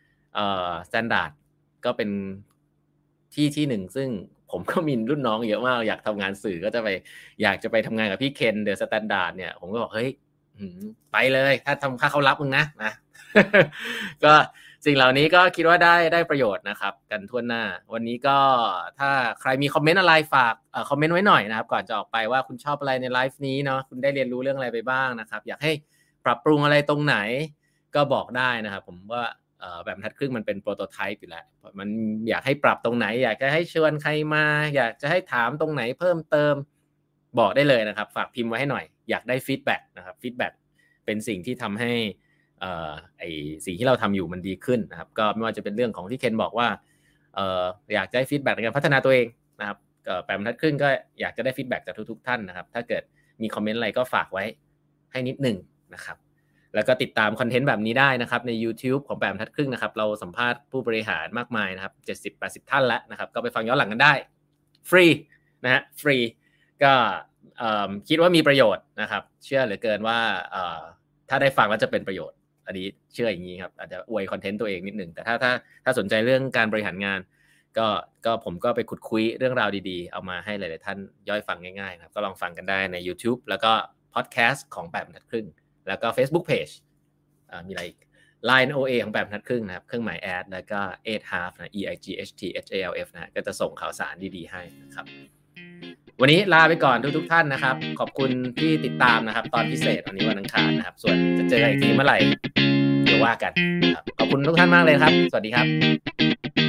standard ก็เป็นที่หนึ่งซึ่งผมก็มีรุ่นน้องเยอะมากอยากทำงานสื่อก็จะอยากจะไปทำงานกับพี่เคนเดอะสแตนดาร์ดเนี่ยผมก็บอกเฮ้ยไปเลยถ้าเขารับมึงนะ ก็สิ่งเหล่านี้ก็คิดว่าได้ประโยชน์นะครับกันทั่วหน้าวันนี้ก็ถ้าใครมีคอมเมนต์อะไรฝากคอมเมนต์ไว้หน่อยนะครับก่อนจะออกไปว่าคุณชอบอะไรในไลฟ์นี้เนาะคุณได้เรียนรู้เรื่องอะไรไปบ้างนะครับอยากให้ปรับปรุงอะไรตรงไหนก็บอกได้นะครับผมว่าแบบทัดครึ่งมันเป็นโปรโตไทป์อยู่แล้วมันอยากให้ปรับตรงไหนอยากจะให้ชวนใครมาอยากจะให้ถามตรงไหนเพิ่มเติมบอกได้เลยนะครับฝากพิมพ์ไว้ให้หน่อยอยากได้ฟีดแบ็กนะครับฟีดแบ็กเป็นสิ่งที่ทำให้ไอสิ่งที่เราทำอยู่มันดีขึ้นนะครับก็ไม่ว่าจะเป็นเรื่องของที่เคนบอกว่าอยากได้ฟีดแบ็กในการพัฒนาตัวเองนะครับแปมทัดครึ่งก็อยากจะได้ฟีดแบ็กจากทุกท่านนะครับถ้าเกิดมีคอมเมนต์อะไรก็ฝากไว้ให้นิดนึงนะครับแล้วก็ติดตามคอนเทนต์แบบนี้ได้นะครับใน YouTube ของแปมทัดครึ่งนะครับเราสัมภาษณ์ผู้บริหารมากมายนะครับ 70-80 ท่านแล้วนะครับก็ไปฟังย้อนหลังกันได้ฟรีนะฮะฟรีก็คิดว่ามีประโยชน์นะครับเชื่อเหลือเกินว่าถ้าได้ฟังแล้วจะเป็นประโยชน์อันนี้เชื่ออย่างนี้ครับอาจจะอวยคอนเทนต์ตัวเองนิดนึงแต่ถ้าสนใจเรื่องการบริหารงานก็ผมก็ไปขุดคุยเรื่องราวดีๆเอามาให้หลายๆท่านย่อยฟังง่ายๆครับก็ลองฟังกันได้ใน YouTube แล้วก็พอดแคสต์ของ8 บรรทัดครึ่งแล้วก็ Facebook Page มีอะไรอีก Line OA ของ8 บรรทัดครึ่งนะครับเครื่องหมายแอดแล้วก็8 half นะ EIGHTHALF นะก็จะส่งข่าวสารดีๆให้นะครับวันนี้ลาไปก่อนทุกท่านนะครับขอบคุณที่ติดตามนะครับตอนพิเศษวันนี้วันอังคารนะครับส่วนจะเจอกันอีกทีเมื่อไหร่เดี๋ยวว่ากันนะครับขอบคุณทุกท่านมากเลยครับสวัสดีครับ